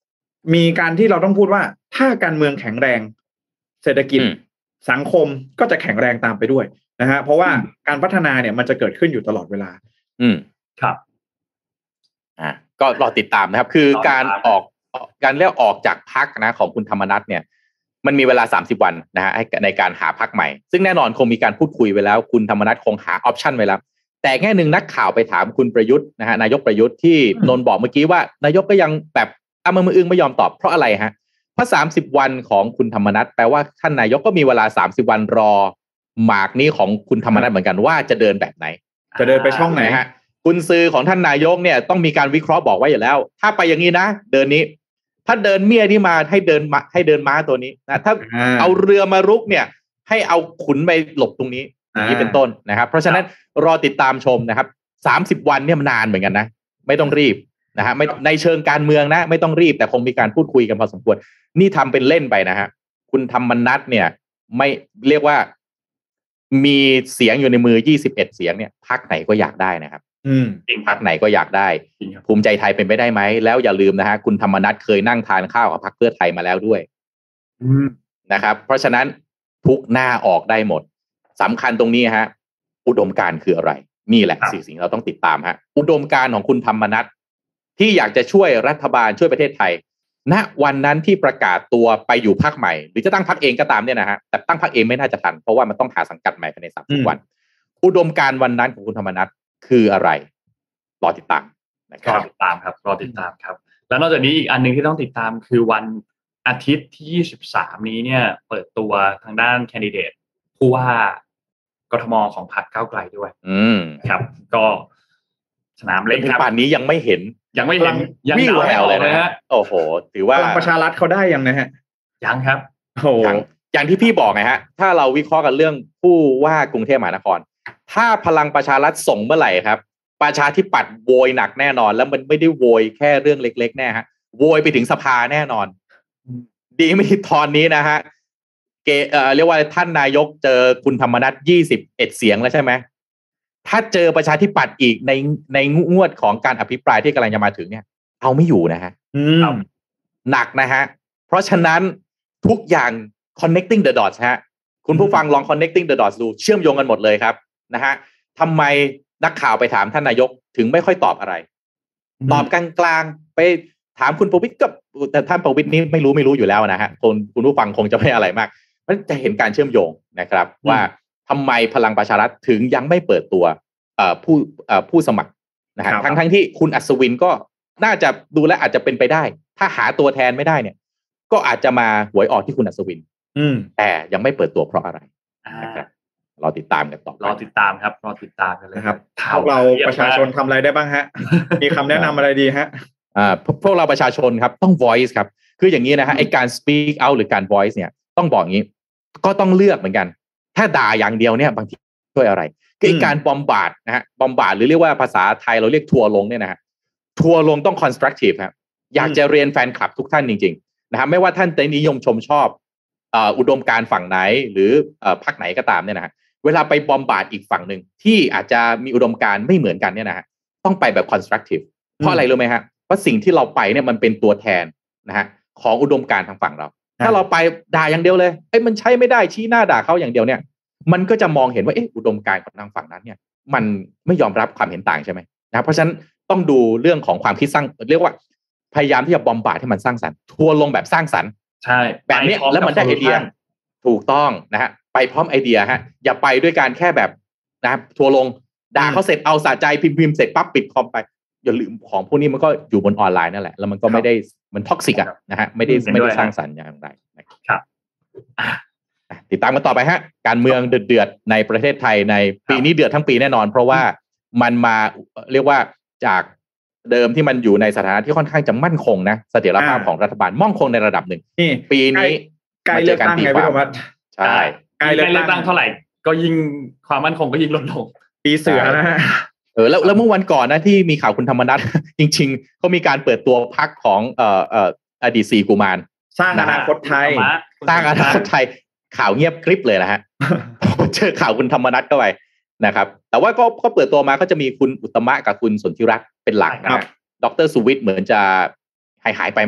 มีการที่เราต้องพูดว่าถ้าการเมืองแข็งแรงเศรษฐกิจสังคมก็จะแข็งแรงตามไปด้วยนะฮะเพราะว่าการพัฒนาเนี่ยมันจะเกิดขึ้นอยู่ตลอดเวลาครับก็รอติดตามนะครับคือการเลือกออกจากพรรคนะของคุณธรรมนัสเนี่ยมันมีเวลา30วันนะฮะในการหาพรรคใหม่ซึ่งแน่นอนคงมีการพูดคุยไว้แล้วคุณธรรมนัสคงหาออปชันไว้แล้วแต่แง่นึงนักข่าวไปถามคุณประยุทธ์นะฮะนายกประยุทธ์ที่นนท์บอกเมื่อกี้ว่านายกก็ยังแบบมืออึ้งไม่ยอมตอบเพราะอะไรฮะเพราะ30วันของคุณธรรมนัสแปลว่าท่านนายกก็มีเวลา30วันรอหมากนี้ของคุณธรรมนัสเหมือนกันว่าจะเดินแบบไหนจะเดินไปช่องไหนฮะคุณซื้อของท่านนายกเนี่ยต้องมีการวิเคราะห์บอกไว้อยู่แล้วถ้าไปอย่างนี้นะเดินนี้ถ้าเดินเมียที่มาให้เดินม้าตัวนี้นะถ้าเอาเรือมารุกเนี่ยให้เอาขุนไปหลบตรงนี้อย่างนี้เป็นต้นนะครับเพราะฉะนั้นรอติดตามชมนะครับ30วันเนี่ยมันนานเหมือนกันนะไม่ต้องรีบนะฮะไม่ในเชิงการเมืองนะไม่ต้องรีบแต่คงมีการพูดคุยกันพอสมควรนี่ทำเป็นเล่นไปนะฮะคุณธรรมนัสเนี่ยไม่เรียกว่ามีเสียงอยู่ในมือ21เสียงเนี่ยพรรคไหนก็อยากได้นะครับพรรคไหนก็อยากได้ภูมิใจไทยเป็นไปได้ไหมแล้วอย่าลืมนะฮะคุณธรรมนัสเคยนั่งทานข้าวกับพรรคเพื่อไทยมาแล้วด้วยนะครับเพราะฉะนั้นทุกหน้าออกได้หมดสำคัญตรงนี้ฮะอุดมการณ์คืออะไรนี่แหละสิ่งเราต้องติดตามฮะอุดมการณ์ของคุณธรรมนัสที่อยากจะช่วยรัฐบาลช่วยประเทศไทยณวันนั้นที่ประกาศตัวไปอยู่พรรคใหม่หรือจะตั้งพรรคเองก็ตามเนี่ยนะฮะแต่ตั้งพรรคเองไม่น่าจะทันเพราะว่ามันต้องหาสังกัดใหม่ภายใน30วันอุดมการณ์วันนั้นของคุณธรรมนัสคืออะไรรอติดตามนะครับรอติดตามครับรอติดตามครับแล้วนอกจากนี้อีกอันนึงที่ต้องติดตามคือวันอาทิตย์ที่23นี้เนี่ยเปิดตัวทางด้านแคนดิเดตผู้ว่ากทมของพรรคก้าวไกลด้วยครับก็สนามเล็กครับป่านนี้ยังไม่เห็นยังวิ่งแววเลยนะฮะโอ้โหถือว่าพลังประชารัฐเขาได้ยังนะฮะยังครับโอ้อย่างที่พี่บอกไงฮะถ้าเราวิเคราะห์กันเรื่องผู้ว่ากรุงเทพมหานครถ้าพลังประชารัฐส่งเมื่อไหร่ครับประชาธิปัตย์โวยหนักแน่นอนแล้วมันไม่ได้โวยแค่เรื่องเล็กๆแน่ฮะโวยไปถึงสภาแน่นอนดีไม่ตอนนี้นะฮะเรียกว่าท่านนายกเจอคุณธรรมนัส21เสียงแล้วใช่ไหมถ้าเจอประชาธิปัตย์อีกในงวดของการอภิปรายที่กำลังจะมาถึงเนี่ยเอาไม่อยู่นะฮะหนักนะฮะเพราะฉะนั้นทุกอย่าง connecting the dots ฮะคุณผู้ฟังลอง connecting the dots ดูเชื่อมโยงกันหมดเลยครับนะฮะทำไมนักข่าวไปถามท่านนายกถึงไม่ค่อยตอบอะไรตอบกลางๆไปถามคุณประวิตรก็แต่ท่านประวิตรนี้ไม่รู้อยู่แล้วนะฮะคุณผู้ฟังคงจะไม่อะไรมากมันจะเห็นการเชื่อมโยงนะครับว่าทำไมพลังประชารัฐถึงยังไม่เปิดตัวผู้สมัครนะฮะทั้งที่คุณอัศวินก็น่าจะดูแลอาจจะเป็นไปได้ถ้าหาตัวแทนไม่ได้เนี่ยก็อาจจะมาหวยออกที่คุณอัศวินแต่ยังไม่เปิดตัวเพราะอะไรนะครับรอติดตามกันต่อรอติดตามครับรอติดตามกันเลยครับพวกเราประชาชนทำอะไรได้บ้างฮะมีคำแนะนำอะไรดีฮะพวกเราประชาชนครับต้อง voice ครับคืออย่างนี้นะฮะไอการ speak out หรือการ voice เนี่ยต้องบอกงี้ก็ต้องเลือกเหมือนกันถ้าด่าอย่างเดียวเนี่ยบางทีช่วยอะไรคือการบอมบาร์ดนะฮะบอมบาร์ดหรือเรียกว่าภาษาไทยเราเรียกทัวร์ลงเนี่ยนะฮะทัวร์ลงต้อง constructive ครับอยากจะเรียนแฟนคลับทุกท่านจริงๆนะฮะไม่ว่าท่านจะนิยมชมชอบอุดมการณ์ฝั่งไหนหรือพรรคไหนก็ตามเนี่ยนะฮะเวลาไปบอมบาร์ดอีกฝั่งหนึ่งที่อาจจะมีอุดมการณ์ไม่เหมือนกันเนี่ยนะฮะต้องไปแบบ constructive เพราะอะไรรู้ไหมฮะเพราะสิ่งที่เราไปเนี่ยมันเป็นตัวแทนนะฮะของอุดมการณ์ทางฝั่งเราถ้าเราไปด่าอย่างเดียวเลยมันใช้ไม่ได้ชี้หน้าด่าเขาอย่างเดียวเนี่ยมันก็จะมองเห็นว่าอุดมการณ์ของทางฝั่งนั้นเนี่ยมันไม่ยอมรับความเห็นต่างใช่ไหมนะเพราะฉะนั้นต้องดูเรื่องของความคิดสร้างเรียกว่าพยายามที่จะบอมบาร์ดให้มันสร้างสรรค์ทัวร์ลงแบบสร้างสรรค์ใช่แบบนี้แล้วมันได้ไอเดียถูกต้องนะฮะไปพร้อมไอเดียฮะอย่าไปด้วยการแค่แบบนะทัวร์ลงด่าเขาเสร็จเอาสะใจพิมพ์เสร็จปั๊บปิดคอมไปอย่าลืมของพวกนี้มันก็อยู่บนออนไลน์นั่นแหละแล้วมันก็ไม่ได้มันท็อกซิกอะนะฮะไม่ได้สร้างสรรค์อย่างไรครับติดตามกันต่อไปฮะการเมืองเดือดในประเทศไทยในปีนี้เดือดทั้งปีแน่นอนเพราะว่ามันมาเรียกว่าจากเดิมที่มันอยู่ในสถานะที่ค่อนข้างจะมั่นคงนะเสถียรภาพของรัฐบาลมั่นคงในระดับหนึ่งปีนี้ใกล้เลือกตั้งไงพี่ธรรมะใช่ใกล้เลือกตั้งเท่าไหร่ก็ยิ่งความมั่นคงก็ยิ่งลดลงปีเสือนะฮะแล้วเมื่อวันก่อนนะที่มีข่าวคุณธรรมนัสจริงๆเขามีการเปิดตัวพรรคของอดีต4กุมารสร้างอนาคตไทยสร้างอนาคตไทยข่าวเงียบกริบเลยนะฮะเจอข่าวคุณธรรมนัสเข้าไปนะครับแต่ว่าก็เปิดตัวมาก็จะมีคุณอุตตมะกับคุณสนธิรัตน์เป็นหลักนะดร.สุวิทย์เหมือนจะหายไปไหม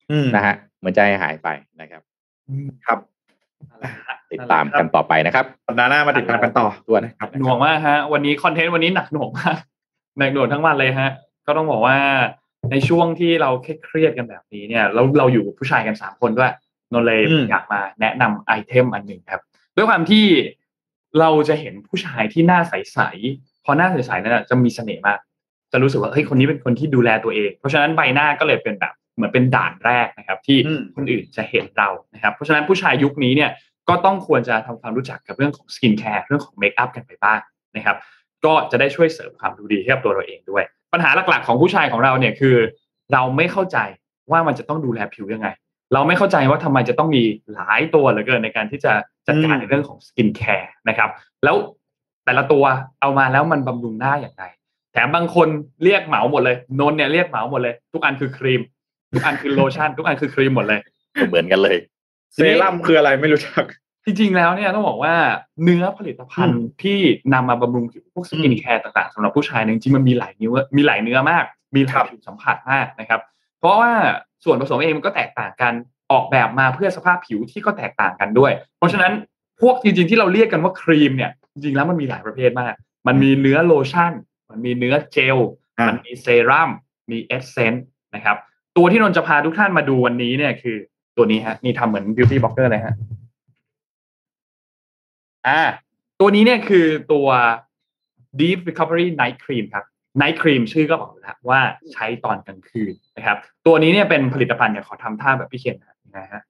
นะฮะเหมือนจะหายไปนะครับครับติดตามกันต่อไปนะครับสัปดาห์หน้ามาติดตามกันต่อด้วยนะครับหน่วงมากฮะวันนี้คอนเทนต์วันนี้หนักหน่วงมากหนักหน่วงทั้งวันเลยฮะก็ต้องบอกว่าในช่วงที่เราเครียดกันแบบนี้เนี่ยเราอยู่ผู้ชายกัน3คนด้วยนนเลยอยากมาแนะนำไอเทมอันหนึ่งครับด้วยความที่เราจะเห็นผู้ชายที่หน้าใสๆพอหน้าใสๆนั้นจะมีเสน่ห์มากจะรู้สึกว่าเฮ้ยคนนี้เป็นคนที่ดูแลตัวเองเพราะฉะนั้นใบหน้าก็เลยเป็นแบบเหมือนเป็นด่านแรกนะครับที่คนอื่นจะเห็นเรานะครับเพราะฉะนั้นผู้ชายยุคนี้เนี่ยก็ต้องควรจะทำความรู้จักกับเรื่องของสกินแคร์เรื่องของเมคอัพกันไปบ้างนะครับก็จะได้ช่วยเสริมความดูดีให้กับตัวเราเองด้วยปัญหาหลักๆของผู้ชายของเราเนี่ยคือเราไม่เข้าใจว่ามันจะต้องดูแลผิวยังไงเราไม่เข้าใจว่าทำไมจะต้องมีหลายตัวเหลือเกินในการที่จะจัดการในเรื่องของสกินแคร์นะครับแล้วแต่ละตัวเอามาแล้วมันบำรุงหน้าอย่างไรแถมบางคนเรียกเหมาหมดเลยนนเนี่ยเรียกเหมาหมดเลยทุกอันคือครีมทุกอันคือโลชั่นทุกอันคือครีมหมดเลยเหมือนกันเลยเซรั่มคืออะไรไม่รู้จักจริงๆแล้วเนี่ยต้องบอกว่าเนื้อผลิตภัณฑ์ที่นำมาบำรุงผิวพวกสกินแคร์ต่างๆสำหรับผู้ชายจริงๆมันมีหลายเนื้อมากมีหลายผิวสัมผัสมากนะครับเพราะว่าส่วนผสมเองมันก็แตกต่างกันออกแบบมาเพื่อสภาพผิวที่ก็แตกต่างกันด้วยเพราะฉะนั้นพวกจริงๆที่เราเรียกกันว่าครีมเนี่ยจริงๆแล้วมันมีหลายประเภทมากมันมีเนื้อโลชั่นมันมีเนื้อเจลมันมีเซรั่มมีเอสเซนต์นะครับตัวที่นนท์จะพาทุกท่านมาดูวันนี้เนี่ยคือตัวนี้ฮะนี่ทำเหมือน beauty blogger เลยฮะตัวนี้เนี่ยคือตัว Deep Recovery Night Cream ครับ Night Cream ชื่อก็บอกแล้วว่าใช้ตอนกลางคืนนะครับตัวนี้เนี่ยเป็นผลิตภัณฑ์เนี่ยขอทำท่าแบบพี่เคนนะฮะ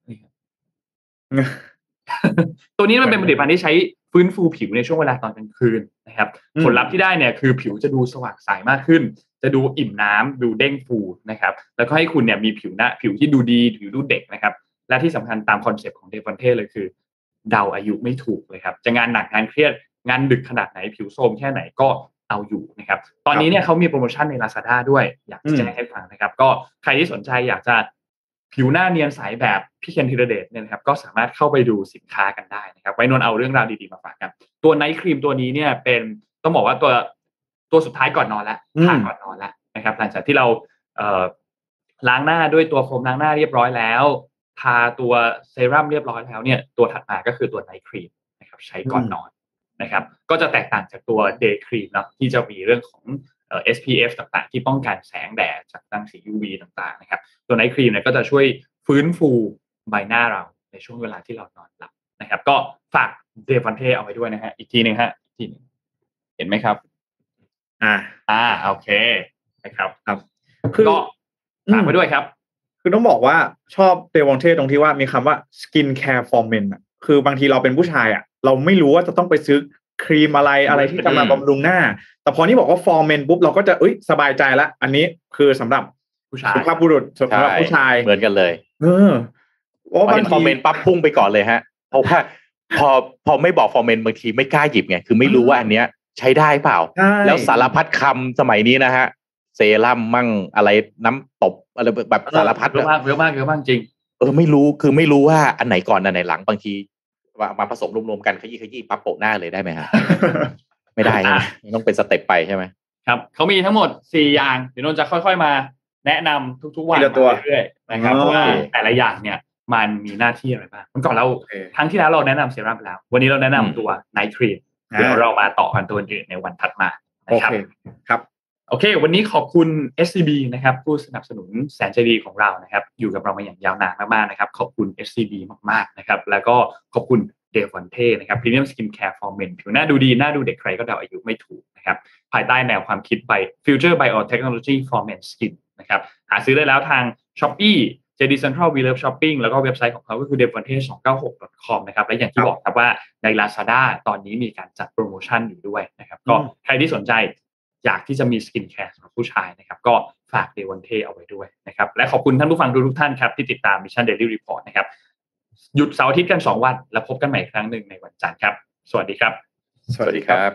ตัวนี้มันเป็นผลิตภัณฑ์ที่ใช้ฟื้นฟูผิวในช่วงเวลาตอนกลางคืนนะครับผลลัพธ์ที่ได้เนี่ยคือผิวจะดูสว่างใสมากขึ้นจะดูอิ่มน้ำดูเด้งฟูนะครับแล้วก็ให้คุณเนี่ยมีผิวที่ดูดีผิวดูเด็กนะครับและที่สำคัญตามคอนเซ็ปต์ของเดฟอนเท่เลยคือเดาอายุไม่ถูกเลยครับจะงานหนักงานเครียดงานดึกขนาดไหนผิวโทรมแค่ไหนก็เอาอยู่นะครับตอนนี้เนี่ยเขามีโปรโมชั่นใน Lazada ด้วยอยากจะแจ้งให้ฟังนะครับก็ใครที่สนใจอยากจะผิวหน้าเนียนใสแบบพี่เคนธีรเดชเนี่ยนะครับก็สามารถเข้าไปดูสินค้ากันได้นะครับไว้นนเอาเรื่องราวดีๆมาฝากกันตัวไนท์ครีมตัวนี้เนี่ยเป็นต้องบอกว่าตัวสุดท้ายก่อนนอนแล้วทาก่อนนอนแล้วนะครับหลังจากที่เราล้างหน้าด้วยตัวโฟมล้างหน้าเรียบร้อยแล้วทาตัวเซรั่มเรียบร้อยแล้วเนี่ยตัวถัดมาก็คือตัวไนท์ครีมนะครับใช้ก่อนนอนนะครับก็จะแตกต่างจากตัวเดย์ครีมเนาะที่จะมีเรื่องของSPF ต่างๆที่ป้องกันแสงแดดจากรังสี UV ต่างๆนะครับตัวไนท์ครีมเนี่ยก็จะช่วยฟื้นฟูใบหน้าเราในช่วงเวลาที่เรานอนหลับนะครับก็ฝากเดฟอนเทเอาไว้ด้วยนะฮะอีกทีนึงฮะทีนึงเห็นไหมครับโอเคนะครับก็ฝากไว้ด้วยครับคือต้องบอกว่าชอบเดฟอนเทตรงที่ว่ามีคำว่า skin care for men อ่ะคือบางทีเราเป็นผู้ชายอ่ะเราไม่รู้ว่าจะต้องไปซื้อครีมอะไรที่จะมาบำรุงหน้าแต่พอนี่บอกว่า for men ปุ๊บเราก็จะสบายใจละอันนี้คือสำหรับผู้ชายสุภาพบุรุษสำหรับผู้ชายเหมือนกันเลยพอเห็นคอมเมนต์ปั๊บพุ่งไปก่อนเลยฮะเพราะว่าพอไม่บอกฟอร์เมนบางทีไม่กล้าหยิบไงคือไม่รู้ว่าอันเนี้ยใช้ได้เปล่าแล้วสารพัดคำสมัยนี้นะฮะเซรั่มมั่งอะไรน้ำตบอะไรแบบสารพัดเยอะมากจริงไม่รู้ว่าอันไหนก่อนอันไหนหลังบางทีว่ามาผสมรวมๆกันขยี้ปั๊บโปะหน้าเลยได้ไหมฮะ ไม่ได้นะต้องเป็นสเต็ปไปใช่ไหมครับเขามีทั้งหมด4อย่างเดี๋ยวนนจะค่อยๆมาแนะนำทุกๆวันเรื่อยๆนะครับเพราะว่าแต่ละอย่างเนี่ยมันมีหน้าที่อะไรบ้างเมื่อก่อนเราครั้งที่แล้วเราแนะนำเซรั่มไปแล้ววันนี้เราแนะนำตัวไนท์ครีมเดี๋ยวเรามาต่อกันตัวอื่นในวันถัดมานะครับครับโอเควันนี้ขอบคุณ SCB นะครับผู้สนับสนุนแสนใจดีของเรานะครับอยู่กับเรามาอย่างยาวนานมากๆนะครับขอบคุณ SCB มากๆนะครับแล้วก็ขอบคุณเดฟอนเท่นะครับพรีเมียมสกินแคร์ฟอร์เมนผิวหน้าดูดีหน้าดูเด็กใครก็เดาอายุไม่ถูกนะครับภายใต้แนวความคิด by Future Biotechnology for Men Skin นะครับหาซื้อได้แล้วทาง Shopee JD Central We Love Shopping แล้วก็เว็บไซต์ของเขาก็คือ devonte296.com นะครับและอย่างที่บอกครับว่าใน Lazada ตอนนี้มีการจัดโปรโมชั่นอยู่ด้วยนะครับก็ใครที่สนใจอยากที่จะมีสกินแคร์สำหรับผู้ชายนะครับก็ฝาก Devonte เอาไว้ด้วยนะครับและขอบคุณท่านผู้ฟังทุกท่านครับที่ติดตาม Mission Daily Report นะครับหยุดเสาร์อาทิตย์กัน2วันแล้วพบกันใหม่อีกครั้งหนึ่งในวันจันทร์ครับสวัสดีครับสวัสดีครับ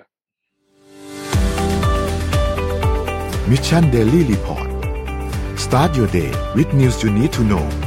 Mission Daily Report Start your day with news you need to know